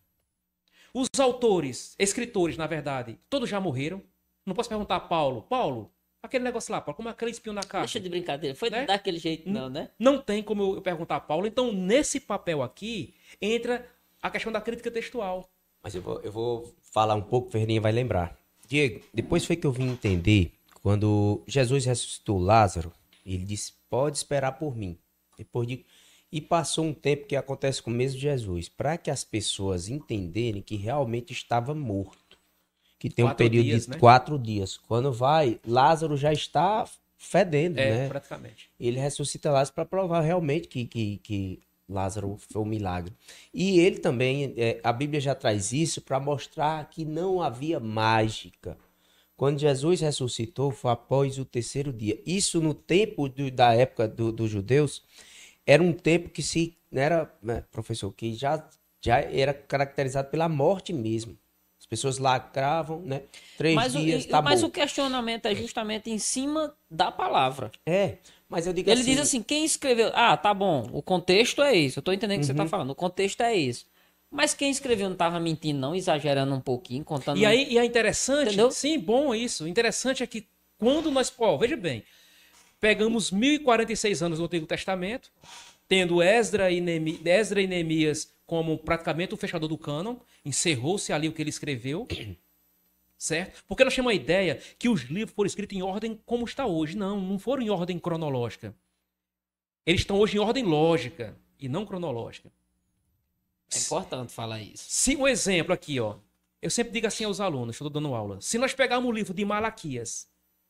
Os autores, escritores, na verdade, todos já morreram. Não posso perguntar a Paulo. Paulo, aquele negócio lá, Paulo, como é aquele espinho na cara? Deixa de brincadeira. Foi Né? daquele jeito, não, né? Não tem como eu perguntar a Paulo. Então, nesse papel aqui, entra a questão da crítica textual. Mas eu vou, eu vou falar um pouco, o Ferreirinha vai lembrar. Diego, depois foi que eu vim entender, quando Jesus ressuscitou Lázaro, ele disse, pode esperar por mim. Depois de... E passou um tempo que acontece com o mesmo Jesus, para que as pessoas entenderem que realmente estava morto. Que tem um Quatro período dias, de né? quatro dias. Quando vai, Lázaro já está fedendo, É, né? praticamente. Ele ressuscita Lázaro para provar realmente que, que, que Lázaro foi um milagre. E ele também, é, a Bíblia já traz isso para mostrar que não havia mágica. Quando Jesus ressuscitou, foi após o terceiro dia. Isso no tempo do- da época do- dos judeus, era um tempo que se, era, né, professor, que já, já era caracterizado pela morte mesmo. As pessoas lacravam, né? Três Mas, o, dias, e- tá mas bom. o questionamento é justamente em cima da palavra. É, mas eu digo Ele assim... diz assim, quem escreveu... Ah, tá bom, o contexto é isso. Eu tô entendendo o que você Uhum. tá falando. O contexto é isso. Mas quem escreveu não tava mentindo, não, exagerando um pouquinho, contando... E aí, e é interessante, Entendeu? sim, bom isso. Interessante é que quando nós, ó, veja bem, pegamos mil e quarenta e seis anos do Antigo Testamento, tendo Esdra e, Neemi, Esdra e Neemias como praticamente o fechador do cânon, encerrou-se ali o que ele escreveu, certo? Porque nós temos a ideia que os livros foram escritos em ordem como está hoje. Não, não foram em ordem cronológica. Eles estão hoje em ordem lógica e não cronológica. É importante falar isso. Se um exemplo aqui, ó. Eu sempre digo assim aos alunos, estou dando aula. Se nós pegarmos o livro de Malaquias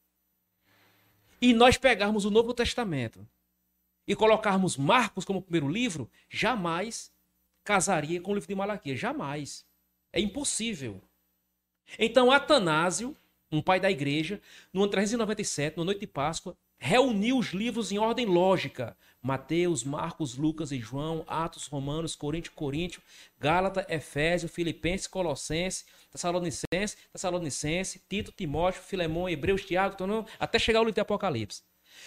e nós pegarmos o Novo Testamento e colocarmos Marcos como primeiro livro, jamais casaria com o livro de Malaquias. Jamais. É impossível. Então, Atanásio, um pai da igreja, no ano trezentos e noventa e sete, na noite de Páscoa, reuniu os livros em ordem lógica. Mateus, Marcos, Lucas e João, Atos, Romanos, Coríntios, Coríntios, Gálatas, Efésios, Filipenses, Colossenses, Tessalonicenses, Tessalonicenses, Tito, Timóteo, Filemão, Hebreus, Tiago, então, até chegar ao livro de Apocalipse.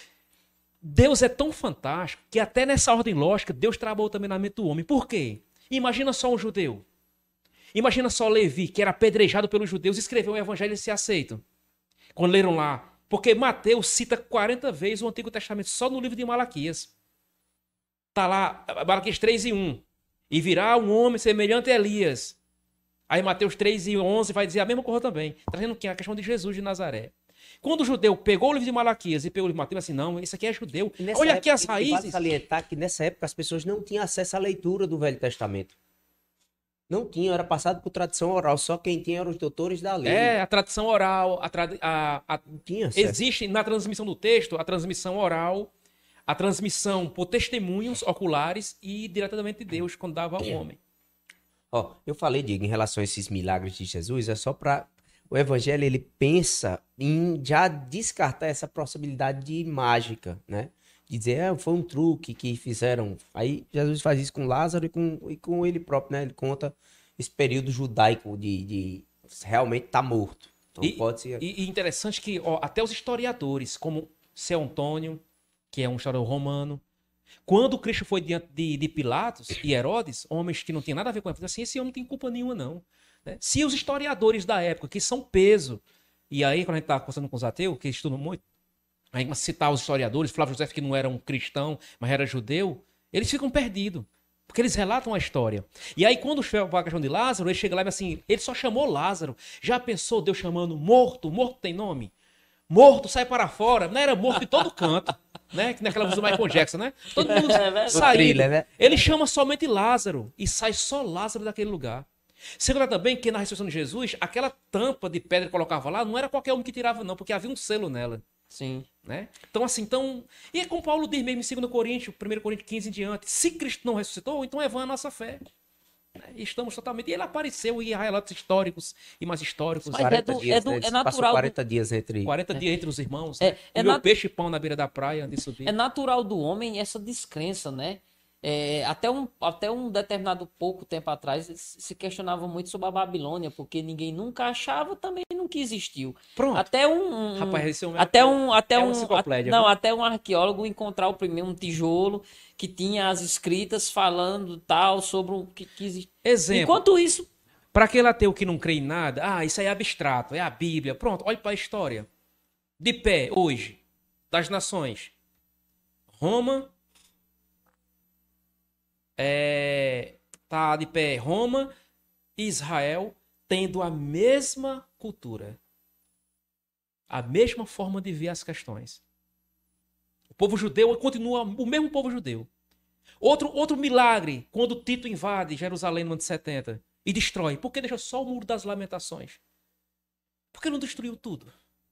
Deus é tão fantástico que até nessa ordem lógica, Deus trabalhou também na mente do homem. Por quê? Imagina só um judeu. Imagina só Levi, que era apedrejado pelos judeus, escreveu um evangelho e se aceitam. Quando leram lá. Porque Mateus cita quarenta vezes o Antigo Testamento só no livro de Malaquias. Está lá, Malaquias três e um. E virá um homem semelhante a Elias. Aí Mateus três e onze vai dizer a mesma coisa também. Trazendo que a questão de Jesus de Nazaré. Quando o judeu pegou o livro de Malaquias e pegou o livro de Mateus, assim, não, isso aqui é judeu. Nessa Olha época, aqui as e vale raízes. salientar que nessa época as pessoas não tinham acesso à leitura do Velho Testamento. Não tinham, era passado por tradição oral. Só quem tinha eram os doutores da lei. É, a tradição oral, a, trad... a, a... Não tinha acesso. existe na transmissão do texto a transmissão oral, a transmissão por testemunhos oculares e diretamente de Deus, quando dava ao homem. Ó, eu falei, Diego, em relação a esses milagres de Jesus, é só para o evangelho, ele pensa em já descartar essa possibilidade de mágica, né? De dizer, é, foi um truque que fizeram. Aí Jesus faz isso com Lázaro e com, e com ele próprio, né? Ele conta esse período judaico de, de realmente estar tá morto. Então E, pode ser... e, e interessante que ó, até os historiadores, como Seu Antônio, que é um historiador romano, quando Cristo foi diante de, de Pilatos e Herodes, homens que não tinham nada a ver com ele, assim, esse homem não tem culpa nenhuma, não. Né? Se os historiadores da época, que são peso, e aí quando a gente estava conversando com os ateus, que estudam muito, a gente citar os historiadores, Flávio José, que não era um cristão, mas era judeu, eles ficam perdidos. Porque eles relatam a história. E aí, quando chega a questão de Lázaro, ele chega lá e assim, ele só chamou Lázaro. Já pensou Deus chamando morto? Morto tem nome? Morto, sai para fora. Não era morto de todo canto. Né? Que naquela música do Michael Jackson, né? Todo mundo É saindo. thriller, né? Ele chama somente Lázaro. E sai só Lázaro daquele lugar. Segura também que na ressurreição de Jesus, aquela tampa de pedra que colocava lá, não era qualquer um que tirava, não, porque havia um selo nela. Sim. Né? Então, assim, então. E é como Paulo diz mesmo em dois Coríntios, primeiro Coríntios quinze em diante: se Cristo não ressuscitou, então é vã a nossa fé. Né? E estamos totalmente... E ele apareceu em relatos históricos e mais históricos. Mas é quarenta do- dias, é do- né? é Eles natural passam do- quarenta dias entre... quarenta dias entre os irmãos. É- né? é Comeu nat- peixe e pão na beira da praia antes de subir. É natural do homem essa descrença, né? É, até, um, até um determinado pouco tempo atrás eles se questionava muito sobre a Babilônia, porque ninguém nunca achava, também nunca existiu. Pronto. Até um, um- Rapaz, esse homem até é- um, até é uma um, enciclopédia, não, viu? até um arqueólogo encontrar o primeiro um tijolo que tinha as escritas falando tal sobre o que, que existe. Exemplo. Enquanto isso, Para aquele ateu que não crê em nada, ah, isso aí é abstrato, é a Bíblia. Pronto, olhe para a história. De pé, hoje, das nações. Roma. É, tá de pé Roma e Israel tendo a mesma cultura. A mesma forma de ver as questões. O povo judeu continua o mesmo povo judeu. Outro, outro milagre, quando Tito invade Jerusalém no ano de setenta e destrói. Por que deixou só o Muro das Lamentações? Por que não destruiu tudo?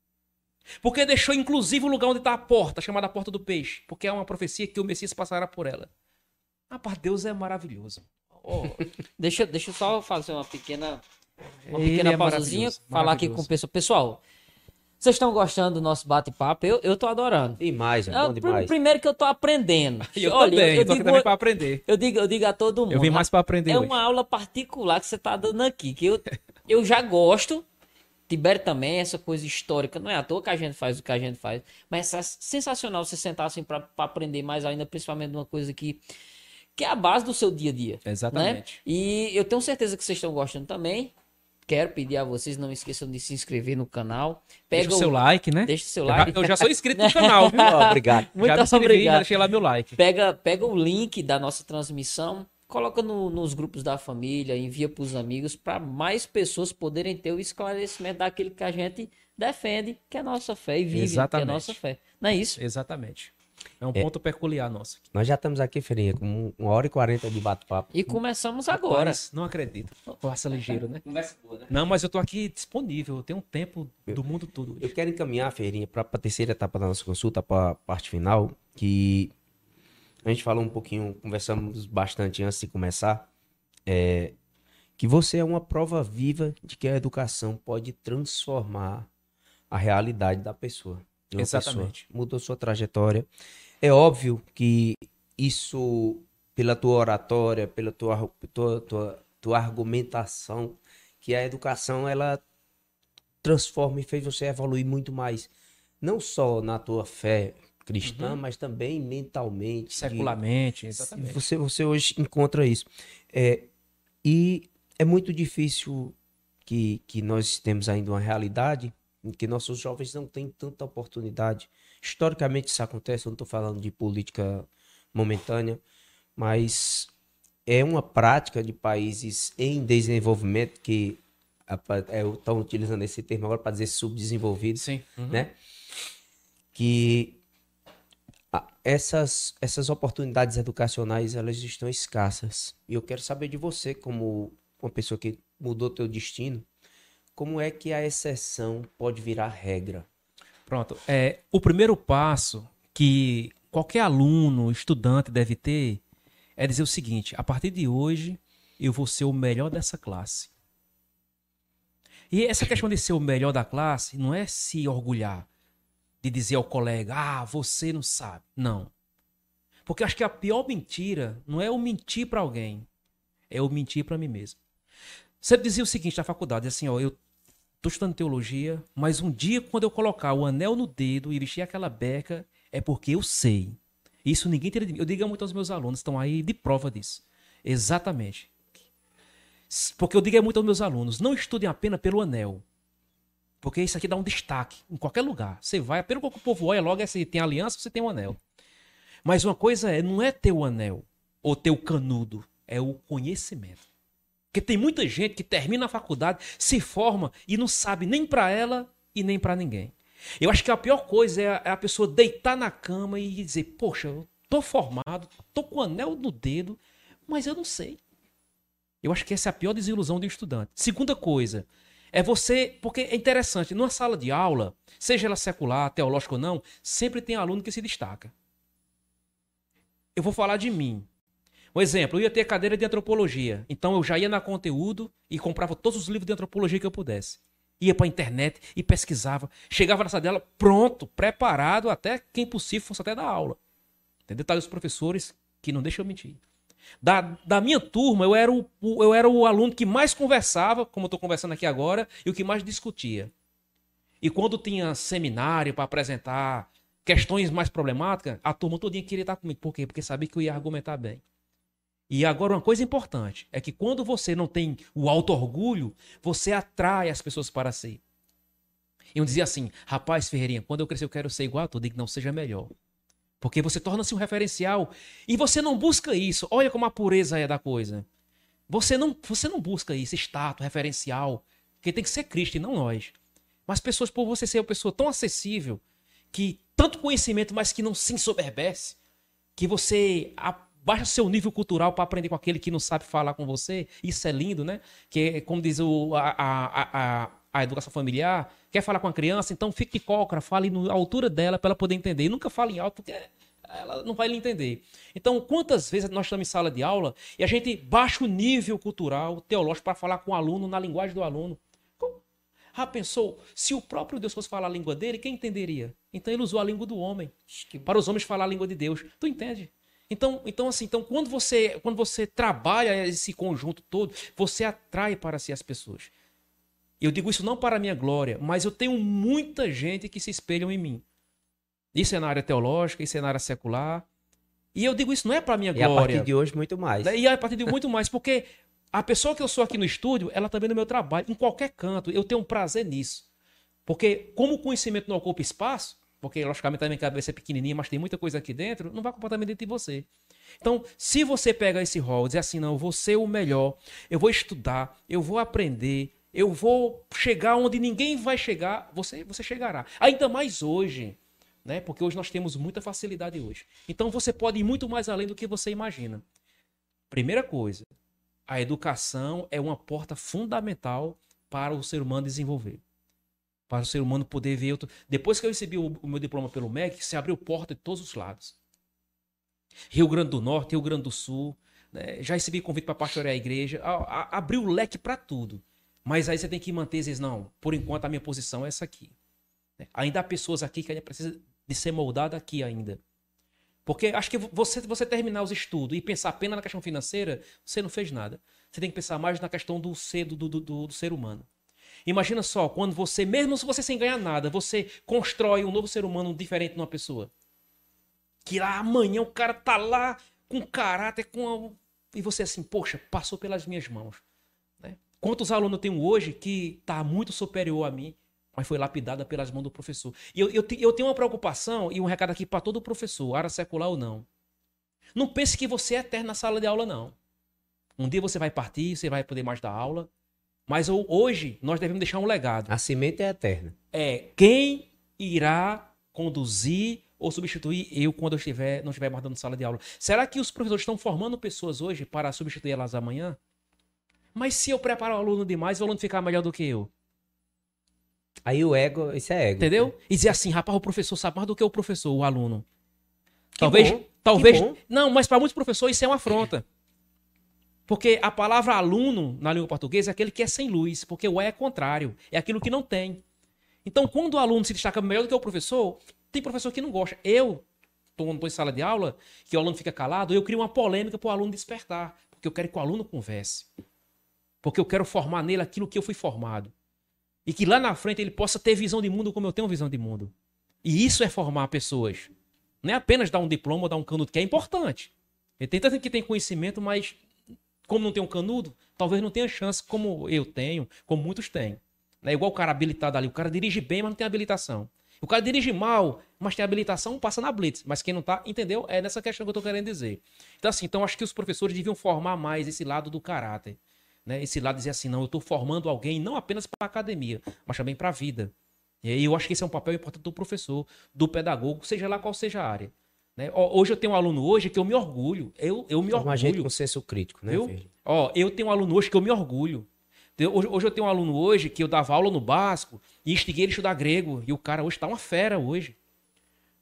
Por que deixou inclusive o lugar onde está a porta, chamada Porta do Peixe? Porque é uma profecia que o Messias passará por ela. Ah, pá, Deus é maravilhoso. Oh, deixa, deixa eu só fazer uma pequena, uma Ele pequena é pausazinha, maravilhoso, falar aqui com o pessoal. Pessoal, vocês estão gostando do nosso bate-papo? Eu, eu tô adorando. Demais, é Ah, bom pr- demais. Primeiro que eu tô aprendendo. E eu Olha, também, eu, eu tô aqui digo, também para aprender. eu, digo, eu digo a todo mundo. Eu vim mais para aprender É hoje. uma aula particular que você tá dando aqui, que eu, eu já gosto. Tibério também, essa coisa histórica. Não é à toa que a gente faz o que a gente faz. Mas é sensacional você sentar assim para aprender mais ainda, principalmente de uma coisa que, que é a base do seu dia a dia. Exatamente. Né? E eu tenho certeza que vocês estão gostando também. Quero pedir a vocês, não esqueçam de se inscrever no canal. Pega Deixa o seu like, né? Deixa o seu Eu já- like. Eu já sou inscrito no canal, viu? Ó, obrigado. Muito já me inscrevi, já obrigado. deixei lá meu like. Pega, pega o link da nossa transmissão, coloca no- nos grupos da família, envia para os amigos, para mais pessoas poderem ter o esclarecimento daquilo que a gente defende, que é a nossa fé, e vive, Exatamente. que é a nossa fé. Não é isso? Exatamente. É um ponto peculiar nosso. Nós já estamos aqui, Ferinha, com uma hora e quarenta de bate-papo. E começamos agora. Rapaz, não acredito. Passa ligeiro, né? Conversa boa, né? Não, mas eu tô aqui disponível. Eu tenho um tempo do mundo todo. Eu quero encaminhar, Ferinha, para a terceira etapa da nossa consulta, para a parte final, que a gente falou um pouquinho, conversamos bastante antes de começar, é, que você é uma prova viva de que a educação pode transformar a realidade da pessoa. de uma Exatamente. pessoa. Mudou sua trajetória. É óbvio que isso, pela tua oratória, pela tua, tua, tua, tua argumentação, que a educação, ela transforma e fez você evoluir muito mais. Não só na tua fé cristã, Uhum. mas também mentalmente. de- Secularmente, exatamente. Você, você hoje encontra isso. É, e é muito difícil que, que nós temos ainda uma realidade em que nossos jovens não têm tanta oportunidade. Historicamente isso acontece, eu não estou falando de política momentânea, mas é uma prática de países em desenvolvimento que estão utilizando esse termo agora para dizer subdesenvolvidos, Sim. Uhum. né? Que ah, essas, essas oportunidades educacionais, elas estão escassas. E eu quero saber de você, como uma pessoa que mudou teu destino, como é que a exceção pode virar regra? Pronto. É, o primeiro passo que qualquer aluno, estudante deve ter é dizer o seguinte: a partir de hoje eu vou ser o melhor dessa classe. E essa questão de ser o melhor da classe não é se orgulhar de dizer ao colega, ah, você não sabe. Não. Porque eu acho que a pior mentira não é eu mentir para alguém, é eu mentir para mim mesmo. Você dizia o seguinte na faculdade, assim, ó, eu tô estudando teologia, mas um dia quando eu colocar o anel no dedo e vestir aquela beca, é porque eu sei. Isso ninguém tira de mim. Eu digo muito aos meus alunos, estão aí de prova disso. Exatamente. Porque eu digo muito aos meus alunos, não estudem apenas pelo anel. Porque isso aqui dá um destaque em qualquer lugar. Você vai, apenas quando o povo olha logo, é se tem aliança, você tem um anel. Mas uma coisa é, não é ter o anel ou ter o canudo, é o conhecimento. Porque tem muita gente que termina a faculdade, se forma e não sabe nem para ela e nem para ninguém. Eu acho que a pior coisa é a, é a pessoa deitar na cama e dizer, poxa, eu tô formado, tô com o anel no dedo, mas eu não sei. Eu acho que essa é a pior desilusão de um estudante. Segunda coisa, é você, porque é interessante, numa sala de aula, seja ela secular, teológica ou não, sempre tem aluno que se destaca. Eu vou falar de mim. Um exemplo, eu ia ter cadeira de antropologia. Então eu já ia na conteúdo e comprava todos os livros de antropologia que eu pudesse. Ia para a internet e pesquisava. Chegava na sala dela pronto, preparado, até quem possível fosse até dar aula. Entendeu? Tá aí os professores que não deixam eu mentir. Da, da minha turma, eu era, o, eu era o aluno que mais conversava, como eu estou conversando aqui agora, e o que mais discutia. E quando tinha seminário para apresentar questões mais problemáticas, a turma todinha queria estar comigo. Por quê? Porque sabia que eu ia argumentar bem. E agora uma coisa importante é que quando você não tem o auto-orgulho, você atrai as pessoas para si. E eu dizia assim, rapaz, Ferreirinha, quando eu crescer eu quero ser igual a tu, digo, não seja melhor. Porque você torna-se um referencial e você não busca isso. Olha como a pureza é da coisa. Você não, você não busca isso, status, referencial. Quem tem que ser Cristo e não nós. Mas pessoas, por você ser uma pessoa tão acessível, que tanto conhecimento, mas que não se ensoberbece, que você baixa seu nível cultural para aprender com aquele que não sabe falar com você. Isso é lindo, né? Que, como diz o, a, a, a, a educação familiar, quer falar com a criança, então fique cócora, fale na altura dela para ela poder entender. E nunca fale em alto, porque ela não vai lhe entender. Então, quantas vezes nós estamos em sala de aula e a gente baixa o nível cultural, teológico, para falar com o aluno, na linguagem do aluno? Ah, pensou, se o próprio Deus fosse falar a língua dele, quem entenderia? Então ele usou a língua do homem, para os homens falar a língua de Deus. Tu entende? Então, então assim, então quando você, quando você trabalha esse conjunto todo, você atrai para si as pessoas. Eu digo isso não para a minha glória, mas eu tenho muita gente que se espelham em mim. Isso é na área teológica, isso é na área secular. E eu digo isso não é para a minha glória. E a partir de hoje, muito mais. E a partir de muito mais, porque a pessoa que eu sou aqui no estúdio, ela também no meu trabalho, em qualquer canto, eu tenho um prazer nisso. Porque como o conhecimento não ocupa espaço, porque logicamente a minha cabeça é pequenininha, mas tem muita coisa aqui dentro, não vai ocupar também dentro de você. Então, se você pega esse rol e dizer assim, não, eu vou ser o melhor, eu vou estudar, eu vou aprender, eu vou chegar onde ninguém vai chegar, você, você chegará. Ainda mais hoje, né? Porque hoje nós temos muita facilidade hoje. Então você pode ir muito mais além do que você imagina. Primeira coisa, a educação é uma porta fundamental para o ser humano desenvolver. Para o ser humano poder ver... Outro... Depois que eu recebi o, o meu diploma pelo M E C, se abriu porta de todos os lados. Rio Grande do Norte, Rio Grande do Sul, né? Já recebi convite para pastorear a igreja. A, a, abriu o leque para tudo. Mas aí você tem que manter, às vezes, não, por enquanto a minha posição é essa aqui. Ainda há pessoas aqui que ainda precisam de ser moldadas aqui ainda. Porque acho que você, você terminar os estudos e pensar apenas na questão financeira, você não fez nada. Você tem que pensar mais na questão do ser, do, do, do, do ser humano. Imagina só, quando você, mesmo se você sem ganhar nada, você constrói um novo ser humano diferente numa pessoa. Que lá amanhã o cara tá lá com caráter, com a... e você assim, poxa, passou pelas minhas mãos. Né? Quantos alunos eu tenho hoje que tá muito superior a mim, mas foi lapidada pelas mãos do professor. E eu, eu, eu tenho uma preocupação e um recado aqui para todo professor, área secular ou não. Não pense que você é eterno na sala de aula, não. Um dia você vai partir, você vai poder mais dar aula. Mas hoje nós devemos deixar um legado. A semente é eterna. É quem irá conduzir ou substituir eu quando eu estiver, não estiver mais dando sala de aula. Será que os professores estão formando pessoas hoje para substituir elas amanhã? Mas se eu preparar o aluno demais, o aluno ficar melhor do que eu. Aí o ego, isso é ego. Entendeu? E dizer assim, rapaz, o professor sabe mais do que o professor, o aluno. Que talvez, bom, talvez, não, mas para muitos professores isso é uma afronta. Porque a palavra aluno, na língua portuguesa, é aquele que é sem luz, porque o é é contrário, é aquilo que não tem. Então, quando o aluno se destaca melhor do que o professor, tem professor que não gosta. Eu, estou em sala de aula, que o aluno fica calado, eu crio uma polêmica para o aluno despertar, porque eu quero que o aluno converse. Porque eu quero formar nele aquilo que eu fui formado. E que lá na frente ele possa ter visão de mundo como eu tenho visão de mundo. E isso é formar pessoas. Não é apenas dar um diploma ou dar um canudo, que é importante. Tem tanta gente que tem conhecimento, mas como não tem um canudo, talvez não tenha chance como eu tenho, como muitos têm. É igual o cara habilitado ali. O cara dirige bem, mas não tem habilitação. O cara dirige mal, mas tem habilitação, passa na blitz. Mas quem não tá, entendeu? É nessa questão que eu tô querendo dizer. Então assim, então acho que os professores deviam formar mais esse lado do caráter. Né? Esse lado de dizer assim, não, eu tô formando alguém não apenas para a academia, mas também para a vida. E eu acho que esse é um papel importante do professor, do pedagogo, seja lá qual seja a área. Né? Hoje eu tenho um aluno hoje que eu me orgulho. Eu, eu me Forma orgulho. a gente com senso crítico, né? Eu, ó, eu tenho um aluno hoje que eu me orgulho. Hoje, hoje eu tenho um aluno hoje que eu dava aula no básico e instiguei ele a estudar grego. E o cara hoje tá uma fera hoje.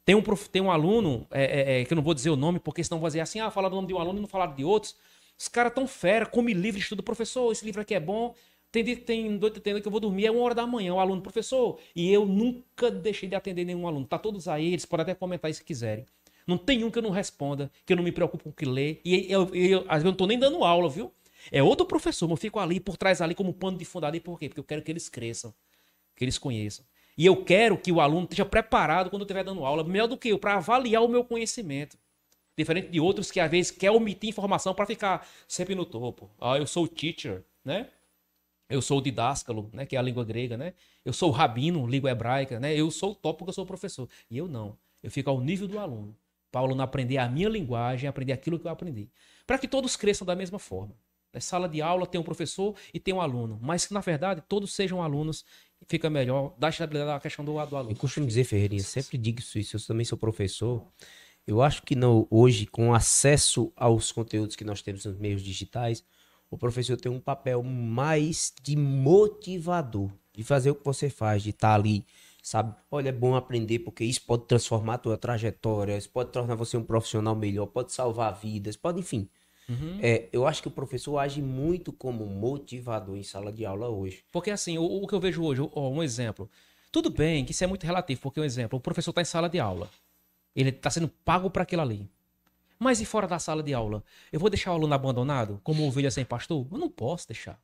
Tem um, prof... tem um aluno, é, é, é, que eu não vou dizer o nome, porque senão vão dizer assim, ah, falaram do nome de um aluno e não falaram de outros. Os caras tão fera, come livro, estuda, professor, esse livro aqui é bom. Tem dia que tem noite tem que eu vou dormir, é uma hora da manhã, o aluno, professor. E eu nunca deixei de atender nenhum aluno. Tá todos aí, eles podem até comentar aí se quiserem. Não tem um que eu não responda, que eu não me preocupo com o que lê. E eu, eu, eu, às vezes eu não tô nem dando aula, viu? É outro professor, mas eu fico ali, por trás ali, como pano de fundo ali. Por quê? Porque eu quero que eles cresçam, que eles conheçam. E eu quero que o aluno esteja preparado quando eu estiver dando aula, melhor do que eu, para avaliar o meu conhecimento. Diferente de outros que, às vezes, quer omitir informação para ficar sempre no topo. Ah, eu sou o teacher, né? Eu sou o didáscalo, né? Que é a língua grega, né? Eu sou o rabino, língua hebraica, né? Eu sou o topo porque eu sou o professor. E eu não. Eu fico ao nível do aluno. Para o aluno aprender a minha linguagem, aprender aquilo que eu aprendi. Para que todos cresçam da mesma forma. Na sala de aula tem um professor e tem um aluno. Mas que, na verdade, todos sejam alunos. Fica melhor. Dá estabilidade à questão do, do aluno. Eu costumo dizer, Ferreirinha, sempre digo isso, eu também sou professor. Eu acho que não, hoje, com acesso aos conteúdos que nós temos nos meios digitais, o professor tem um papel mais de motivador, de fazer o que você faz, de estar ali, sabe? Olha, é bom aprender, porque isso pode transformar a tua trajetória, isso pode tornar você um profissional melhor, pode salvar vidas, pode, enfim. Uhum. É, eu acho que o professor age muito como motivador em sala de aula hoje. Porque assim, o, o que eu vejo hoje, ó, um exemplo. Tudo bem que isso é muito relativo, porque um exemplo, o professor está em sala de aula. Ele está sendo pago para aquilo ali. Mas e fora da sala de aula? Eu vou deixar o aluno abandonado, como ovelha sem pastor? Eu não posso deixar.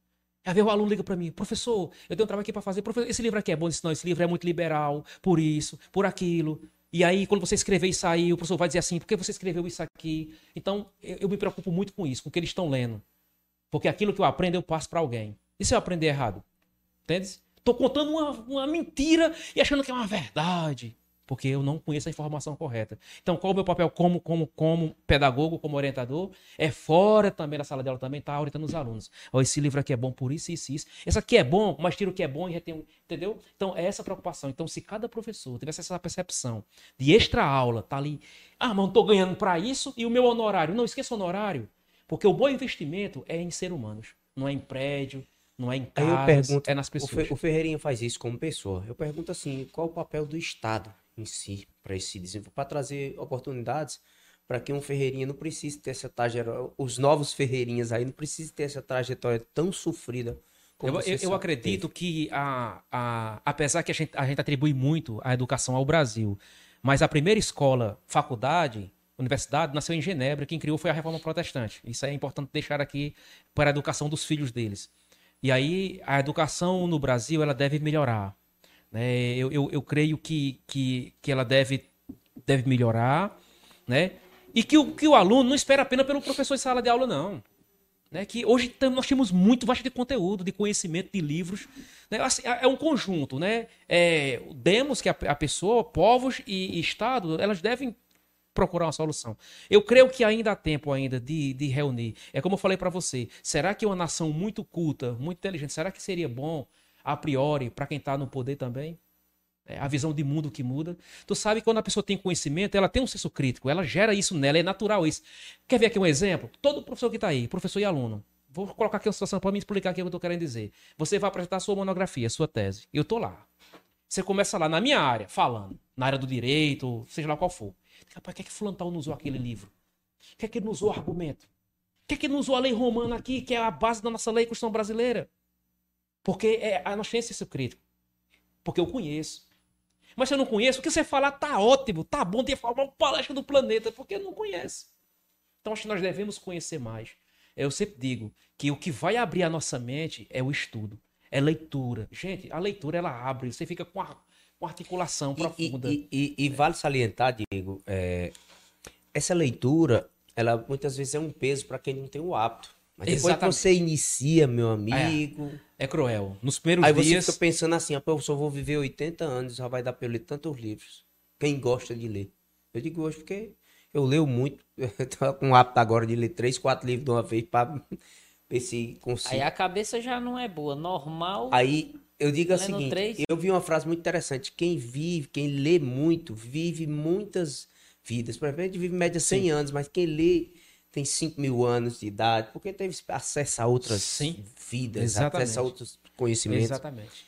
Aí o aluno liga para mim, professor, eu tenho um trabalho aqui para fazer. Professor, esse livro aqui é bom? Eu disse, não, esse livro é muito liberal, por isso, por aquilo. E aí, quando você escrever isso aí, o professor vai dizer assim, por que você escreveu isso aqui? Então, eu, eu me preocupo muito com isso, com o que eles estão lendo. Porque aquilo que eu aprendo, eu passo para alguém. E se eu aprender errado? Entende? Estou contando uma, uma mentira e achando que é uma verdade. Porque eu não conheço a informação correta. Então, qual é o meu papel como, como, como pedagogo, como orientador? É fora também da sala de aula também, tá orientando os alunos. Ó, esse livro aqui é bom por isso, isso, isso. Esse aqui é bom, mas tira o que é bom e retém, entendeu? Então, é essa a preocupação. Então, se cada professor tivesse essa percepção de extra aula, tá ali, ah, mas não tô ganhando para isso e o meu honorário. Não, esqueça o honorário, porque o bom investimento é em ser humanos, não é em prédio, não é em casas, eu pergunto, é nas pessoas. O Ferreirinha faz isso como pessoa. Eu pergunto assim, qual o papel do Estado em si para esse desenvolvimento, para trazer oportunidades para que um Ferreirinha não precise ter essa trajetória, os novos Ferreirinhas aí não precisem ter essa trajetória tão sofrida como eu, você eu, eu acredito teve. que a, a, apesar que a gente, a gente atribui muito a educação ao Brasil, mas a primeira escola, faculdade, universidade, nasceu em Genebra. Quem criou foi a Reforma Protestante. Isso é importante deixar aqui para a educação dos filhos deles. E aí a educação no Brasil ela deve melhorar. Né? Eu, eu, eu creio que, que, que ela deve, deve melhorar, né? E que o, que o aluno não espera apenas pelo professor de sala de aula, não. Né? Que hoje tam, nós temos muito vasto de conteúdo, de conhecimento, de livros. Né? Assim, é um conjunto. Né? É, demos que a, a pessoa, povos e, e Estado, elas devem procurar uma solução. Eu creio que ainda há tempo ainda de, de reunir. É como eu falei para você, será que uma nação muito culta, muito inteligente, será que seria bom a priori, para quem está no poder também, é a visão de mundo que muda. Tu sabe que quando a pessoa tem conhecimento, ela tem um senso crítico, ela gera isso nela, é natural isso. Quer ver aqui um exemplo? Todo professor que está aí, professor e aluno, vou colocar aqui uma situação para me explicar aqui o que eu estou querendo dizer. Você vai apresentar a sua monografia, a sua tese. Eu estou lá. Você começa lá na minha área, falando, na área do direito, seja lá qual for. Rapaz, por que é que fulano tal não usou aquele livro? Por que é que ele não usou o argumento? Por que é que ele não usou a lei romana aqui, que é a base da nossa lei e Constituição brasileira? Porque é, nós temos esse crítico. Porque eu conheço. Mas se eu não conheço, o que você falar tá ótimo, tá bom, tem que falar uma palestra do planeta, porque eu não conheço. Então acho que nós devemos conhecer mais. Eu sempre digo que o que vai abrir a nossa mente é o estudo, é leitura. Gente, a leitura ela abre, você fica com a, com a articulação profunda. E, e, e, e vale salientar, Diego, é, essa leitura, ela muitas vezes é um peso para quem não tem o hábito. Mas depois Exatamente. que você inicia, meu amigo... É, é cruel. Nos primeiros aí dias... Aí você fica pensando assim, eu só vou viver oitenta anos, já vai dar para eu ler tantos livros. Quem gosta de ler? Eu digo hoje porque eu leio muito. Eu tô com o hábito agora de ler três, quatro livros de uma vez para ver se consigo. Aí a cabeça já não é boa. Normal... Aí eu digo o seguinte, três... eu vi uma frase muito interessante. Quem vive, quem lê muito, vive muitas vidas. Por exemplo, a gente vive em média cem Sim. anos, mas quem lê... tem cinco mil anos de idade, porque teve acesso a outras Sim, vidas, exatamente. acesso a outros conhecimentos. Exatamente.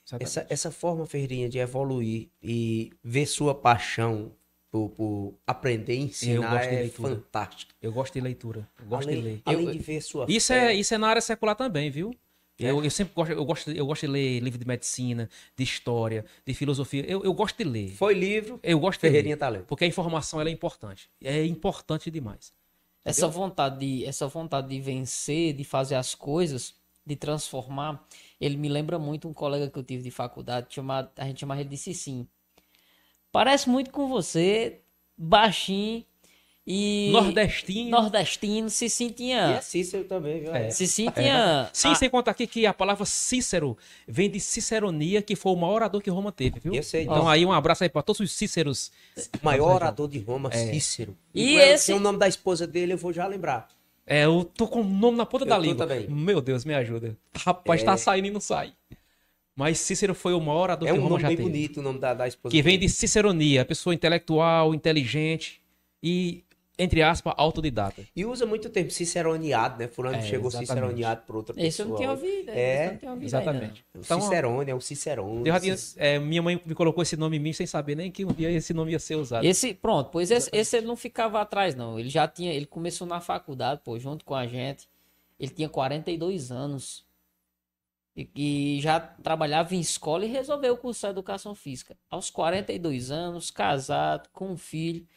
Essa, essa forma, Ferreirinha, de evoluir e ver sua paixão por, por aprender e ensinar gosto de é leitura. fantástico. Eu gosto de leitura. Eu gosto além, de ler. Além Eu- de ver sua Isso fé, é, isso é na área secular também, viu? É? Eu, eu sempre gosto, eu gosto, eu gosto de ler livro de medicina, de história, de filosofia. Eu, eu gosto de ler. foi livro, Eu gosto de Ferreirinha ler. tá lendo. Porque a informação ela é importante. É importante demais. Essa vontade de, essa vontade de vencer, de fazer as coisas, de transformar, ele me lembra muito um colega que eu tive de faculdade, chamado, a gente chamava ele de Cicim. Parece muito com você, baixinho e... Nordestino. Nordestino, Cicim E tinha... é Cícero também, viu? É. Cicim tinha... Sim, a- sem contar aqui que a palavra Cícero vem de Ciceronia, que foi o maior orador que Roma teve, viu? Eu sei Então disso. aí um abraço aí para todos os Cíceros. O maior orador de Roma, É. Cícero. E E esse- tem o nome da esposa dele, eu vou já lembrar. É, eu tô com o nome na ponta Eu da tô língua. também. Meu Deus, me ajuda. Rapaz, É. tá saindo e não sai. Mas Cícero foi o maior orador É que um Roma nome já bem teve. bonito, o nome da, da esposa Que vem dele. de Ciceronia, pessoa intelectual, inteligente e, entre aspas, autodidata. E usa muito tempo ciceroneado, né? Fulano É, chegou exatamente. ciceroneado por outra pessoa. Esse eu não tinha ouvido. É, esse eu não tinha ouvido Exatamente. O Então, Cicerone, é o Cicerone. eu já tinha- é, minha mãe me colocou esse nome em mim sem saber nem que um dia esse nome ia ser usado. ainda. Esse, pronto, pois esse, esse ele não ficava atrás, não. Ele já tinha, ele começou na faculdade, pô, junto com a gente. Ele tinha quarenta e dois anos. E, e já trabalhava em escola e resolveu cursar educação física. Aos quarenta e dois anos, casado, com um filho.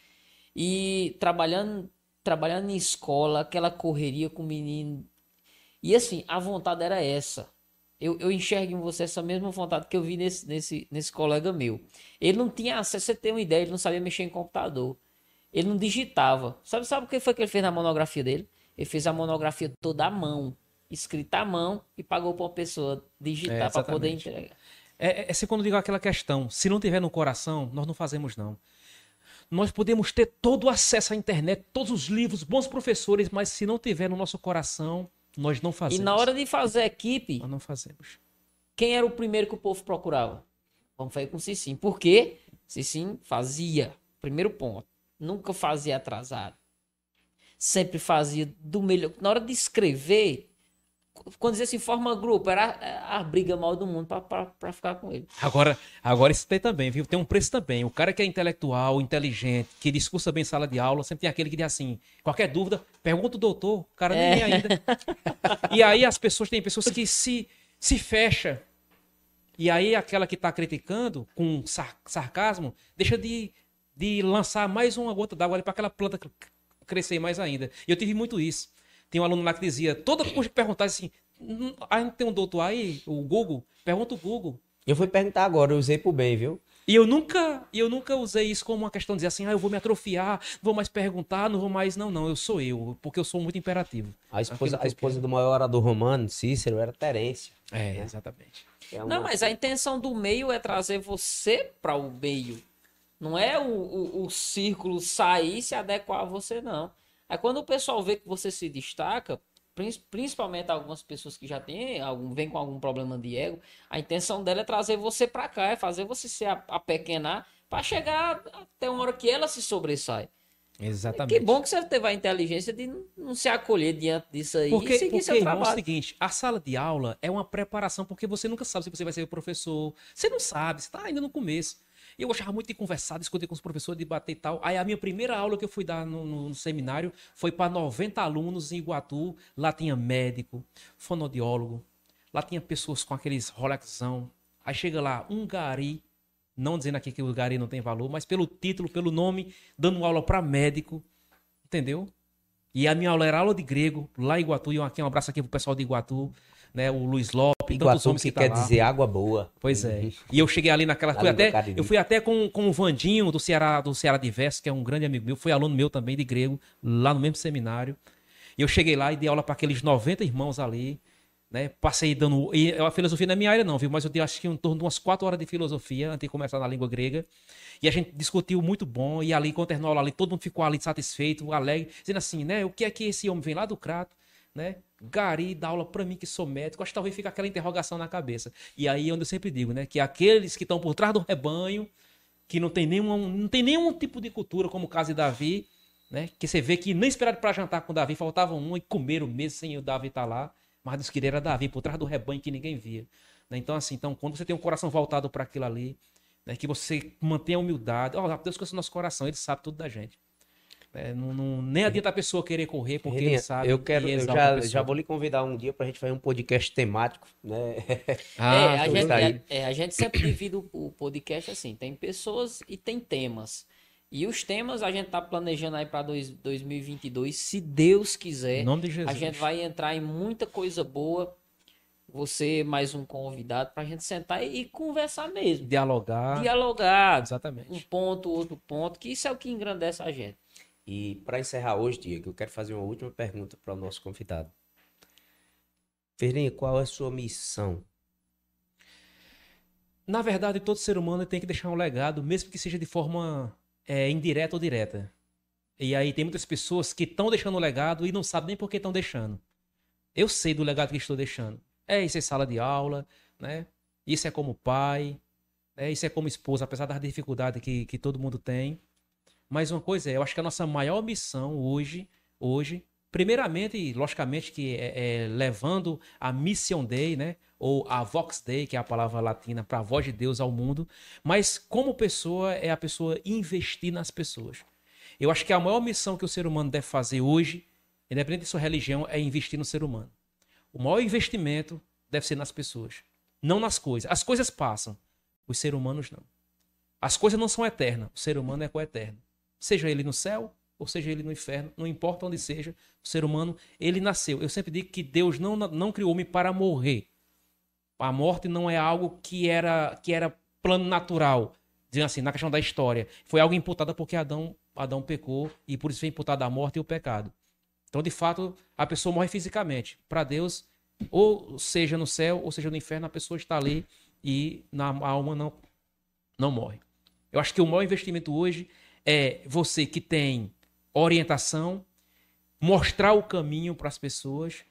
E trabalhando, trabalhando em escola, aquela correria com o menino. E assim, a vontade era essa. Eu, eu enxergo em você essa mesma vontade que eu vi nesse, nesse, nesse colega meu. Ele não tinha acesso, você tem uma ideia, ele não sabia mexer em computador. Ele não digitava. Sabe, sabe o que foi que ele fez na monografia dele? Ele fez a monografia toda à mão, escrita à mão, e pagou para uma pessoa É, digitar para poder exatamente. entregar. É, é, é quando eu digo aquela questão, se não tiver no coração, nós não fazemos não. Nós podemos ter todo o acesso à internet, todos os livros, bons professores, mas se não tiver no nosso coração, nós não E fazemos. na hora de fazer equipe, Nós não fazemos. quem era o primeiro que o povo procurava? Vamos fazer com o Cicim. Por quê? Cicim fazia. Primeiro ponto. Nunca fazia atrasado. Sempre fazia do melhor. Na hora de escrever, quando dizia assim, forma grupo, era a, a briga mal do mundo pra, pra, pra ficar com ele. Agora, agora isso tem também, viu? Tem um preço também. O cara que é intelectual, inteligente, que discursa bem em sala de aula, sempre tem aquele que diz assim, qualquer dúvida, pergunta o doutor, o cara nem É. vem ainda. E aí as pessoas, tem pessoas que se, se fecham. E aí aquela que tá criticando, com sar- sarcasmo, deixa de, de lançar mais uma gota d'água ali para aquela planta cr- crescer mais ainda. E eu tive muito isso. Tem um aluno lá que dizia, toda vez que perguntasse assim, "Hum, a gente tem um doutor aí, o Google, pergunta o Google. Eu fui perguntar agora, eu usei pro bem, viu? E eu nunca, e eu nunca usei isso como uma questão de dizer assim, ah, eu vou me atrofiar, não vou mais perguntar, não vou mais. Não, não, eu sou eu, porque eu sou muito imperativo. A esposa, Aquilo que a eu esposa quero. do maior orador romano, Cícero, era Terência. É, exatamente. É Não, uma- mas a intenção do meio é trazer você para o meio. Não é o, o, o círculo sair e se adequar a você, não. Aí quando o pessoal vê que você se destaca, prin- principalmente algumas pessoas que já têm algum, vem com algum problema de ego, a intenção dela é trazer você para cá, é fazer você se a- apequenar para chegar até uma hora que ela se sobressai. Exatamente. Que bom que você teve a inteligência de não- não se acolher diante disso aí Porque, e seguir porque seu irmão, é o trabalho. seguinte, a sala de aula é uma preparação, porque você nunca sabe se você vai ser professor. Você não sabe, você está ainda no começo. Eu gostava muito de conversar, discutir com os professores, debater e tal. Aí a minha primeira aula que eu fui dar no, no- no seminário foi para noventa alunos em Iguatu. Lá tinha médico, fonoaudiólogo, lá tinha pessoas com aqueles Rolexão. Aí chega lá, um gari, não dizendo aqui que o gari não tem valor, mas pelo título, pelo nome, dando aula para médico, entendeu? E a minha aula era aula de grego, lá em Iguatu, e aqui um abraço aqui pro pessoal de Iguatu, né? O Luiz Lopes, tantos Iguatu, homens que que tá quer lá. dizer água boa. Pois é. E eu cheguei ali naquela. Na Fui língua até, cariri. eu fui até com, com o Vandinho do Ceará, do Ceará Diverso, que é um grande amigo meu, foi aluno meu também de grego, lá no mesmo seminário. E eu cheguei lá e dei aula para aqueles noventa irmãos ali, né? Passei dando. E a filosofia não é minha área, não, viu? Mas eu dei acho que em torno de umas quatro horas de filosofia antes de começar na língua grega. E a gente discutiu muito bom. E ali, quando terminou a aula ali, todo mundo ficou ali satisfeito, alegre, dizendo assim, né? O que é que esse homem vem lá do Crato, né? Gari dá aula pra mim que sou médico, acho que talvez fique aquela interrogação na cabeça. E aí é onde eu sempre digo, né, que aqueles que estão por trás do rebanho, que não tem nenhum, não tem nenhum tipo de cultura, como o caso de Davi, né, que você vê que nem esperaram para jantar com Davi, faltava um e comeram mesmo sem o Davi estar lá, mas Deus queria era Davi por trás do rebanho que ninguém via. Né? Então, assim, então, quando você tem um coração voltado para aquilo ali, né, que você mantenha a humildade. Ó, oh, Deus conhece o nosso coração, ele sabe tudo da gente. É, não, não, nem adianta a pessoa querer correr, porque Reninha, ele sabe. eu quero, e eu exalta a já, pessoa. já vou lhe convidar um dia pra gente fazer um podcast temático, né? Ah, é, a tô gente, aí. é, é, a gente sempre divide o, o podcast assim, tem pessoas e tem temas. E os temas a gente tá planejando aí para dois mil e vinte e dois, se Deus quiser. Em nome de Jesus. A gente vai entrar em muita coisa boa. Você mais um convidado pra gente sentar e, e conversar mesmo. Dialogar. Dialogar. Exatamente. Um ponto, outro ponto, que isso é o que engrandece a gente. E para encerrar hoje, Diego, eu quero fazer uma última pergunta para o nosso convidado. Ferreirinha, qual é a sua missão? Na verdade, todo ser humano tem que deixar um legado, mesmo que seja de forma é, indireta ou direta. E aí tem muitas pessoas que estão deixando o legado e não sabem nem por que estão deixando. Eu sei do legado que estou deixando. É isso é sala de aula, né? Isso é como pai, né? Isso é como esposa, apesar das dificuldades que, que todo mundo tem. Mas uma coisa é, eu acho que a nossa maior missão hoje, hoje, primeiramente, logicamente, que é, é levando a Mission Dei, né? Ou a Vox Dei, que é a palavra latina para a voz de Deus ao mundo. Mas como pessoa, é a pessoa investir nas pessoas. Eu acho que a maior missão que o ser humano deve fazer hoje, independente de sua religião, é investir no ser humano. O maior investimento deve ser nas pessoas, não nas coisas. As coisas passam, os seres humanos não. As coisas não são eternas, o ser humano é coeterno. Seja ele no céu, ou seja ele no inferno, não importa onde seja, o ser humano, ele nasceu. Eu sempre digo que Deus não, não criou o homem para morrer. A morte não é algo que era, que era plano natural, dizendo assim, na questão da história. Foi algo imputado porque Adão, Adão pecou e por isso foi imputado a morte e o pecado. Então, de fato, a pessoa morre fisicamente. Para Deus, ou seja no céu, ou seja no inferno, a pessoa está ali e na, a alma não, não morre. Eu acho que o maior investimento hoje é você que tem orientação, mostrar o caminho para as pessoas,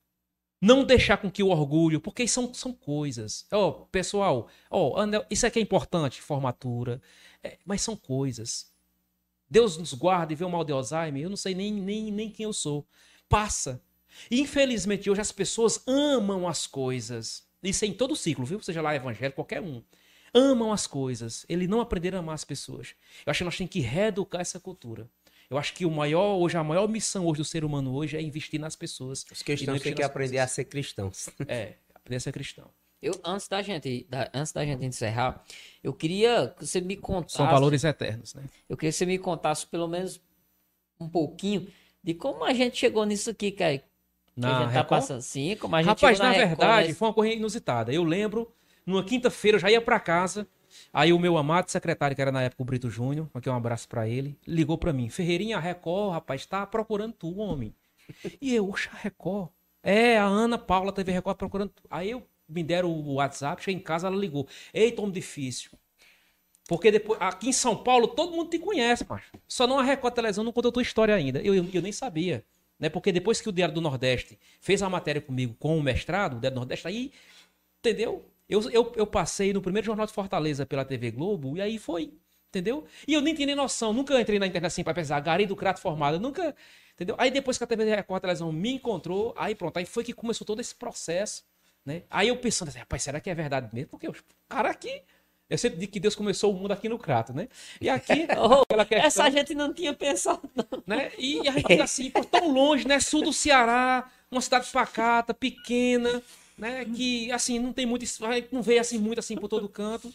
não deixar com que o orgulho, porque são, são coisas. Oh, pessoal, oh, isso aqui é importante, formatura, é, mas são coisas. Deus nos guarda e vê o mal de Alzheimer, eu não sei nem, nem, nem quem eu sou. Passa. E, infelizmente, hoje as pessoas amam as coisas. Isso é em todo o ciclo, viu? Seja lá evangélico, qualquer um. Amam as coisas. Eles não aprenderam a amar as pessoas. Eu acho que nós temos que reeducar essa cultura. Eu acho que o maior, hoje, a maior missão hoje do ser humano hoje é investir nas pessoas. Os cristãos têm que aprender coisas. a ser cristãos. É, aprender a ser cristão. Eu, antes da gente, da, antes da gente encerrar, eu queria que você me contasse... São valores eternos, né? Eu queria que você me contasse pelo menos um pouquinho de como a gente chegou nisso aqui, cara. Na que a gente tá Record? passando assim, como a gente Rapaz, chegou na, na verdade, Record, foi uma coisa inusitada. Eu lembro, numa quinta-feira, eu já ia pra casa, aí o meu amado secretário, que era na época o Brito Júnior, aqui um abraço pra ele, ligou pra mim. Ferreirinha, a Record, rapaz, tá procurando tu, homem. E eu, oxa, Record? É, a Ana Paula T V Record procurando tu. Aí eu me deram o WhatsApp, cheguei em casa, ela ligou. Eita, homem difícil. Porque depois, aqui em São Paulo, todo mundo te conhece, macho. Só não a Record Televisão não conta a tua história ainda. Eu, eu, eu nem sabia. Né? Porque depois que o Diário do Nordeste fez a matéria comigo com o mestrado, o Diário do Nordeste, aí, entendeu? Eu, eu, eu passei no primeiro Jornal de Fortaleza pela T V Globo, e aí foi, entendeu? E eu nem tinha nem noção, nunca entrei na internet assim pra pesar, Gari do Crato formado, nunca, entendeu? Aí depois que a T V Record Televisão me encontrou, aí pronto, aí foi que começou todo esse processo, né? Aí eu pensando assim, rapaz, será que é verdade mesmo? Porque o cara aqui... Eu sempre digo que Deus começou o mundo aqui no Crato, né? E aqui, oh, aquela questão... Essa gente não tinha pensado, não. Né? E a gente fica assim, por tão longe, né? Sul do Ceará, uma cidade pacata, pequena, né? Que, assim, não tem muito... A gente não vê, assim, muito, assim, por todo canto.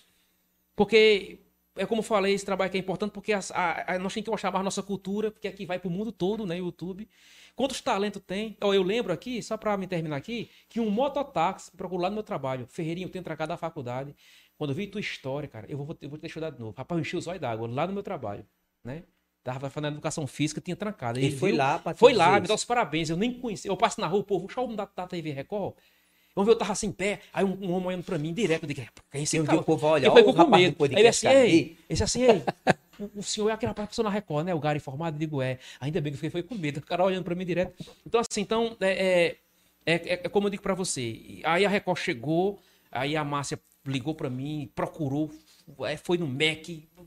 Porque, é como eu falei, esse trabalho que é importante, porque a, a, a, nós temos que mostrar mais nossa cultura, porque aqui vai pro mundo todo, né? YouTube. Quantos talentos tem? Oh, eu lembro aqui, só pra me terminar aqui, que um mototáxi procurou lá no meu trabalho. Ferreirinho, eu tenho trancado da faculdade. Quando eu vi tua história, cara, eu vou, eu vou te estudar de novo. Rapaz, eu enchi os olhos d'água lá no meu trabalho, né? Tava fazendo educação física, tinha trancado. Ele, ele foi viu, lá pra Foi lá, me dá os parabéns. Eu nem conhecia. Eu passo na rua, o povo, deixa eu da, da T V Record. Vamos ver, eu tava assim em pé. Aí um, um homem olhando pra mim direto. Eu digo, quem esse cara? O povo olha, eu falei, o com rapaz medo. do podcast. Aí ele assim, ei, esse assim, ei. O, o senhor é aquele rapaz que passou na Record, né? O Gari informado? Eu digo, é. Ainda bem que eu fiquei foi com medo. O cara olhando pra mim direto. Então, assim, então, é, é, é, é como eu digo pra você. Aí a Record chegou, aí a Márcia ligou pra mim, procurou, foi no M E C.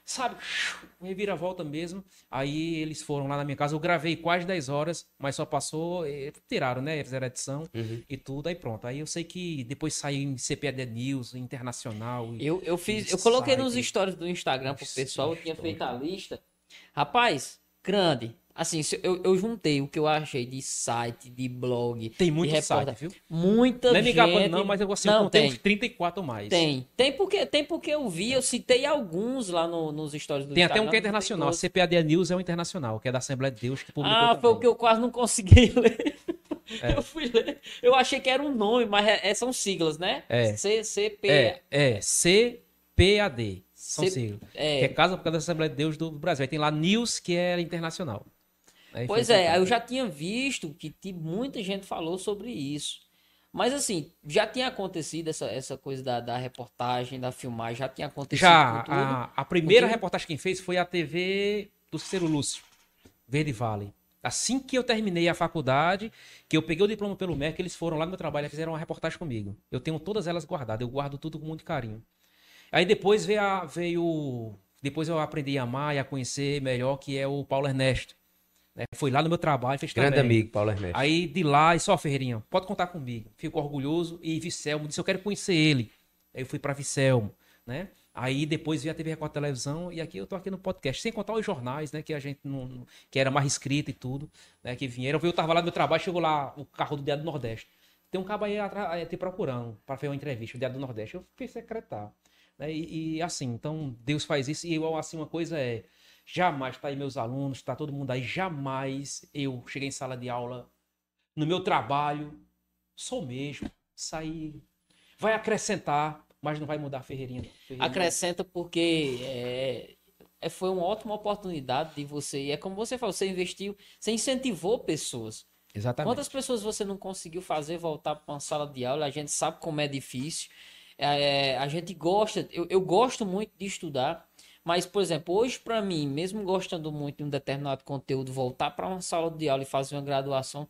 sabe, reviravolta mesmo. Aí eles foram lá na minha casa, eu gravei quase dez horas, mas só passou, eh, tiraram, né? Fizeram edição Uhum. e tudo, aí pronto. Aí eu sei que depois saiu em C P A D News, Internacional. E, Eu, eu fiz, e eu coloquei site. nos stories do Instagram pro pessoal, eu tinha feito a lista. Rapaz, grande. Assim, se eu, eu juntei o que eu achei de site, de blog. Tem muito de site, reporta- viu? Muita Não é me gente. gabando não, mas eu, assim, eu Não, contei tem. uns trinta e quatro ou mais. Tem. Tem porque, tem porque eu vi, eu citei alguns lá no- nos stories do Tem até Instagram. um que é não tem internacional. A todos. C P A D News é o internacional, que é da Assembleia de Deus, que publicou Ah, também. foi o que eu quase não consegui ler. É. Eu fui ler. Eu achei que era um nome, mas é- é- são siglas, né? É. C C P. É, é, C P A D. São C- siglas. é. Que é Casa por causa da Assembleia de Deus do Brasil. Aí tem lá News, que é internacional. Aí Pois foi é, colocado. eu já tinha visto que ti- muita gente falou sobre isso. Mas assim, já tinha acontecido essa, essa coisa da, da reportagem, da filmagem, já tinha acontecido Já, com tudo. a, a primeira Porque- reportagem que quem fez foi a T V do Cícero Lúcio, Verde Vale. Assim que eu terminei a faculdade, que eu peguei o diploma pelo M E C, eles foram lá no meu trabalho e fizeram uma reportagem comigo. Eu tenho todas elas guardadas, eu guardo tudo com muito carinho. Aí depois veio, a- veio depois eu aprendi a amar e a conhecer melhor, que é o Paulo Ernesto. Né? Foi lá no meu trabalho, fez Grande também. amigo, Paulo Ernesto. Aí de lá, e só, Ferreirinha, pode contar comigo. Fico orgulhoso. E Vicelmo disse, eu quero conhecer ele. Aí eu fui pra Vicelmo, né? Aí depois vi a T V Record Televisão e aqui eu tô aqui no podcast. Sem contar os jornais, né? Que a gente não... não- que era mais escrito e tudo, né? Que vieram. Eu tava lá no meu trabalho, chegou lá o carro do Diário do Nordeste. Tem um cabo aí atrás, aí, te procurando pra fazer uma entrevista, o Diário do Nordeste. Eu fui secretar. Né? E, e assim, então Deus faz isso. E eu, assim, uma coisa é... Jamais, tá aí meus alunos, tá todo mundo aí. Jamais eu cheguei em sala de aula, no meu trabalho, sou mesmo, sair. Vai acrescentar, mas não vai mudar a Ferreirinha. Ferreirinha. Acrescenta porque é, é- foi uma ótima oportunidade de você. E é como você falou, você investiu, você incentivou pessoas. Exatamente. Quantas pessoas você não conseguiu fazer voltar para uma sala de aula? A gente sabe como é difícil. É, a gente gosta, eu, eu gosto muito de estudar, mas, por exemplo, hoje para mim, mesmo gostando muito de um determinado conteúdo, voltar para uma sala de aula e fazer uma graduação,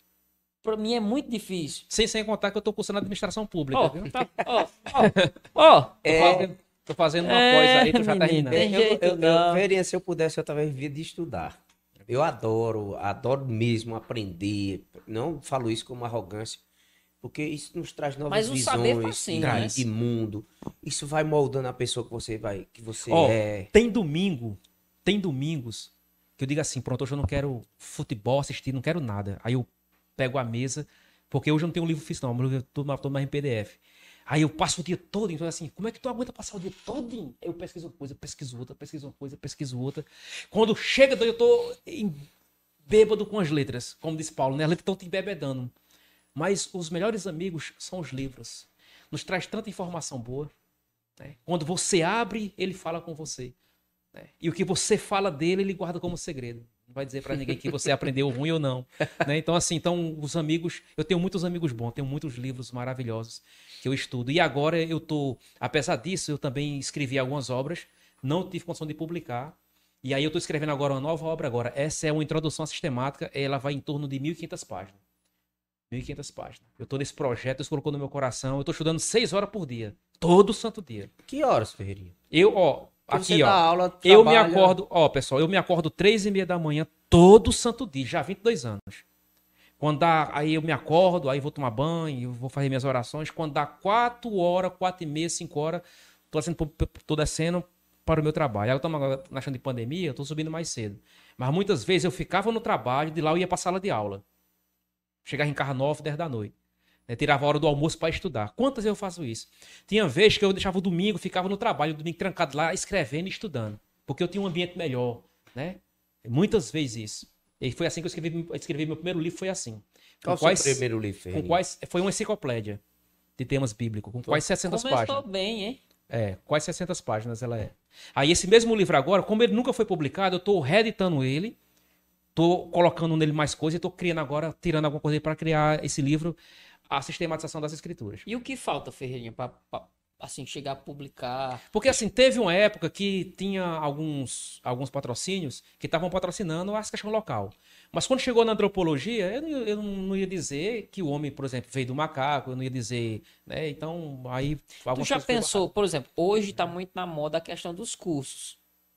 para mim é muito difícil. Sem, sem contar que eu tô cursando administração pública, Ó, viu? tá, ó, ó, ó. Tô, fazendo, tô fazendo uma É, coisa aí, tu já tá menino, rindo. tem Eu, jeito eu, eu, não. veria, se eu pudesse, eu talvez vivia de estudar. Eu adoro, adoro mesmo aprender. Não falo isso como arrogância, porque isso nos traz novas Mas o saber visões fascina, de, né? de mundo. Isso vai moldando a pessoa que você vai, que você Ó, é. tem domingo, tem domingos que eu digo assim, pronto, hoje eu não quero futebol, assistir, não quero nada. Aí eu pego a mesa, porque hoje eu não tenho um livro físico não, eu tô, tô mais em P D F. Aí eu passo o dia todo, então assim, como é que tu aguenta passar o dia todo? Eu pesquiso uma coisa, pesquiso outra, pesquiso uma coisa, pesquiso outra. Quando chega, eu tô em bêbado com as letras, como disse Paulo, né? As letras estão te embebedando. Mas os melhores amigos são os livros. Nos traz tanta informação boa. Né? Quando você abre, ele fala com você. Né? E o que você fala dele, ele guarda como segredo. Não vai dizer pra ninguém que você aprendeu ruim ou não. Né? Então, assim, então, os amigos... Eu tenho muitos amigos bons, tenho muitos livros maravilhosos que eu estudo. E agora eu tô... Apesar disso, eu também escrevi algumas obras. Não tive condição de publicar. E aí eu tô escrevendo agora uma nova obra agora. Essa é uma introdução à sistemática. Ela vai em torno de mil e quinhentas páginas. mil e quinhentas páginas. Eu tô nesse projeto, Deus colocou no meu coração. Eu tô estudando seis horas por dia. Todo santo dia. Que horas, Ferreirinha? Eu, ó, Você aqui, dá ó. aula, Eu me trabalha- acordo, ó, pessoal, eu me acordo três e meia da manhã todo santo dia, já há vinte e dois anos. Quando dá, aí eu me acordo, aí vou tomar banho, eu vou fazer minhas orações. Quando dá quatro horas, quatro e meia, cinco horas, tô descendo, pro- tô descendo para o meu trabalho. Aí eu estamos agora na de pandemia, eu tô subindo mais cedo. Mas muitas vezes eu ficava no trabalho, de lá eu ia para sala de aula. Chegava em casa nove, dez da noite. Né? Tirava a hora do almoço para estudar. Quantas eu faço isso? Tinha vezes que eu deixava o domingo, ficava no trabalho, o domingo trancado lá, escrevendo e estudando. Porque eu tinha um ambiente melhor, né? Muitas vezes isso. E foi assim que eu escrevi, escrevi meu primeiro livro, foi assim. Qual Com o seu primeiro livro, com Ferreirinha? quais, foi uma enciclopédia de temas bíblicos, com quase seiscentas Começou páginas. bem, hein? É, quase seiscentas páginas ela é. Aí esse mesmo livro agora, como ele nunca foi publicado, eu tô reeditando ele, tô colocando nele mais coisas e tô criando agora, tirando alguma coisa para criar esse livro, A Sistematização das Escrituras. E o que falta, Ferreirinha, pra, pra, assim, chegar a publicar? Porque assim, teve uma época que tinha alguns, alguns patrocínios que estavam patrocinando a questão local. Mas quando chegou na antropologia, eu não, eu não ia dizer que o homem, por exemplo, veio do macaco, eu não ia dizer, né? Então, aí... Tu algumas já coisas foram pensou, por exemplo, hoje tá muito na moda a questão dos cursos.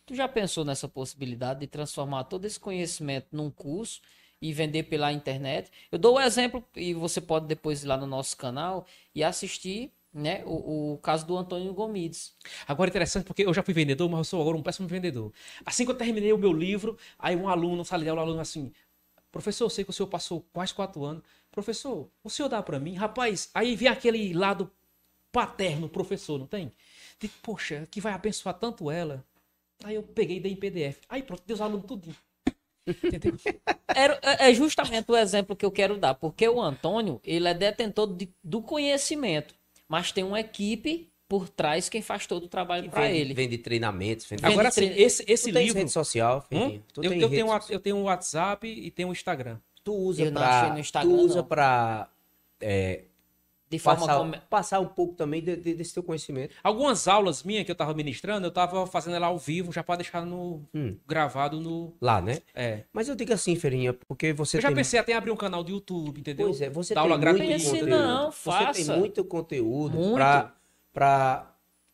Tu já pensou nessa possibilidade de transformar todo esse conhecimento num curso e vender pela internet? Eu dou o exemplo, e você pode depois ir lá no nosso canal e assistir, né, o, o caso do Antônio Gomides. Agora, interessante, porque eu já fui vendedor, mas eu sou agora um péssimo vendedor. Assim que eu terminei o meu livro, aí um aluno, sala de aula, um aluno assim, professor, eu sei que o senhor passou quase quatro anos. Professor, o senhor dá pra mim? Rapaz, aí vem aquele lado paterno, professor, não tem? Digo, poxa, que vai abençoar tanto ela. Aí eu peguei e dei em P D F. Aí pronto, deu os alunos tudinho. Entendeu? É, é justamente o exemplo que eu quero dar, porque o Antônio, ele é detentor de, do conhecimento, mas tem uma equipe por trás quem faz todo o trabalho para ele. Vende treinamentos. Vende... Vende Agora sim, treina- esse, esse tu livro... Tem rede social, Ferrinha? Hum? Tu Eu, tem eu, rede tenho, social? eu tenho um WhatsApp e tenho um Instagram. Tu usa Eu não pra... achei no Instagram, Tu usa não. pra... É, De forma passar, como... passar um pouco também de- de- desse teu conhecimento. Algumas aulas minhas que eu tava ministrando, eu tava fazendo ela ao vivo, já para deixar no Hum. gravado no... Lá, né? É. Mas eu digo assim, Ferinha, porque você Eu já tem... pensei até em abrir um canal do YouTube, entendeu? Pois é, você Dar tem aula muito gratuita. Pense conteúdo. não, Você faça. tem muito conteúdo Muito. pra... pra...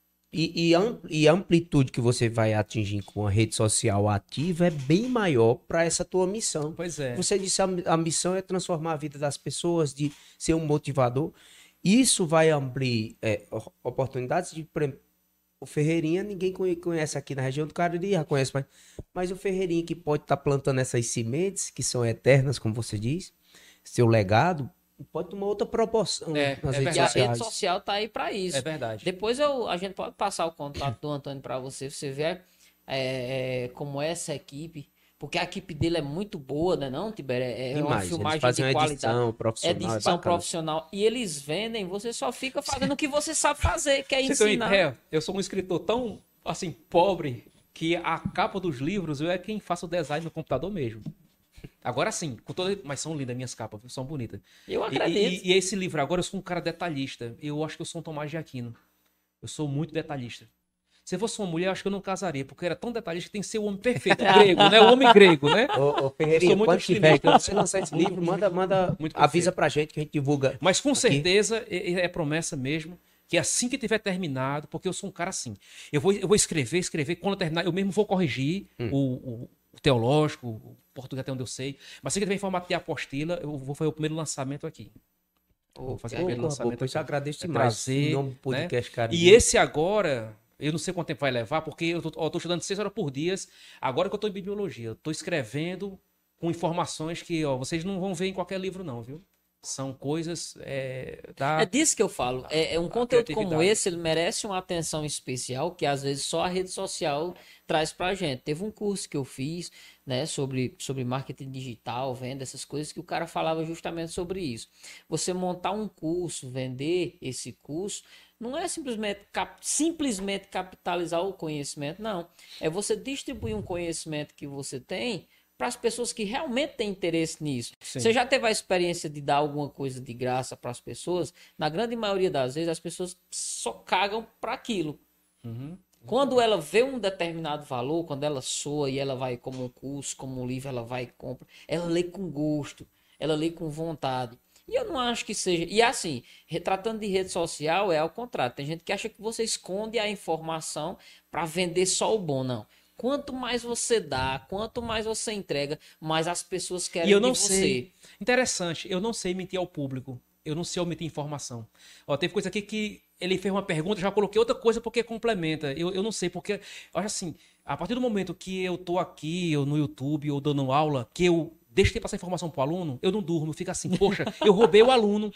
E, e, am- e a amplitude que você vai atingir com a rede social ativa é bem maior para essa tua missão. Pois é. Você disse a, a missão é transformar a vida das pessoas, de ser um motivador. Isso vai abrir é, o- oportunidades de... por exemplo, o Ferreirinha, ninguém conhe- conhece aqui na região do Cariri, já conhece, mas, mas o Ferreirinha que pode estar plantando essas sementes, que são eternas, como você diz, seu legado, pode tomar outra proporção É, nas é redes E a verdade. sociais. rede social tá aí para isso. É verdade. Depois eu, a gente pode passar o contato do Antônio para você, você ver é, é, como é essa equipe. Porque a equipe dele é muito boa, né não, Tibério? É uma Demais, filmagem eles fazem de uma qualidade. edição profissional, é Edição bacana. profissional. E eles vendem, você só fica fazendo o que você sabe fazer, que é Você tem uma ensinar. ideia? Eu sou um escritor tão, assim, pobre, que a capa dos livros eu é quem faço o design no computador mesmo. Agora sim, com toda... mas são lindas minhas capas, viu? São bonitas. Eu E, acredito. e, e esse livro agora, eu sou um cara detalhista. Eu acho que eu sou um Tomás de Aquino. Eu sou muito detalhista. Se eu fosse uma mulher, eu acho que eu não casaria, porque eu era tão detalhista que tem que ser o homem perfeito, o grego, né? O homem grego, né? Ô, ô Eu Ferreirinha, sou muito quando tiver, estilista. quando você lançar esse livro, manda, manda Muito avisa perfeito. pra gente que a gente divulga. Mas com Aqui. certeza é, é promessa mesmo que assim que tiver terminado, porque eu sou um cara assim, eu vou, eu vou escrever, escrever, quando eu terminar, eu mesmo vou corrigir Hum. o, o- o teológico, o português até onde eu sei, mas assim que tiver em formato de apostila, eu vou fazer o primeiro lançamento aqui. Vou fazer o Ô, primeiro porra, lançamento pô, isso eu aqui. agradeço É demais. trazer, Em nome do podcast, né? cara. E esse agora, eu não sei quanto tempo vai levar, porque eu tô, ó, eu tô estudando seis horas por dia, agora que eu tô em bibliologia, eu tô escrevendo com informações que, ó, vocês não vão ver em qualquer livro não, viu? São coisas é, da... É disso que eu falo. É, é um conteúdo como criatividade. esse, ele merece uma atenção especial que às vezes só a rede social traz pra gente. Teve um curso que eu fiz, né, sobre, sobre marketing digital, venda, essas coisas, que o cara falava justamente sobre isso. Você montar um curso, vender esse curso, não é simplesmente, cap- simplesmente capitalizar o conhecimento, não. É você distribuir um conhecimento que você tem para as pessoas que realmente têm interesse nisso. Sim. Você já teve a experiência de dar alguma coisa de graça para as pessoas? Na grande maioria das vezes, as pessoas só cagam para aquilo. Uhum. Quando ela vê um determinado valor, quando ela soa e ela vai como um curso, como um livro, ela vai e compra, ela lê com gosto, ela lê com vontade. E eu não acho que seja... E assim, retratando de rede social é ao contrário. Tem gente que acha que você esconde a informação para vender só o bom. Não. Quanto mais você dá, quanto mais você entrega, mais as pessoas querem E eu de não você. sei. Interessante, eu não sei mentir ao público. Eu não sei omitir informação. Ó, teve coisa aqui que ele fez uma pergunta, eu já coloquei outra coisa porque complementa. Eu, eu não sei, porque, eu acho assim, a partir do momento que eu tô aqui, ou no YouTube, ou dando aula, que eu deixo de passar informação pro aluno, eu não durmo, fica assim, poxa, eu roubei o aluno.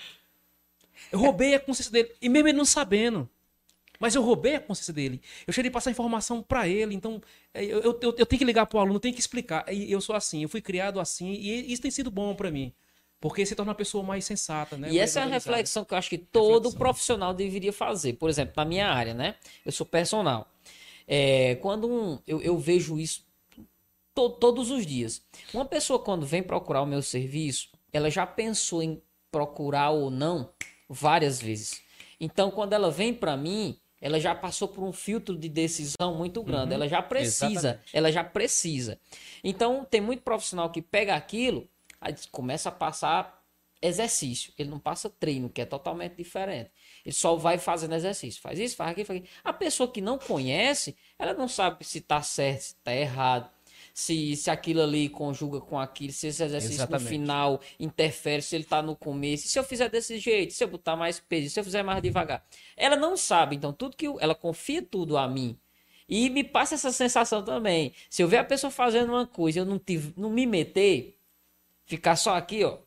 Eu roubei a consciência dele, e mesmo ele não sabendo. Mas eu roubei a consciência dele. Eu cheguei a passar informação para ele. Então, eu, eu, eu, eu tenho que ligar pro aluno, eu tenho que explicar. E eu sou assim, eu fui criado assim. E isso tem sido bom para mim. Porque se torna uma pessoa mais sensata, né? E essa é a Mais organizada. reflexão que eu acho que todo Reflexão. profissional deveria fazer. Por exemplo, na minha área, né? Eu sou personal. É, quando um, eu, eu vejo isso to, todos os dias. Uma pessoa, quando vem procurar o meu serviço, ela já pensou em procurar ou não várias vezes. Então, quando ela vem para mim, ela já passou por um filtro de decisão muito grande. Uhum, Ela já precisa. exatamente. Ela já precisa. Então, tem muito profissional que pega aquilo, aí começa a passar exercício. Ele não passa treino, que é totalmente diferente. Ele só vai fazendo exercício. Faz isso, faz aquilo, faz aquilo. A pessoa que não conhece, ela não sabe se tá certo, se tá errado. Se, se aquilo ali conjuga com aquilo, se esse exercício Exatamente. no final interfere, se ele tá no começo, se eu fizer desse jeito, se eu botar mais peso, se eu fizer mais devagar. Ela não sabe, então tudo que eu, ela confia tudo a mim. E me passa essa sensação também. Se eu ver a pessoa fazendo uma coisa e eu não, tive, não me meter, ficar só aqui, ó.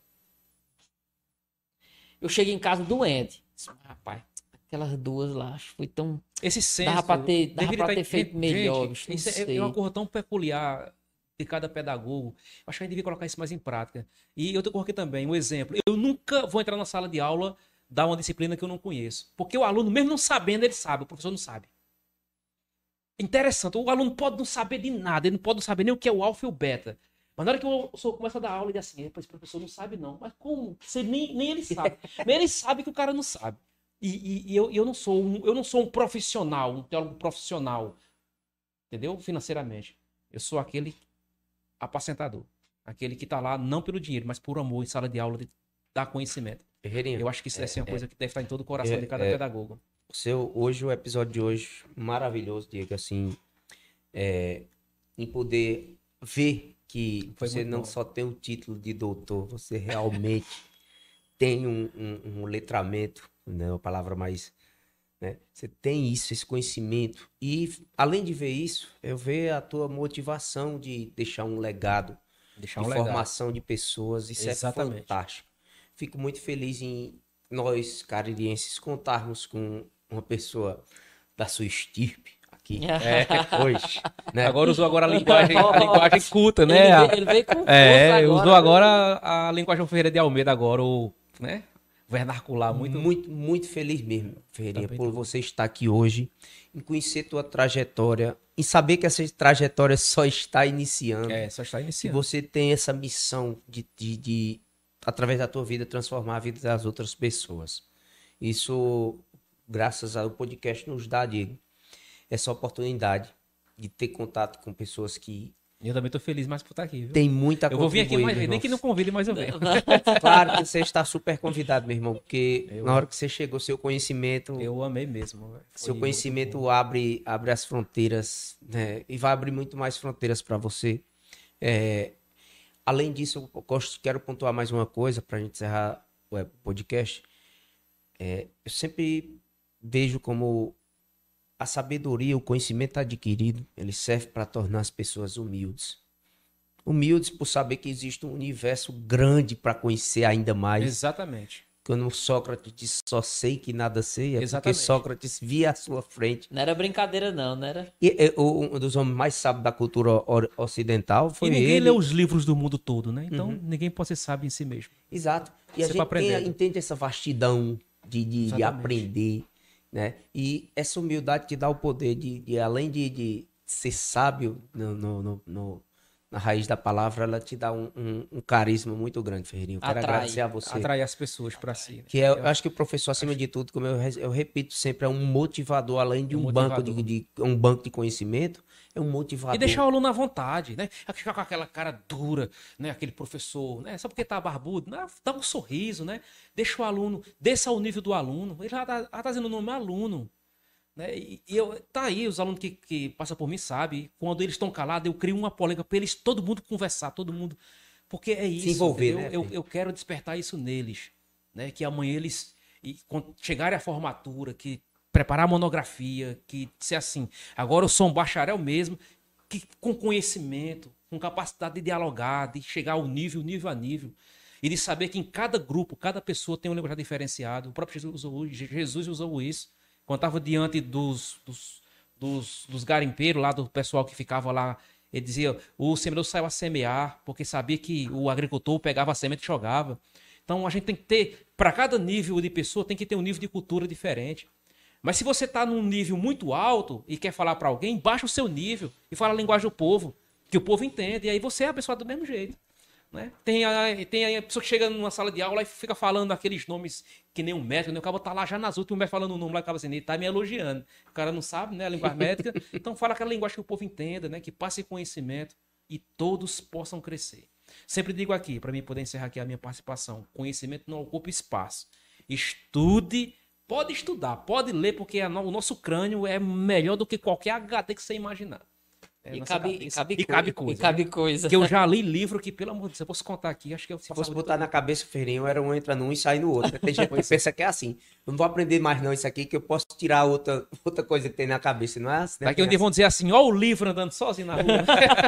Eu cheguei em casa doente. Rapaz, aquelas duas lá, acho que foi tão... Esse senso Dava pra ter, dava deveria pra tá- ter feito gente, melhor, bicho, não isso é, sei. é uma coisa tão peculiar de cada pedagogo. Acho que a gente devia colocar isso mais em prática. E eu coloquei também um exemplo. Eu nunca vou entrar na sala de aula dar uma disciplina que eu não conheço. Porque o aluno, mesmo não sabendo, ele sabe. O professor não sabe. Interessante. O aluno pode não saber de nada. Ele não pode não saber nem o que é o alfa e o beta. Mas na hora que o professor começa a dar aula, ele diz assim, esse professor não sabe não. Mas como? Você nem, nem ele sabe. Nem ele sabe que o cara não sabe. E, e, e eu, eu, não sou um, eu não sou um profissional, um teólogo profissional. Entendeu? Financeiramente. Eu sou aquele apacentador. Aquele que tá lá não pelo dinheiro, mas por amor em sala de aula de dar conhecimento. Ferreirinha, Eu acho que isso deve ser uma é, coisa que deve estar em todo o coração é, de cada é, pedagogo. o seu, hoje, o episódio de hoje, maravilhoso, Diego, assim, é, em poder ver que Foi você muito não bom. só tem o título de doutor, você realmente tem um, um, um letramento, né, uma palavra mais, né, você tem isso, esse conhecimento, e além de ver isso, eu vejo a tua motivação de deixar um legado, Deixar de um legado. formação de pessoas, isso Exatamente. é fantástico. Fico muito feliz em nós, caririenses, contarmos com uma pessoa da sua estirpe aqui hoje, né? Agora usou agora a linguagem, a linguagem culta, né? Ele A- veio, ele veio com força é, agora. usou agora a linguagem Ferreira de Almeida agora, o, né? Vernacular, muito... Muito, muito feliz mesmo, Ferreirinha, Também por tô. você estar aqui hoje, em conhecer tua trajetória, em saber que essa trajetória só está iniciando. É, só está Que iniciando. você tem essa missão de, de, de, através da tua vida, transformar a vida das outras pessoas. Isso, graças ao podcast, nos dá, Diego, essa oportunidade de ter contato com pessoas que Eu também tô feliz mais por estar aqui, viu? têm muito a Eu vou vir aqui contribuir, mais meu vezes, nem irmão. que não convide, mas eu venho. Claro que você está super convidado, meu irmão, porque Eu- na hora que você chegou, seu conhecimento, Eu amei mesmo. velho. Foi seu muito conhecimento bom. abre, abre as fronteiras, né? E vai abrir muito mais fronteiras para você. É, além disso, eu gosto, quero pontuar mais uma coisa para a gente encerrar o é, podcast. É, eu sempre vejo como a sabedoria, o conhecimento adquirido, ele serve para tornar as pessoas humildes. Humildes por saber que existe um universo grande para conhecer ainda mais. Exatamente. Quando Sócrates disse só sei que nada sei, é Exatamente. porque Sócrates via à sua frente. Não era brincadeira, não, não era? E, e, o- um dos homens mais sábios da cultura or- ocidental foi E ninguém ele. lê os livros do mundo todo, né? Então ninguém pode ser sábio em si mesmo. Exato. E a Você gente vai aprendendo. tem- entende essa vastidão de, de, de Exatamente. aprender, né? E essa humildade te dá o poder de, de além de, de ser sábio no, no- no- no- na raiz da palavra, ela te dá um, um- um carisma muito grande, Ferreirinho. Eu quero Atrai. agradecer a você. Atrair as pessoas para si. né? Que é, eu acho que o professor, acima de tudo, como eu, re- eu repito sempre, é um motivador, além de Um um, banco de, motivador. de- um banco de conhecimento, é um motivador. E deixar o aluno à vontade, né? Ficar com aquela cara dura, né? Aquele professor, né? Só porque tá barbudo, né? Dá um sorriso, né? Deixa o aluno, desça ao nível do aluno. Ele já tá, já tá dizendo o nome aluno. Né? E, e eu, tá aí, os alunos que, que passam por mim sabem, quando eles estão calados, eu crio uma polêmica para eles, todo mundo conversar, todo mundo. Porque é isso. envolver, entendeu? né, eu, filho? eu quero despertar isso neles. Né? Que amanhã eles, e, quando chegarem à formatura, que preparar a monografia, que ser assim. Agora eu sou um bacharel mesmo, que, com conhecimento, com capacidade de dialogar, de chegar ao nível, nível a nível. E de saber que em cada grupo, cada pessoa tem um linguajar diferenciado. O próprio Jesus usou, Jesus usou isso. Quando estava diante dos, dos, dos, dos garimpeiros lá, do pessoal que ficava lá, ele dizia, o semeador saiu a semear, porque sabia que o agricultor pegava a semente e jogava. Então a gente tem que ter, para cada nível de pessoa, tem que ter um nível de cultura diferente. Mas se você está num nível muito alto e quer falar para alguém, baixa o seu nível e fala a linguagem do povo, que o povo entende, e aí você é abençoado do mesmo jeito. Né? Tem, a, tem a pessoa que chega numa sala de aula e fica falando aqueles nomes que nem um médico, né? O cara tá lá já nas últimas, vai falando o nome lá, acaba assim, ele tá me elogiando. O cara não sabe, né, a linguagem médica. Então fala aquela linguagem que o povo entenda, né, que passe conhecimento e todos possam crescer. Sempre digo aqui, para mim poder encerrar aqui a minha participação, conhecimento não ocupa espaço. Estude Pode estudar, pode ler, porque a no- o nosso crânio é melhor do que qualquer H D que você imaginar. É, E nossa cabe, e, cabeça. cabe E coi- cabe coisa. E cabe né? coisa. Que eu já li livro que, pelo amor de Deus, se eu fosse contar aqui, acho que eu Se fosse botar na cabeça o Ferreirinho, era um entra num e sai no outro. Tem gente que Pois é. pensa que é assim. Não vou aprender mais não isso aqui, que eu posso tirar outra, outra coisa que tem na cabeça. Não é assim, né? Daqui um dia vão dizer assim, ó o livro andando sozinho na rua.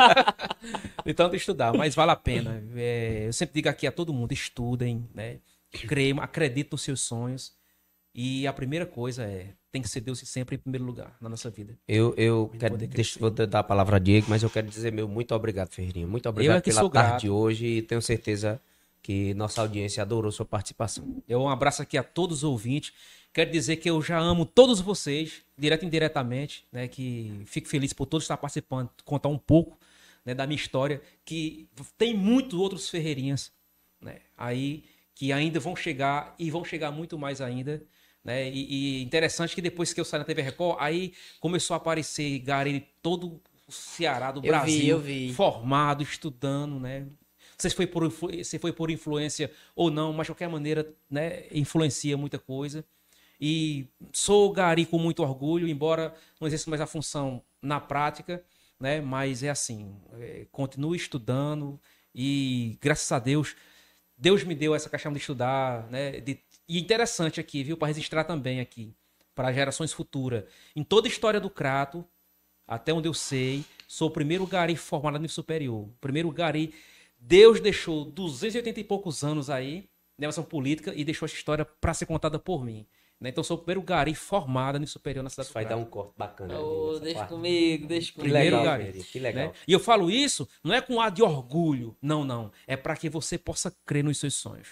De tanto estudar, mas vale a pena. É, eu sempre digo aqui a todo mundo, estudem, né? Creiam, acreditem nos seus sonhos. E a primeira coisa é, tem que ser Deus sempre em primeiro lugar na nossa vida. Eu, eu Pra quero, poder deixa, crescer. vou dar a palavra a Diego, mas eu quero dizer meu muito obrigado, Ferreirinho. Muito Eu obrigado é que pela sou tarde grato. de hoje e tenho certeza que nossa audiência adorou sua participação. Eu um abraço aqui a todos os ouvintes. Quero dizer que eu já amo todos vocês, direto e indiretamente, né? Que fico feliz por todos estar participando, contar um pouco, né, da minha história, que tem muitos outros Ferreirinhas, né? Aí que ainda vão chegar e vão chegar muito mais ainda. Né? E, e interessante que depois que eu saí na T V Record, aí começou a aparecer Gari todo o Ceará do Eu vi, Brasil, eu vi. formado, estudando, né? Não sei se foi por, influ- se foi por influência ou não, mas de qualquer maneira, né, influencia muita coisa. E sou Gari com muito orgulho, embora não exerça mais a função na prática, né? Mas é assim, é, continuo estudando e graças a Deus, Deus me deu essa questão de estudar, né? De, e interessante aqui, viu? Para registrar também aqui, para gerações futuras. Em toda a história do Crato, até onde eu sei, sou o primeiro Gari formado no nível superior. O primeiro Gari. Deus deixou duzentos e oitenta e poucos anos aí, nessa política, e deixou essa história para ser contada por mim. Né? Então, sou o primeiro Gari formado no nível superior na cidade Isso do vai Crato. dar um corte bacana. Ô, nessa deixa parte. comigo, deixa Que comigo. Primeiro legal, lugar. Ferreirinho, que legal. Né? E eu falo isso não é com ar de orgulho, não, não. É para que você possa crer nos seus sonhos.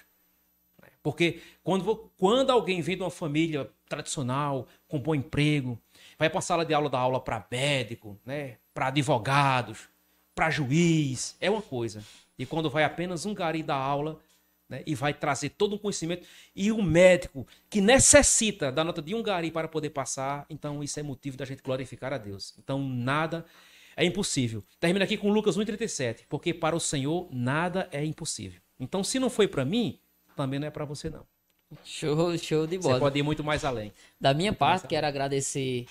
Porque quando, vo- quando alguém vem de uma família tradicional, com bom emprego, vai para a sala de aula dar aula para médico, né? Para advogados, para juiz, é uma coisa. E quando vai apenas um gari dar aula, né? E vai trazer todo um conhecimento, e o médico que necessita da nota de um gari para poder passar, então isso é motivo da gente glorificar a Deus. Então nada é impossível. Termina aqui com Lucas um, trinta e sete. Porque para o Senhor nada é impossível. Então se não foi para mim, também não é para você não. Show, show de Você bola. pode ir muito mais além. Da minha parte, quero agradecer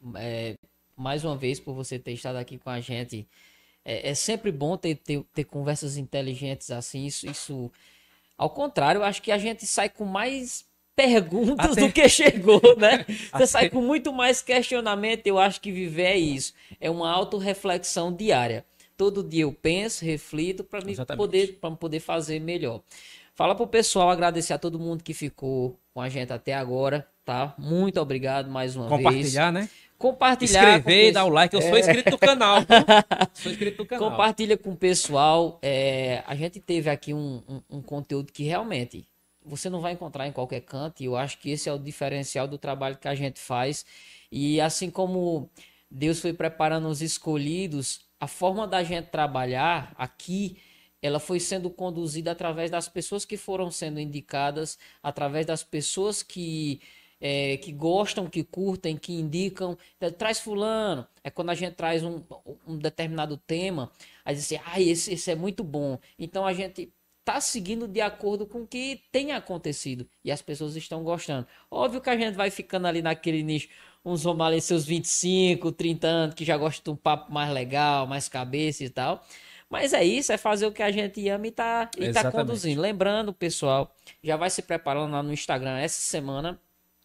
é, mais uma vez por você ter estado aqui com a gente. É, é sempre bom ter, ter, ter conversas inteligentes assim. Isso, isso, ao contrário, eu acho que a gente sai com mais perguntas Até- do que chegou, né? Você Até- sai com muito mais questionamento. Eu acho que viver é isso. É uma autorreflexão diária. Todo dia eu penso, reflito para me Exatamente. poder, para poder fazer melhor. Fala pro pessoal, agradecer a todo mundo que ficou com a gente até agora, tá? Muito obrigado mais uma vez. Compartilhar, né? Compartilhar. com Inscrever e o dar o pe- like. Eu sou inscrito do canal. viu? Sou inscrito do canal. Compartilha com o pessoal. É, a gente teve aqui um, um, um conteúdo que realmente você não vai encontrar em qualquer canto. E eu acho que esse é o diferencial do trabalho que a gente faz. E assim como Deus foi preparando os escolhidos, a forma da gente trabalhar aqui, ela foi sendo conduzida através das pessoas que foram sendo indicadas, através das pessoas que, é, que gostam, que curtem, que indicam. Então, traz fulano. É quando a gente traz um, um determinado tema, aí diz assim, ah, esse, esse é muito bom. Então a gente tá seguindo de acordo com o que tem acontecido. E as pessoas estão gostando. Óbvio que a gente vai ficando ali naquele nicho, uns vão ali seus vinte e cinco, trinta anos, que já gostam de um papo mais legal, mais cabeça e tal. Mas é isso, é fazer o que a gente ama e tá, e tá Exatamente. conduzindo. Lembrando, pessoal, já vai se preparando lá no Instagram essa semana,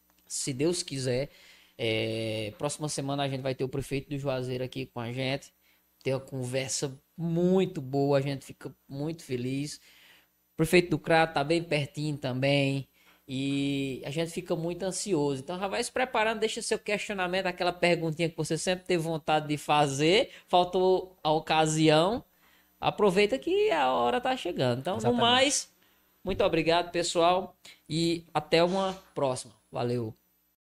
se Deus quiser. É, próxima semana a gente vai ter o prefeito do Juazeiro aqui com a gente. Ter uma conversa muito boa, a gente fica muito feliz. O prefeito do Crato tá bem pertinho também. E a gente fica muito ansioso. Então já vai se preparando, deixa seu questionamento, aquela perguntinha que você sempre teve vontade de fazer. Faltou a ocasião. Aproveita que a hora tá chegando. Então, Exatamente. no mais, muito obrigado, pessoal. E até uma próxima. Valeu.